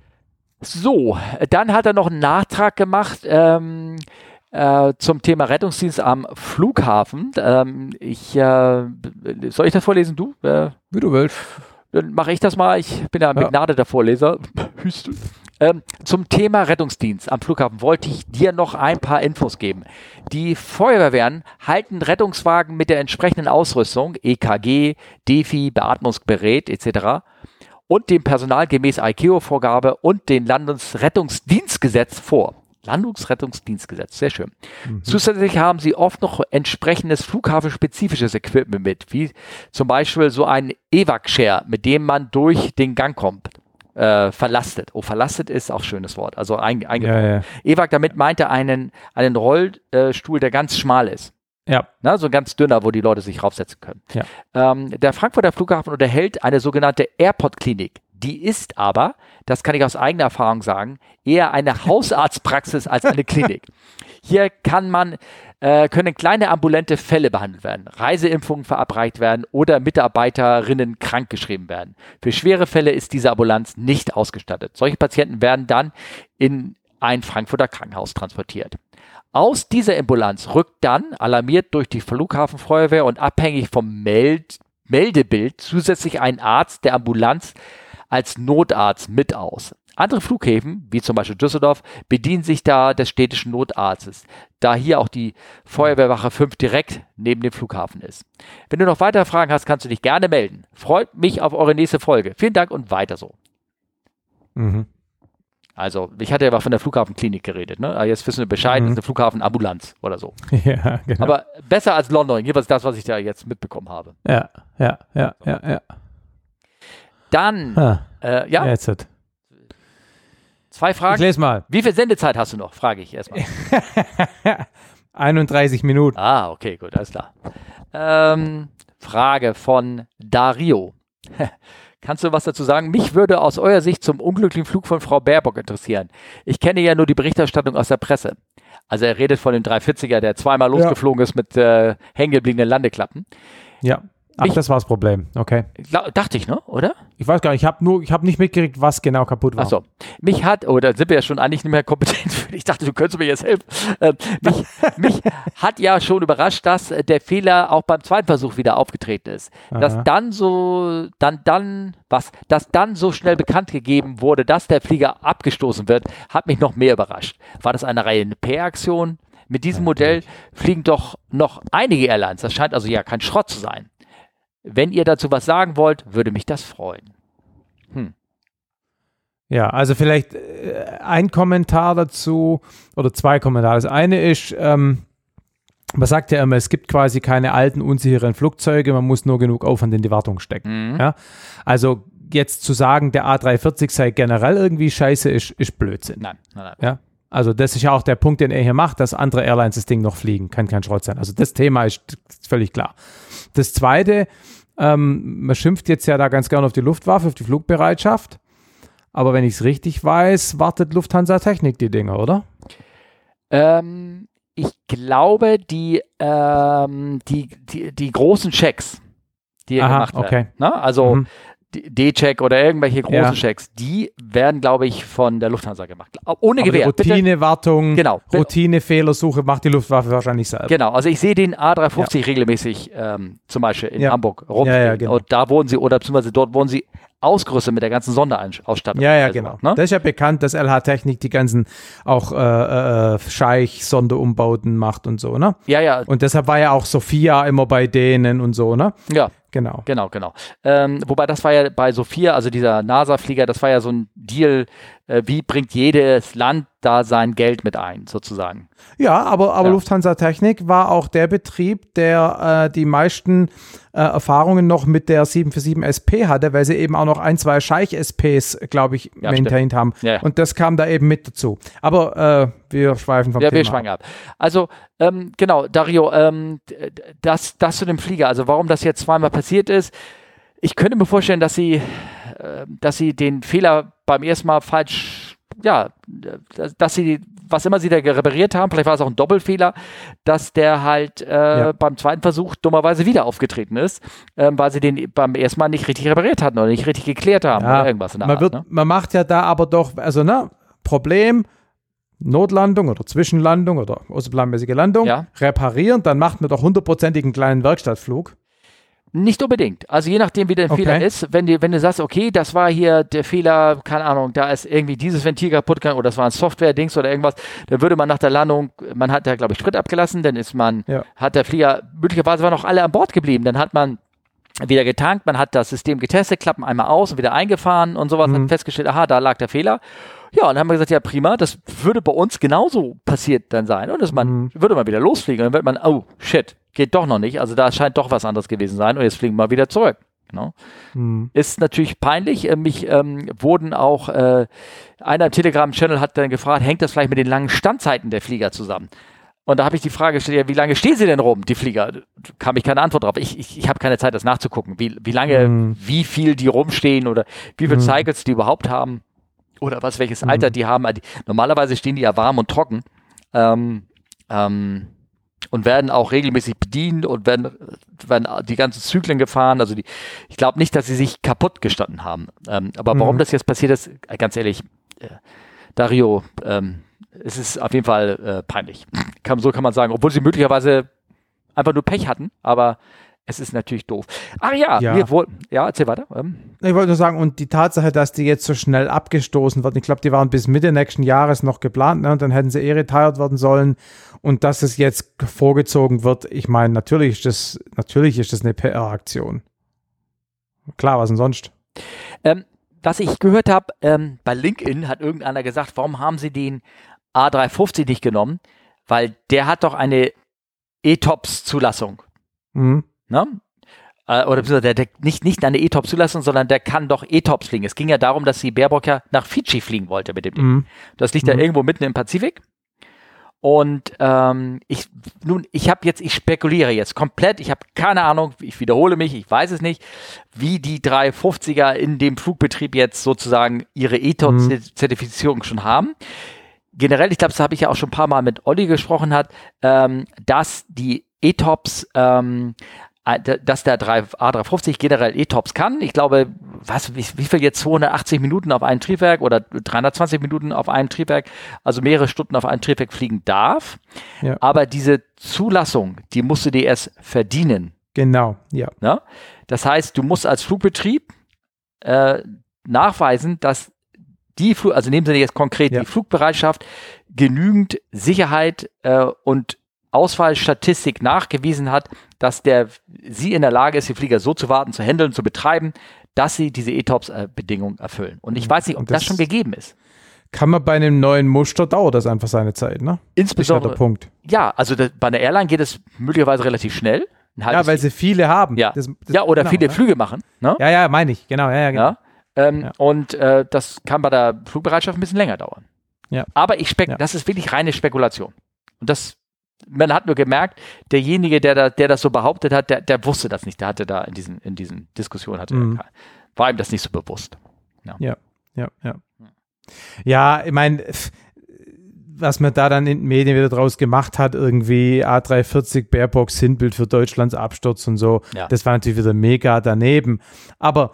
So, dann hat er noch einen Nachtrag gemacht ähm, äh, zum Thema Rettungsdienst am Flughafen. Ähm, ich, äh, soll ich das vorlesen, du? Äh, Wie du willst. Dann mache ich das mal. Ich bin ja ein Ja. begnadeter Vorleser. ähm, zum Thema Rettungsdienst am Flughafen wollte ich dir noch ein paar Infos geben. Die Feuerwehren halten Rettungswagen mit der entsprechenden Ausrüstung, E K G, Defi, Beatmungsgerät et cetera und dem Personal gemäß I C A O-Vorgabe und dem Landesrettungsdienstgesetz vor. Landungsrettungsdienstgesetz, sehr schön. Mhm. Zusätzlich haben sie oft noch entsprechendes flughafenspezifisches Equipment mit, wie zum Beispiel so ein E V A C-Share, mit dem man durch den Gang kommt, äh, verlastet. Oh, verlastet ist auch ein schönes Wort, also ein, eingebaut. Ja, ja. E V A C, damit meint er einen, einen Rollstuhl, der ganz schmal ist. Ja. Na, so ein ganz dünner, wo die Leute sich raufsetzen können. Ja. Ähm, der Frankfurter Flughafen unterhält eine sogenannte Airport-Klinik. Die ist aber, das kann ich aus eigener Erfahrung sagen, eher eine Hausarztpraxis als eine Klinik. Hier kann man, äh, können kleine ambulante Fälle behandelt werden, Reiseimpfungen verabreicht werden oder Mitarbeiterinnen krankgeschrieben werden. Für schwere Fälle ist diese Ambulanz nicht ausgestattet. Solche Patienten werden dann in ein Frankfurter Krankenhaus transportiert. Aus dieser Ambulanz rückt dann, alarmiert durch die Flughafenfeuerwehr und abhängig vom Meld- Meldebild, zusätzlich ein Arzt der Ambulanz als Notarzt mit aus. Andere Flughäfen, wie zum Beispiel Düsseldorf, bedienen sich da des städtischen Notarztes, da hier auch die Feuerwehrwache fünf direkt neben dem Flughafen ist. Wenn du noch weitere Fragen hast, kannst du dich gerne melden. Freut mich auf eure nächste Folge. Vielen Dank und weiter so. Mhm. Also, ich hatte ja von der Flughafenklinik geredet, ne? Aber jetzt wissen wir Bescheid, mhm. Das ist eine Flughafenambulanz oder so. Ja, genau. Aber besser als London, jedenfalls das, was ich da jetzt mitbekommen habe. Ja, ja, ja, ja, ja. Dann, ha. äh, ja. Jetzt hat. Zwei Fragen. Ich lese mal. Wie viel Sendezeit hast du noch? Frage ich erstmal. einunddreißig Minuten. Ah, okay, gut, alles klar. Ähm, Frage von Dario. Kannst du was dazu sagen? Mich würde aus eurer Sicht zum unglücklichen Flug von Frau Baerbock interessieren. Ich kenne ja nur die Berichterstattung aus der Presse. Also er redet von dem dreihundertvierziger, der zweimal ja. losgeflogen ist mit äh, hängengebliebenen Landeklappen. Ja. Ach, Mich, das war das Problem. Okay. Dachte ich, ne? Oder? Ich weiß gar nicht. Ich habe nur, ich habe nicht mitgekriegt, was genau kaputt war. Ach so. Mich hat, oder oh, sind wir ja schon eigentlich nicht mehr kompetent für. Ich dachte, du könntest mir jetzt helfen. Äh, mich, mich hat ja schon überrascht, dass äh, der Fehler auch beim zweiten Versuch wieder aufgetreten ist. Aha. Dass dann so, dann, dann, was, dass dann so schnell bekannt gegeben wurde, dass der Flieger abgestoßen wird, hat mich noch mehr überrascht. War das eine reine P R-Aktion? Mit diesem Modell fliegen doch noch einige Airlines. Das scheint also ja kein Schrott zu sein. Wenn ihr dazu was sagen wollt, würde mich das freuen. Hm. Ja, also vielleicht äh, ein Kommentar dazu oder zwei Kommentare. Das eine ist, ähm, man sagt ja immer, es gibt quasi keine alten, unsicheren Flugzeuge, man muss nur genug Aufwand in die Wartung stecken. Mhm. Ja? Also jetzt zu sagen, der A drei vierzig sei generell irgendwie scheiße, ist, ist Blödsinn. Nein, nein, nein. Ja? Also das ist ja auch der Punkt, den er hier macht, dass andere Airlines das Ding noch fliegen. Kann kein Schrott sein. Also das Thema ist völlig klar. Das Zweite, ähm, man schimpft jetzt ja da ganz gerne auf die Luftwaffe, auf die Flugbereitschaft. Aber wenn ich es richtig weiß, wartet Lufthansa Technik die Dinger, oder? Ähm, ich glaube, die, ähm, die, die, die großen Checks, die hier Aha, gemacht werden, okay. ne? Also mhm. D-Check oder irgendwelche großen ja. Checks, die werden, glaube ich, von der Lufthansa gemacht. Ohne Aber Gewehr. Routinewartung, genau. Routine-Fehlersuche macht die Luftwaffe wahrscheinlich selber. Genau, also ich sehe den A drei fünfzig ja. regelmäßig ähm, zum Beispiel in ja. Hamburg rumfliegen. Ja, ja, genau. Und da wurden sie, oder beziehungsweise dort wurden sie ausgerüstet mit der ganzen Sonderausstattung. Ja, ja, also, genau. Ne? Das ist ja bekannt, dass L H Technik die ganzen auch äh, äh, Scheich-Sonderumbauten macht und so, ne? Ja, ja. Und deshalb war ja auch Sophia immer bei denen und so, ne? Ja. Genau. Genau, genau. Ähm, wobei das war ja bei Sophia, also dieser NASA-Flieger, das war ja so ein Deal, äh, wie bringt jedes Land da sein Geld mit ein, sozusagen. Ja, aber, aber ja. Lufthansa Technik war auch der Betrieb, der äh, die meisten äh, Erfahrungen noch mit der sieben vier sieben S P hatte, weil sie eben auch noch ein, zwei Scheich-S Ps, glaube ich, ja, maintained stimmt. haben. Ja, ja. Und das kam da eben mit dazu. Aber äh, wir schweifen vom ja, Thema. Ja, wir schweifen ab. Also, ähm, genau, Dario, ähm, das, das zu dem Flieger, also warum das jetzt zweimal passiert ist, ich könnte mir vorstellen, dass sie, äh, dass sie den Fehler beim ersten Mal falsch ja, dass, dass sie, was immer sie da repariert haben, vielleicht war es auch ein Doppelfehler, dass der halt äh, ja. beim zweiten Versuch dummerweise wieder aufgetreten ist, ähm, weil sie den beim ersten Mal nicht richtig repariert hatten oder nicht richtig geklärt haben ja, oder irgendwas in der man Art. Wird, ne? Man macht ja da aber doch, also ne, Problem, Notlandung oder Zwischenlandung oder außerplanmäßige Landung, ja. reparieren, dann macht man doch hundertprozentig einen kleinen Werkstattflug. Nicht unbedingt. Also je nachdem, wie der Okay. Fehler ist, wenn du, wenn du sagst, okay, das war hier der Fehler, keine Ahnung, da ist irgendwie dieses Ventil kaputt gegangen oder das war ein Software-Dings oder irgendwas, dann würde man nach der Landung, man hat da, glaube ich, Sprit abgelassen, dann ist man, Ja. hat der Flieger, möglicherweise waren noch alle an Bord geblieben, dann hat man wieder getankt, man hat das System getestet, Klappen einmal aus und wieder eingefahren und sowas, Mhm. hat festgestellt, aha, da lag der Fehler. Ja, und dann haben wir gesagt, ja prima, das würde bei uns genauso passiert dann sein. Und dass man, Mhm. würde man wieder losfliegen und dann wird man, oh, shit, geht doch noch nicht. Also da scheint doch was anderes gewesen sein und jetzt fliegen wir wieder zurück. Genau. Mhm. Ist natürlich peinlich. Äh, Mich ähm, wurden auch, äh, einer im Telegram-Channel hat dann gefragt, hängt das vielleicht mit den langen Standzeiten der Flieger zusammen? Und da habe ich die Frage gestellt, ja, wie lange stehen sie denn rum, die Flieger? Kam ich keine Antwort drauf. Ich, ich, ich habe keine Zeit, das nachzugucken, wie, wie lange, Mhm. wie viel die rumstehen oder wie viele Mhm. Cycles die überhaupt haben. Oder was, welches Alter die haben. Also die, normalerweise stehen die ja warm und trocken ähm, ähm, und werden auch regelmäßig bedient und werden, werden die ganzen Zyklen gefahren. Also die, ich glaube nicht, dass sie sich kaputt gestanden haben. Ähm, aber warum Mhm. das jetzt passiert ist, äh, ganz ehrlich, äh, Dario, ähm, es ist auf jeden Fall äh, peinlich. Kann, so kann man sagen. Obwohl sie möglicherweise einfach nur Pech hatten, aber es ist natürlich doof. Ach ja, Ja. wir wohl, ja, erzähl weiter. Ähm, Ich wollte nur sagen, und die Tatsache, dass die jetzt so schnell abgestoßen wird, ich glaube, die waren bis Mitte nächsten Jahres noch geplant, ne? Und dann hätten sie eh retired werden sollen. Und dass es jetzt vorgezogen wird, ich meine, natürlich ist das, natürlich ist das eine P R-Aktion. Klar, was denn sonst? Ähm, was ich gehört habe, ähm, bei LinkedIn hat irgendeiner gesagt, warum haben sie den A drei fünfzig nicht genommen? Weil der hat doch eine E T O P S-Zulassung. Mhm. Ne? Äh, oder beziehungsweise der, der, nicht, nicht eine E T O P S-Zulassung, sondern der kann doch E T O P S fliegen. Es ging ja darum, dass die Baerbock ja nach Fidschi fliegen wollte mit dem Ding. Mhm. Das liegt Mhm. ja irgendwo mitten im Pazifik. Und ähm, ich, nun, ich habe jetzt, ich spekuliere jetzt komplett, ich habe keine Ahnung, ich wiederhole mich, ich weiß es nicht, wie die dreihundertfünfziger in dem Flugbetrieb jetzt sozusagen ihre E T O P S-Zertifizierung schon haben. Generell, ich glaube, das habe ich ja auch schon ein paar Mal mit Olli gesprochen hat, ähm, dass die E T O P S, ähm, dass der A drei fünfzig generell E T O P S kann. Ich glaube, was, wie, wie viel jetzt zweihundertachtzig Minuten auf einem Triebwerk oder dreihundertzwanzig Minuten auf einem Triebwerk, also mehrere Stunden auf einem Triebwerk fliegen darf. Ja. Aber diese Zulassung, die musst du dir erst verdienen. Genau, ja. Ne? Das heißt, du musst als Flugbetrieb äh, nachweisen, dass die, Flug, also nehmen Sie jetzt konkret Ja. die Flugbereitschaft, genügend Sicherheit äh, und Ausfallstatistik nachgewiesen hat, dass der sie in der Lage ist, die Flieger so zu warten, zu handeln, zu betreiben, dass sie diese E T O P S-Bedingungen erfüllen. Und ich weiß nicht, ob Und das, das schon gegeben ist. Kann man bei einem neuen Muster, dauert das einfach seine Zeit, ne? Insbesondere, ist ja der Punkt. ja, also das, bei einer Airline geht es möglicherweise relativ schnell. Ein Ja, halbes- weil sie viele haben. ja. Das, das, ja, oder genau, viele ja. Flüge machen. Ne? Ja, ja, meine ich, genau, ja, ja, genau. Ja? Ähm, Ja. Und äh, das kann bei der Flugbereitschaft ein bisschen länger dauern. Ja. Aber ich spek Ja. das ist wirklich reine Spekulation. Und das, man hat nur gemerkt, derjenige, der, da, der das so behauptet hat, der, der wusste das nicht. Der hatte da in diesen, in diesen Diskussionen, hatte Mhm. er, war ihm das nicht so bewusst. Ja, ja, ja. Ja, ich meine, was man da dann in den Medien wieder draus gemacht hat, irgendwie A drei vierzig Baerbock Sinnbild für Deutschlands Absturz und so, Ja. das war natürlich wieder mega daneben. Aber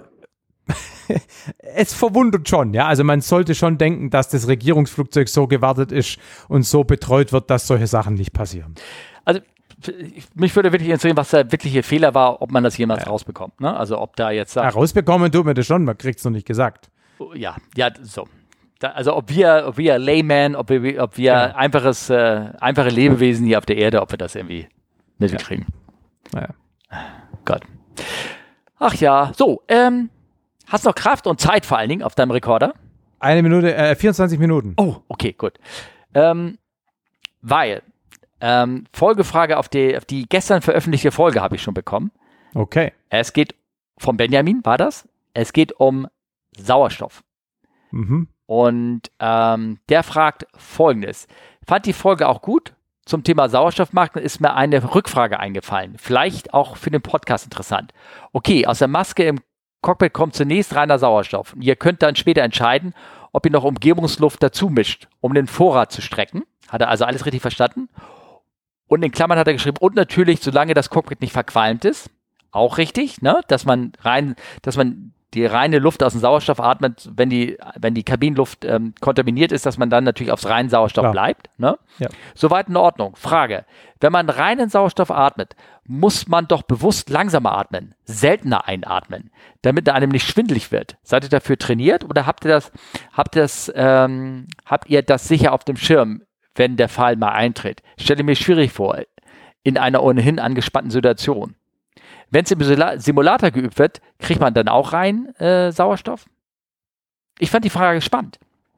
es verwundert schon, ja. Also man sollte schon denken, dass das Regierungsflugzeug so gewartet ist und so betreut wird, dass solche Sachen nicht passieren. Also ich- mich würde wirklich interessieren, was der wirkliche Fehler war, ob man das jemals rausbekommt. Ne? Also ob da jetzt sagt, Herausbekommen tut mir das schon, man kriegt es noch nicht gesagt. ja, ja, so. Da, also ob wir, ob wir Layman, ob wir, ob wir Genau. einfaches, äh, einfache Lebewesen hier auf der Erde, ob wir das irgendwie mitkriegen. Naja. Gott. Ach ja, so, ähm, hast noch Kraft und Zeit vor allen Dingen auf deinem Rekorder? Eine Minute, äh, vierundzwanzig Minuten. Oh, okay, gut. Ähm, weil, ähm, Folgefrage auf die, auf die gestern veröffentlichte Folge habe ich schon bekommen. Okay. Es geht, von Benjamin war das, es geht um Sauerstoff. Mhm. Und ähm, der fragt Folgendes. Fand die Folge auch gut? Zum Thema Sauerstoffmarkt ist mir eine Rückfrage eingefallen. Vielleicht auch für den Podcast interessant. Okay, aus der Maske im Cockpit kommt zunächst reiner Sauerstoff. Ihr könnt dann später entscheiden, ob ihr noch Umgebungsluft dazu mischt, um den Vorrat zu strecken. Hat er also alles richtig verstanden. Und in Klammern hat er geschrieben, und natürlich, solange das Cockpit nicht verqualmt ist, auch richtig, ne, dass man rein, dass man die reine Luft aus dem Sauerstoff atmet, wenn die, wenn die Kabinenluft ähm, kontaminiert ist, dass man dann natürlich aufs reinen Sauerstoff Klar. bleibt. Ne? Ja. Soweit in Ordnung. Frage, wenn man reinen Sauerstoff atmet, muss man doch bewusst langsamer atmen, seltener einatmen, damit einem nicht schwindelig wird. Seid ihr dafür trainiert oder habt ihr das, habt ihr das, ähm, habt ihr das sicher auf dem Schirm, wenn der Fall mal eintritt? Stelle mir schwierig vor, in einer ohnehin angespannten Situation. Wenn es im Simulator geübt wird, kriegt man dann auch rein äh, Sauerstoff? Ich fand die Frage spannend.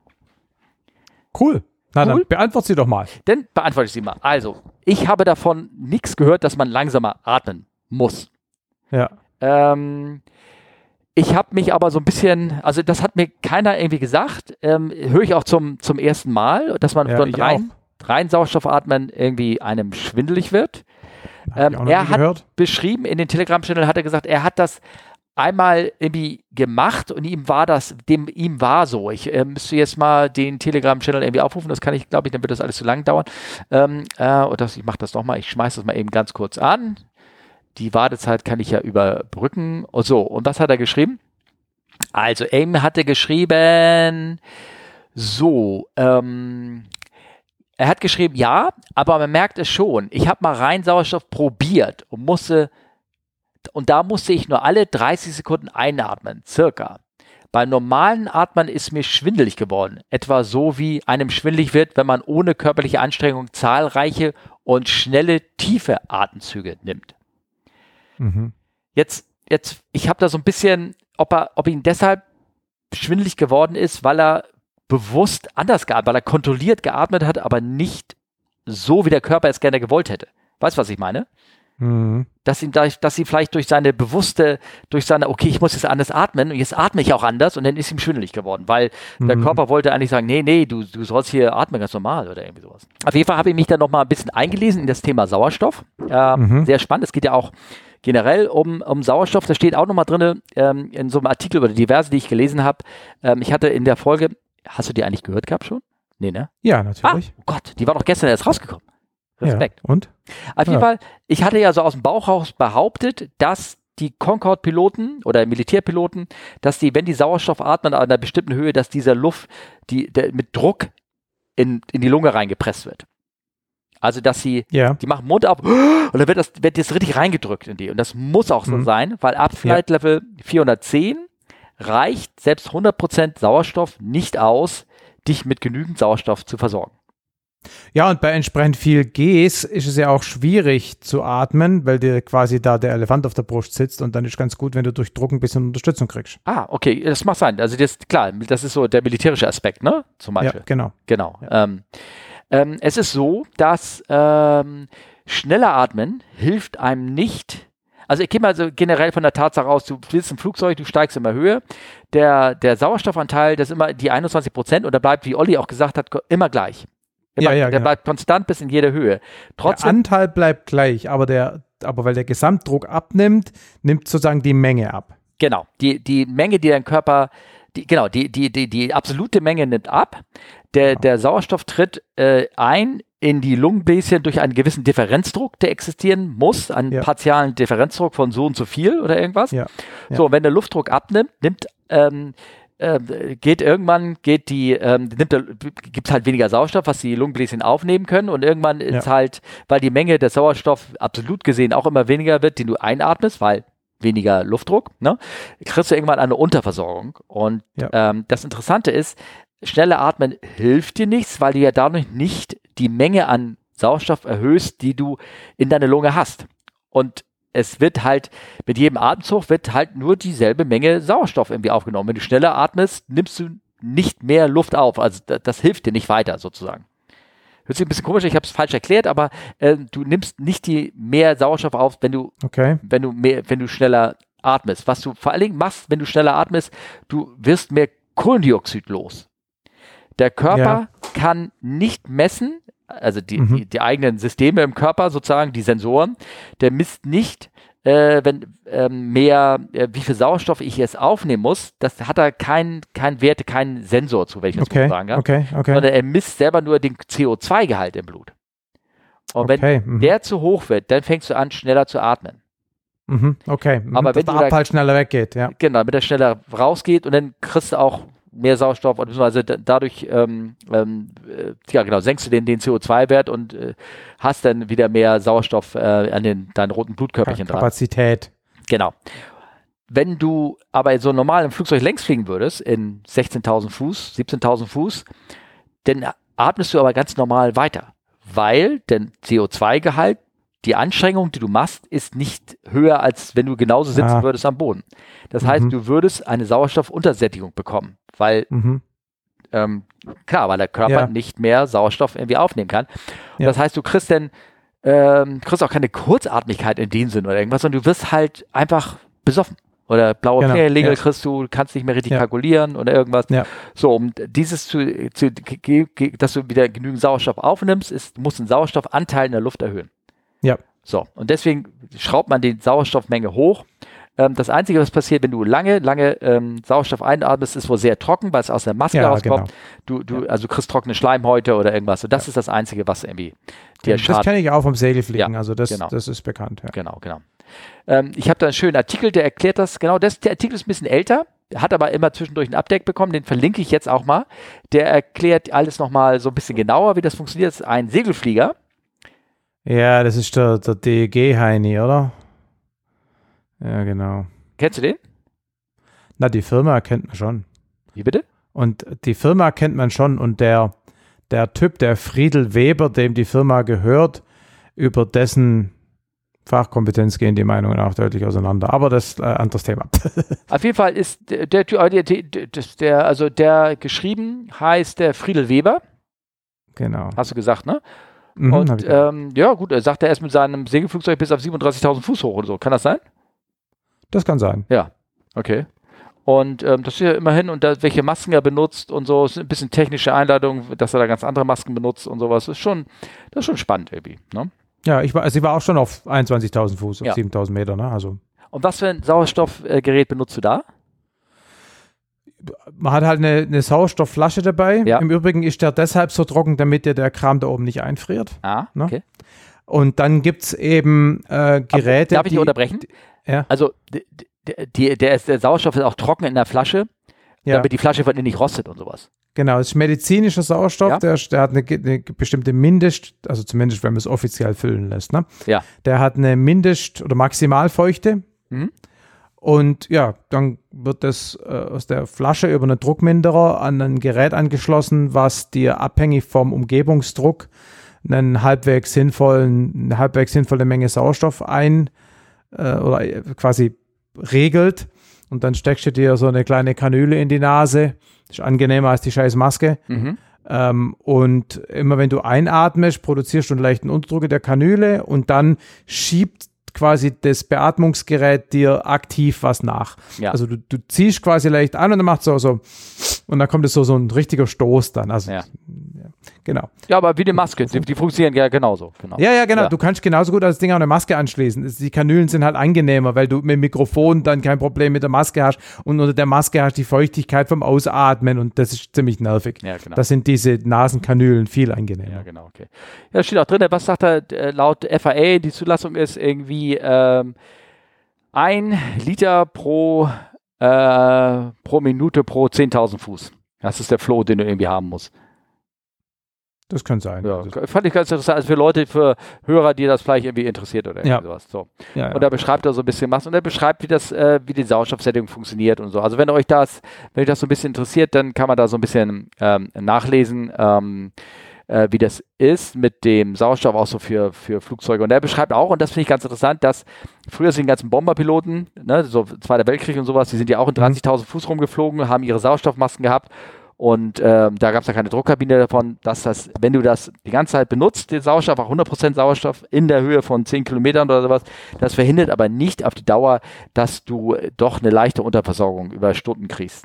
Cool. Na Cool. dann beantworte sie doch mal. Dann beantworte ich sie mal. Also, ich habe davon nichts gehört, dass man langsamer atmen muss. Ja. Ähm, ich habe mich aber so ein bisschen, also das hat mir keiner irgendwie gesagt, ähm, höre ich auch zum, zum ersten Mal, dass man Ja, von ich rein, rein Sauerstoff atmen irgendwie einem schwindelig wird. Hab ich Ähm, auch noch er nie hat gehört. beschrieben, in den Telegram-Channel hat er gesagt, er hat das einmal irgendwie gemacht und ihm war das, dem ihm war so. Ich äh, müsste jetzt mal den Telegram-Channel irgendwie aufrufen, das kann ich, glaube ich, dann wird das alles zu lang dauern. Ähm, äh, und das, ich mache das nochmal, ich schmeiße das mal eben ganz kurz an. Die Wartezeit kann ich ja überbrücken. Und so, und was hat er geschrieben? Also, Aim hatte geschrieben, so, ähm, er hat geschrieben, ja, aber man merkt es schon. Ich habe mal rein Sauerstoff probiert und musste, und da musste ich nur alle dreißig Sekunden einatmen, circa. Beim normalen Atmen ist mir schwindelig geworden. Etwa so, wie einem schwindelig wird, wenn man ohne körperliche Anstrengung zahlreiche und schnelle, tiefe Atemzüge nimmt. Mhm. Jetzt, jetzt, ich habe da so ein bisschen, ob er, ob ihm deshalb schwindelig geworden ist, weil er bewusst anders geatmet, weil er kontrolliert geatmet hat, aber nicht so, wie der Körper es gerne gewollt hätte. Weißt du, was ich meine? Mhm. Dass ihm, da- dass sie vielleicht durch seine bewusste, durch seine, okay, ich muss jetzt anders atmen und jetzt atme ich auch anders und dann ist ihm schwindelig geworden, weil der Mhm. Körper wollte eigentlich sagen, nee, nee, du, du sollst hier atmen ganz normal oder irgendwie sowas. Auf jeden Fall habe ich mich dann nochmal ein bisschen eingelesen in das Thema Sauerstoff. Ähm, Mhm. Sehr spannend. Es geht ja auch generell um, um Sauerstoff. Da steht auch nochmal drin, ähm, in so einem Artikel oder diverse, die ich gelesen habe. Ähm, ich hatte in der Folge, hast du die eigentlich gehört gehabt schon? Nee, ne? Ja, Ah, natürlich. oh Gott, die war doch gestern erst rausgekommen. Respekt. Ja. Und? Auf jeden Ja. Fall, ich hatte ja so aus dem Bauch raus behauptet, dass die Concorde-Piloten oder Militärpiloten, dass die, wenn die Sauerstoff atmen an einer bestimmten Höhe, dass dieser Luft die, der, mit Druck in, in die Lunge reingepresst wird. Also, dass sie, Ja. die machen Mund auf und dann wird das, wird das richtig reingedrückt in die. Und das muss auch so Mhm. sein, weil ab Flight Level vierhundertzehn reicht selbst hundert Prozent Sauerstoff nicht aus, dich mit genügend Sauerstoff zu versorgen. Ja, und bei entsprechend viel Gs ist es ja auch schwierig zu atmen, weil dir quasi da der Elefant auf der Brust sitzt und dann ist ganz gut, wenn du durch Druck ein bisschen Unterstützung kriegst. Ah, okay, das mag sein. Also das, klar, das ist so der militärische Aspekt, ne? Zum Beispiel. Ja, genau. Genau. Ja. Ähm, ähm, es ist so, dass ähm, schneller atmen hilft einem nicht. Also ich gehe mal so generell von der Tatsache aus, du bist im Flugzeug, du steigst immer Höhe. Der, der Sauerstoffanteil, das ist immer die einundzwanzig Prozent und der bleibt, wie Olli auch gesagt hat, immer gleich. Immer, Ja, ja, der genau. bleibt konstant bis in jede Höhe. Der Trotzdem, Anteil bleibt gleich, aber, der, aber weil der Gesamtdruck abnimmt, nimmt sozusagen die Menge ab. genau, die, die Menge, die dein Körper, die, genau, die, die, die, die absolute Menge nimmt ab. Der, der Sauerstoff tritt äh, ein in die Lungenbläschen durch einen gewissen Differenzdruck, der existieren muss, einen Ja. partialen Differenzdruck von so und so viel oder irgendwas. Ja. Ja. So, wenn der Luftdruck abnimmt, nimmt, ähm, ähm, geht irgendwann, geht die, ähm, nimmt der, gibt es halt weniger Sauerstoff, was die Lungenbläschen aufnehmen können und irgendwann ist Ja. halt, weil die Menge der Sauerstoff absolut gesehen auch immer weniger wird, den du einatmest, weil weniger Luftdruck, ne, kriegst du irgendwann eine Unterversorgung. Und Ja. ähm, das Interessante ist, schnelle Atmen hilft dir nichts, weil du ja dadurch nicht die Menge an Sauerstoff erhöhst, die du in deiner Lunge hast. Und es wird halt, mit jedem Atemzug wird halt nur dieselbe Menge Sauerstoff irgendwie aufgenommen. Wenn du schneller atmest, nimmst du nicht mehr Luft auf. Also das, das hilft dir nicht weiter sozusagen. Hört sich ein bisschen komisch, ich habe es falsch erklärt, aber äh, du nimmst nicht die mehr Sauerstoff auf, wenn du, Okay. wenn du mehr, wenn du schneller atmest. Was du vor allen Dingen machst, wenn du schneller atmest, du wirst mehr Kohlendioxid los. Der Körper Ja. kann nicht messen, also die, Mhm. die, die eigenen Systeme im Körper sozusagen, die Sensoren, der misst nicht, äh, wenn ähm, mehr, äh, wie viel Sauerstoff ich jetzt aufnehmen muss, das hat er keinen kein Wert, keinen Sensor zu, wenn ich das okay, mal sagen kann. Okay, okay. Sondern er misst selber nur den C O zwei Gehalt im Blut. Und okay, wenn mhm. der zu hoch wird, dann fängst du an, schneller zu atmen. Mhm, okay, mhm. Aber dass wenn der du da, Abfall schneller weggeht, ja. Genau, damit er schneller rausgeht und dann kriegst du auch mehr Sauerstoff, beziehungsweise dadurch ähm, ähm, äh, ja genau, senkst du den, den C O zwei Wert und äh, hast dann wieder mehr Sauerstoff äh, an den deinen roten Blutkörperchen dran. Kapazität. Genau. Wenn du aber so normal im Flugzeug längs fliegen würdest, in sechzehntausend Fuß, siebzehntausend Fuß, dann atmest du aber ganz normal weiter, weil der C O zwei Gehalt, die Anstrengung, die du machst, ist nicht höher, als wenn du genauso sitzen ah. würdest am Boden. Das mhm. heißt, du würdest eine Sauerstoffuntersättigung bekommen, weil, mhm. ähm, klar, weil der Körper ja. nicht mehr Sauerstoff irgendwie aufnehmen kann. Und ja. das heißt, du kriegst dann, ähm, kriegst auch keine Kurzatmigkeit in dem Sinn oder irgendwas, sondern du wirst halt einfach besoffen. Oder blaue genau. Fingernägel ja. kriegst du, kannst nicht mehr richtig ja. kalkulieren oder irgendwas. Ja. So, um dieses zu, zu, dass du wieder genügend Sauerstoff aufnimmst, ist, muss ein Sauerstoffanteil in der Luft erhöhen. Ja. So, und deswegen schraubt man die Sauerstoffmenge hoch. Ähm, das Einzige, was passiert, wenn du lange, lange ähm, Sauerstoff einatmest, ist wohl sehr trocken, weil es aus der Maske ja, rauskommt. Genau. Du, du, ja. also du kriegst trockene Schleimhäute oder irgendwas. Und das ja. ist das Einzige, was irgendwie dir Das kenne ich auch vom Segelfliegen, ja, also das, genau. das ist bekannt. Ja. Genau, genau. Ähm, ich habe da einen schönen Artikel, der erklärt das. Genau, das, der Artikel ist ein bisschen älter, hat aber immer zwischendurch ein Update bekommen, den verlinke ich jetzt auch mal. Der erklärt alles nochmal so ein bisschen genauer, wie das funktioniert. Das ist ein Segelflieger. Ja, das ist der, der D E G-Heini, oder? Ja, genau. Kennst du den? Na, die Firma kennt man schon. Wie bitte? Und die Firma kennt man schon und der, der Typ, der Friedel Weber, dem die Firma gehört, über dessen Fachkompetenz gehen die Meinungen auch deutlich auseinander. Aber das ist ein äh, anderes Thema. Auf jeden Fall ist der, der, der, der, also der geschrieben heißt der Friedel Weber. Genau. Hast du gesagt, ne? Mhm, und ähm, ja, gut, er sagt, er ist mit seinem Segelflugzeug bis auf siebenunddreißigtausend Fuß hoch oder so. Kann das sein? Das kann sein. Ja, okay. Und ähm, das ist ja immerhin, und da, welche Masken er benutzt und so, ist ein bisschen technische Einladung, dass er da ganz andere Masken benutzt und sowas. Das ist schon, das ist schon spannend irgendwie, ne? Ja, ich war, also ich war auch schon auf einundzwanzigtausend Fuß, auf ja. siebentausend Meter, ne? Also. Und was für ein Sauerstoffgerät benutzt du da? Man hat halt eine, eine Sauerstoffflasche dabei. Ja. Im Übrigen ist der deshalb so trocken, damit dir der Kram da oben nicht einfriert. Ah, ne? okay. Und dann gibt es eben äh, Geräte. Aber darf ich dich unterbrechen? Ja. Also die, die, der, ist, der Sauerstoff ist auch trocken in der Flasche, ja. damit die Flasche von innen nicht rostet und sowas. Genau, es ist medizinischer Sauerstoff, ja. der, der hat eine, eine bestimmte Mindest, also zumindest wenn man es offiziell füllen lässt, ne? Ja. Der hat eine Mindest- oder Maximalfeuchte. Mhm. Und ja, dann wird das äh, aus der Flasche über einen Druckminderer an ein Gerät angeschlossen, was dir abhängig vom Umgebungsdruck einen halbwegs sinnvollen, eine halbwegs sinnvolle Menge Sauerstoff ein äh, oder quasi regelt. Und dann steckst du dir so eine kleine Kanüle in die Nase. Das ist angenehmer als die scheiß Maske. Mhm. Ähm, und immer wenn du einatmest, produzierst du einen leichten Unterdruck in der Kanüle und dann schiebt quasi das Beatmungsgerät dir aktiv was nach. Ja. Also du, du ziehst quasi leicht an und dann macht es so, so und dann kommt es so, so ein richtiger Stoß dann. Also, ja. ja, genau. Ja, aber wie eine Maske, die, die funktionieren ja genauso. Genau. Ja, ja, genau. Ja. Du kannst genauso gut als Ding auch eine Maske anschließen. Die Kanülen sind halt angenehmer, weil du mit dem Mikrofon dann kein Problem mit der Maske hast und unter der Maske hast du die Feuchtigkeit vom Ausatmen und das ist ziemlich nervig. Ja, genau. Das sind diese Nasenkanülen viel angenehmer. Ja, genau, okay. Ja, da steht auch drin, was sagt er, laut F A A, die Zulassung ist irgendwie ähm, ein Liter pro, äh, pro Minute pro zehntausend Fuß. Das ist der Flow, den du irgendwie haben musst. Das kann sein. Ja, fand ich ganz interessant, also für Leute, für Hörer, die das vielleicht irgendwie interessiert oder ja. irgendwie sowas. So. Ja, ja. Und da beschreibt er so ein bisschen was und er beschreibt, wie das, äh, wie die Sauerstoffsättigung funktioniert und so. Also wenn euch das, wenn euch das so ein bisschen interessiert, dann kann man da so ein bisschen ähm, nachlesen, ähm, äh, wie das ist mit dem Sauerstoff auch so für, für Flugzeuge. Und er beschreibt auch, und das finde ich ganz interessant, dass früher sind die ganzen Bomberpiloten, ne, so Zweiter Weltkrieg und sowas, die sind ja auch in dreißigtausend Fuß rumgeflogen, haben ihre Sauerstoffmasken gehabt. Und ähm, da gab es ja keine Druckkabine davon, dass das, wenn du das die ganze Zeit benutzt, den Sauerstoff, auch hundert Prozent Sauerstoff in der Höhe von zehn Kilometern oder sowas, das verhindert aber nicht auf die Dauer, dass du doch eine leichte Unterversorgung über Stunden kriegst.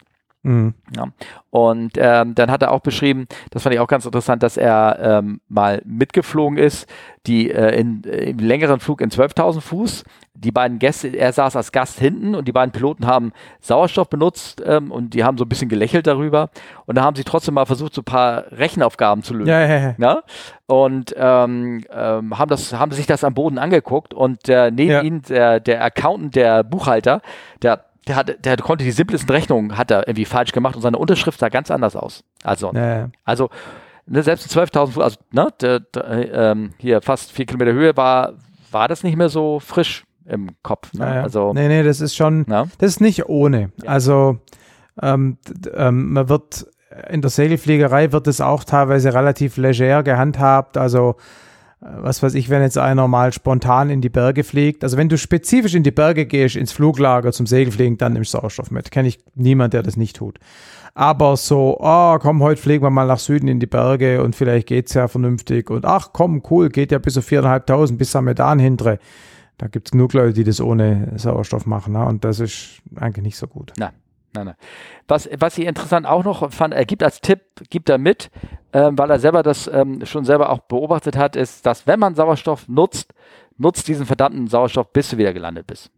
Mhm. Ja. Und ähm, dann hat er auch beschrieben, das fand ich auch ganz interessant, dass er ähm, mal mitgeflogen ist, die äh, in, äh, im längeren Flug in zwölftausend Fuß. Die beiden Gäste, er saß als Gast hinten und die beiden Piloten haben Sauerstoff benutzt ähm, und die haben so ein bisschen gelächelt darüber. Und da haben sie trotzdem mal versucht, so ein paar Rechenaufgaben zu lösen. Ja, ja, ja. Ja? Und ähm, ähm, haben, das, haben sich das am Boden angeguckt und äh, neben Ja. ihnen der, der Accountant, der Buchhalter, der Der, hat, der konnte die simplesten Rechnungen, hat er irgendwie falsch gemacht und seine Unterschrift sah ganz anders aus. Also, Ja, ja. also ne, selbst zwölftausend Fuß, also ne, der, der, ähm, hier fast vier Kilometer Höhe war, war das nicht mehr so frisch im Kopf. Ne? Ja, ja. Also, nee, nee, das ist schon, na? das ist nicht ohne. Ja. Also ähm, d- ähm, man wird in der Segelfliegerei wird es auch teilweise relativ leger gehandhabt. Also äh, was weiß ich, wenn jetzt einer mal spontan in die Berge fliegt. Also wenn du spezifisch in die Berge gehst, ins Fluglager zum Segelfliegen, dann nimmst du Sauerstoff mit. Kenne ich niemand, der das nicht tut. Aber so, oh, komm, heute fliegen wir mal nach Süden in die Berge und vielleicht geht's ja vernünftig. Und ach komm, cool, geht ja bis auf viertausendfünfhundert bis Samedan hintere. Da gibt es genug Leute, die das ohne Sauerstoff machen. Ne? Und das ist eigentlich nicht so gut. Nein, nein, nein. Was, was ich interessant auch noch fand, er gibt als Tipp, gibt er mit, ähm, weil er selber das ähm, schon selber auch beobachtet hat, ist, dass wenn man Sauerstoff nutzt, nutzt diesen verdammten Sauerstoff, bis du wieder gelandet bist.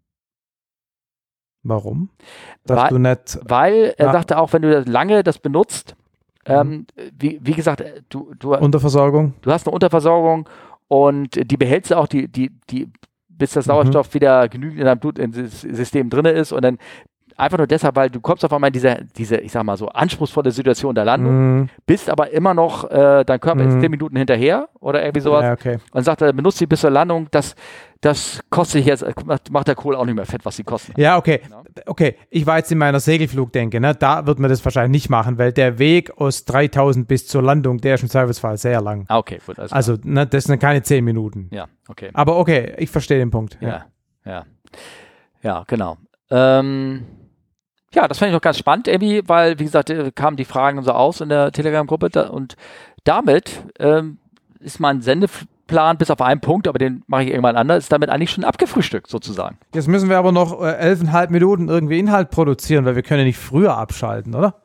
Warum? Dass Weil- du nicht. Weil er Ja. sagte auch, wenn du das lange das benutzt, ähm, wie, wie gesagt, du, du, Unterversorgung? du hast eine Unterversorgung und die behältst du auch, die, die, die, bis der Sauerstoff wieder genügend in deinem Blutsystem drin ist und dann einfach nur deshalb, weil du kommst auf einmal in diese, diese, ich sag mal so, anspruchsvolle Situation der Landung, Mhm. bist aber immer noch, äh, dein Körper ist Mhm. zehn Minuten hinterher oder irgendwie sowas Ja, okay. und sagt, er benutzt die bis zur Landung, das, das kostet dich jetzt, macht, macht der Kohle auch nicht mehr fett, was die kosten. Ja, okay. Ja. Okay, ich war jetzt in meiner Segelflugdenke, ne? Da wird man das wahrscheinlich nicht machen, weil der Weg aus dreitausend bis zur Landung, der ist im Zweifelsfall sehr lang. Ah, okay, gut. Also, Also, ne, das sind keine zehn Minuten. ja, okay. Aber okay, ich verstehe den Punkt. Ja, ja. Ja, genau. Ähm, ja, das fand ich noch ganz spannend, irgendwie, weil, wie gesagt, äh, kamen die Fragen so aus in der Telegram-Gruppe da, und damit ähm, ist mein Sendeplan bis auf einen Punkt, aber den mache ich irgendwann anders, ist damit eigentlich schon abgefrühstückt sozusagen. Jetzt müssen wir aber noch äh, elfeinhalb Minuten irgendwie Inhalt produzieren, weil wir können ja nicht früher abschalten, oder?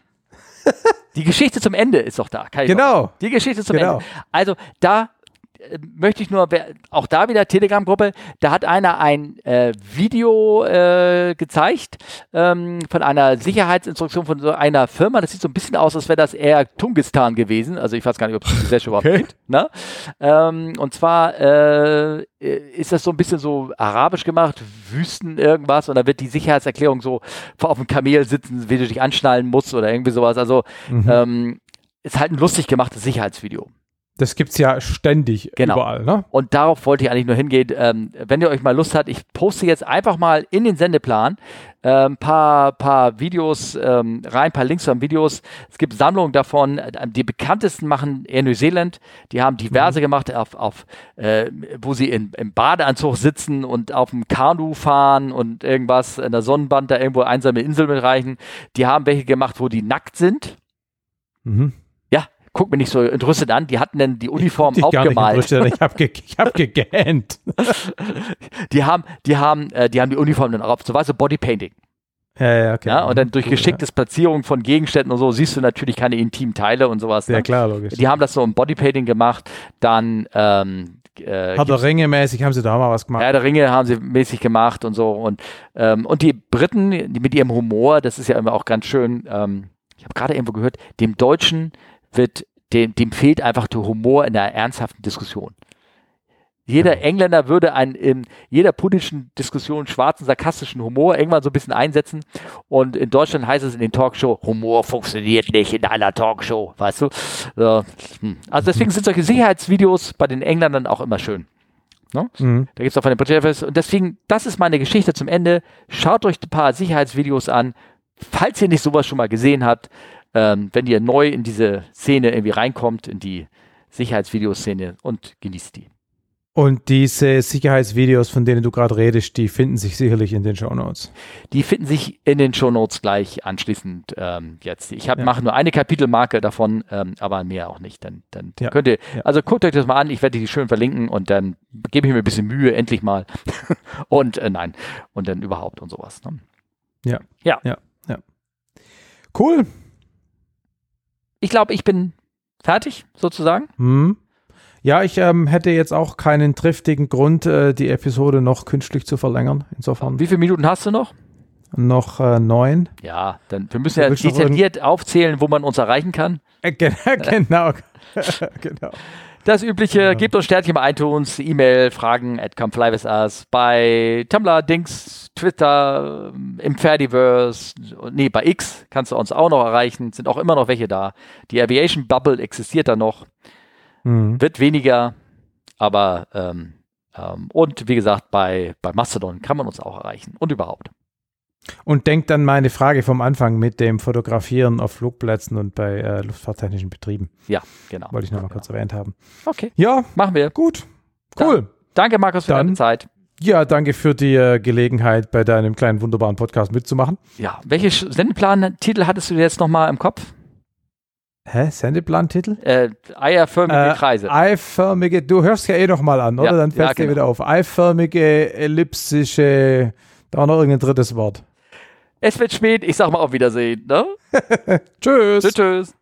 Die Geschichte zum Ende ist doch da. Kann ich Genau. Noch. Die Geschichte zum Genau. Ende. Also da äh, möchte ich nur, wer- auch da wieder Telegram-Gruppe, da hat einer ein äh, Video äh, gezeigt ähm, von einer Sicherheitsinstruktion von so einer Firma. Das sieht so ein bisschen aus, als wäre das eher Tungestan gewesen. Also ich weiß gar nicht, ob es die Gesellschaft überhaupt Okay. gibt. Ne? Ähm, und zwar äh, ist das so ein bisschen so arabisch gemacht, Wüsten irgendwas, und da wird die Sicherheitserklärung so auf dem Kamel sitzen, wie du dich anschnallen musst oder irgendwie sowas. Also Mhm. ähm, ist halt ein lustig gemachtes Sicherheitsvideo. Das gibt's ja ständig Genau. überall, ne? Und darauf wollte ich eigentlich nur hingehen. Ähm, wenn ihr euch mal Lust habt, ich poste jetzt einfach mal in den Sendeplan ein ähm, paar, paar Videos ähm, rein, ein paar Links zu Videos. Es gibt Sammlungen davon. Die bekanntesten machen Air New Zealand. Die haben diverse Mhm. gemacht, auf, auf, äh, wo sie in, im Badeanzug sitzen und auf dem Kanu fahren und irgendwas in der Sonnenband da irgendwo einsame Insel mitreichen. Die haben welche gemacht, wo die nackt sind. Mhm. Ja, guck mich nicht so entrüstet an. Die hatten dann die Uniform Ich gar nicht aufgemalt. entrüstet, ich habe ge ich hab gegähnt. Die haben, die haben, äh, die haben die Uniform dann auf, so weißt du, Bodypainting. Ja, ja, okay. Ja, und dann durch Gut, geschicktes Platzierung von Gegenständen und so siehst du natürlich keine intimen Teile und sowas. Ja, Ne? klar, logisch. Die haben das so im Bodypainting gemacht. Dann ähm, äh, Hat der Ringe mäßig, haben sie da auch mal was gemacht. Herr der Ringe haben sie mäßig gemacht und so. Und, ähm, und die Briten, die mit ihrem Humor, das ist ja immer auch ganz schön. Ähm, ich habe gerade irgendwo gehört, dem Deutschen wird, dem, dem fehlt einfach der Humor in der ernsthaften Diskussion. Jeder Ja. Engländer würde einen in jeder politischen Diskussion schwarzen, sarkastischen Humor irgendwann so ein bisschen einsetzen. Und in Deutschland heißt es in den Talkshow, Humor funktioniert nicht in einer Talkshow, weißt du? So, hm. Also deswegen sind solche Sicherheitsvideos bei den Engländern auch immer schön. Ne? Mhm. Da gibt es auch von den British Airways. Und deswegen, das ist meine Geschichte zum Ende. Schaut euch ein paar Sicherheitsvideos an. Falls ihr nicht sowas schon mal gesehen habt, ähm, wenn ihr neu in diese Szene irgendwie reinkommt, in die Sicherheitsvideoszene, und genießt die. Und diese Sicherheitsvideos, von denen du gerade redest, die finden sich sicherlich in den Shownotes. Die finden sich in den Shownotes gleich anschließend ähm, jetzt. Ich hab, Ja. mache nur eine Kapitelmarke davon, ähm, aber mehr auch nicht. Dann, dann Ja. könnt ihr, Ja. also guckt euch das mal an, ich werde die schön verlinken und dann gebe ich mir ein bisschen Mühe, endlich mal. und äh, nein, und dann überhaupt und sowas. Ne? Ja. Ja. Ja. Ja. Cool. Ich glaube, ich bin fertig, sozusagen. Hm. Ja, ich ähm, hätte jetzt auch keinen triftigen Grund, äh, die Episode noch künstlich zu verlängern. Insofern Wie viele Minuten hast du noch? noch äh, neun. Ja, dann wir müssen ja willst du noch detailliert aufzählen, wo man uns erreichen kann. Äh, ge- genau. genau. Das übliche, Ja. gebt uns Sternchen bei iTunes, E-Mail, Fragen at come fly with us, bei Tumblr, Dings, Twitter, im Ferdiverse, nee, bei X kannst du uns auch noch erreichen, sind auch immer noch welche da. Die Aviation Bubble existiert da noch, Mhm. wird weniger, aber ähm, ähm, und wie gesagt, bei, bei Mastodon kann man uns auch erreichen und überhaupt. Und denkt an meine Frage vom Anfang mit dem Fotografieren auf Flugplätzen und bei äh, luftfahrttechnischen Betrieben. Ja, genau. Wollte ich noch mal genau. kurz erwähnt haben. Okay, Ja, machen wir. gut. Cool. Danke, Markus, für Dann- deine Zeit. Ja, danke für die äh, Gelegenheit, bei deinem kleinen, wunderbaren Podcast mitzumachen. Ja, welche Sch- Sendeplan-Titel hattest du jetzt nochmal im Kopf? Hä? Sendeplan-Titel? Äh, eierförmige Äh, Kreise. Eiförmige, du hörst ja eh noch mal an, oder? Ja, Dann fällt ja, dir genau. wieder auf. Eiförmige, ellipsische, da war noch irgendein drittes Wort. Es wird spät, ich sag mal auf Wiedersehen. Ne? Tschüss. Tschüss, tschüss.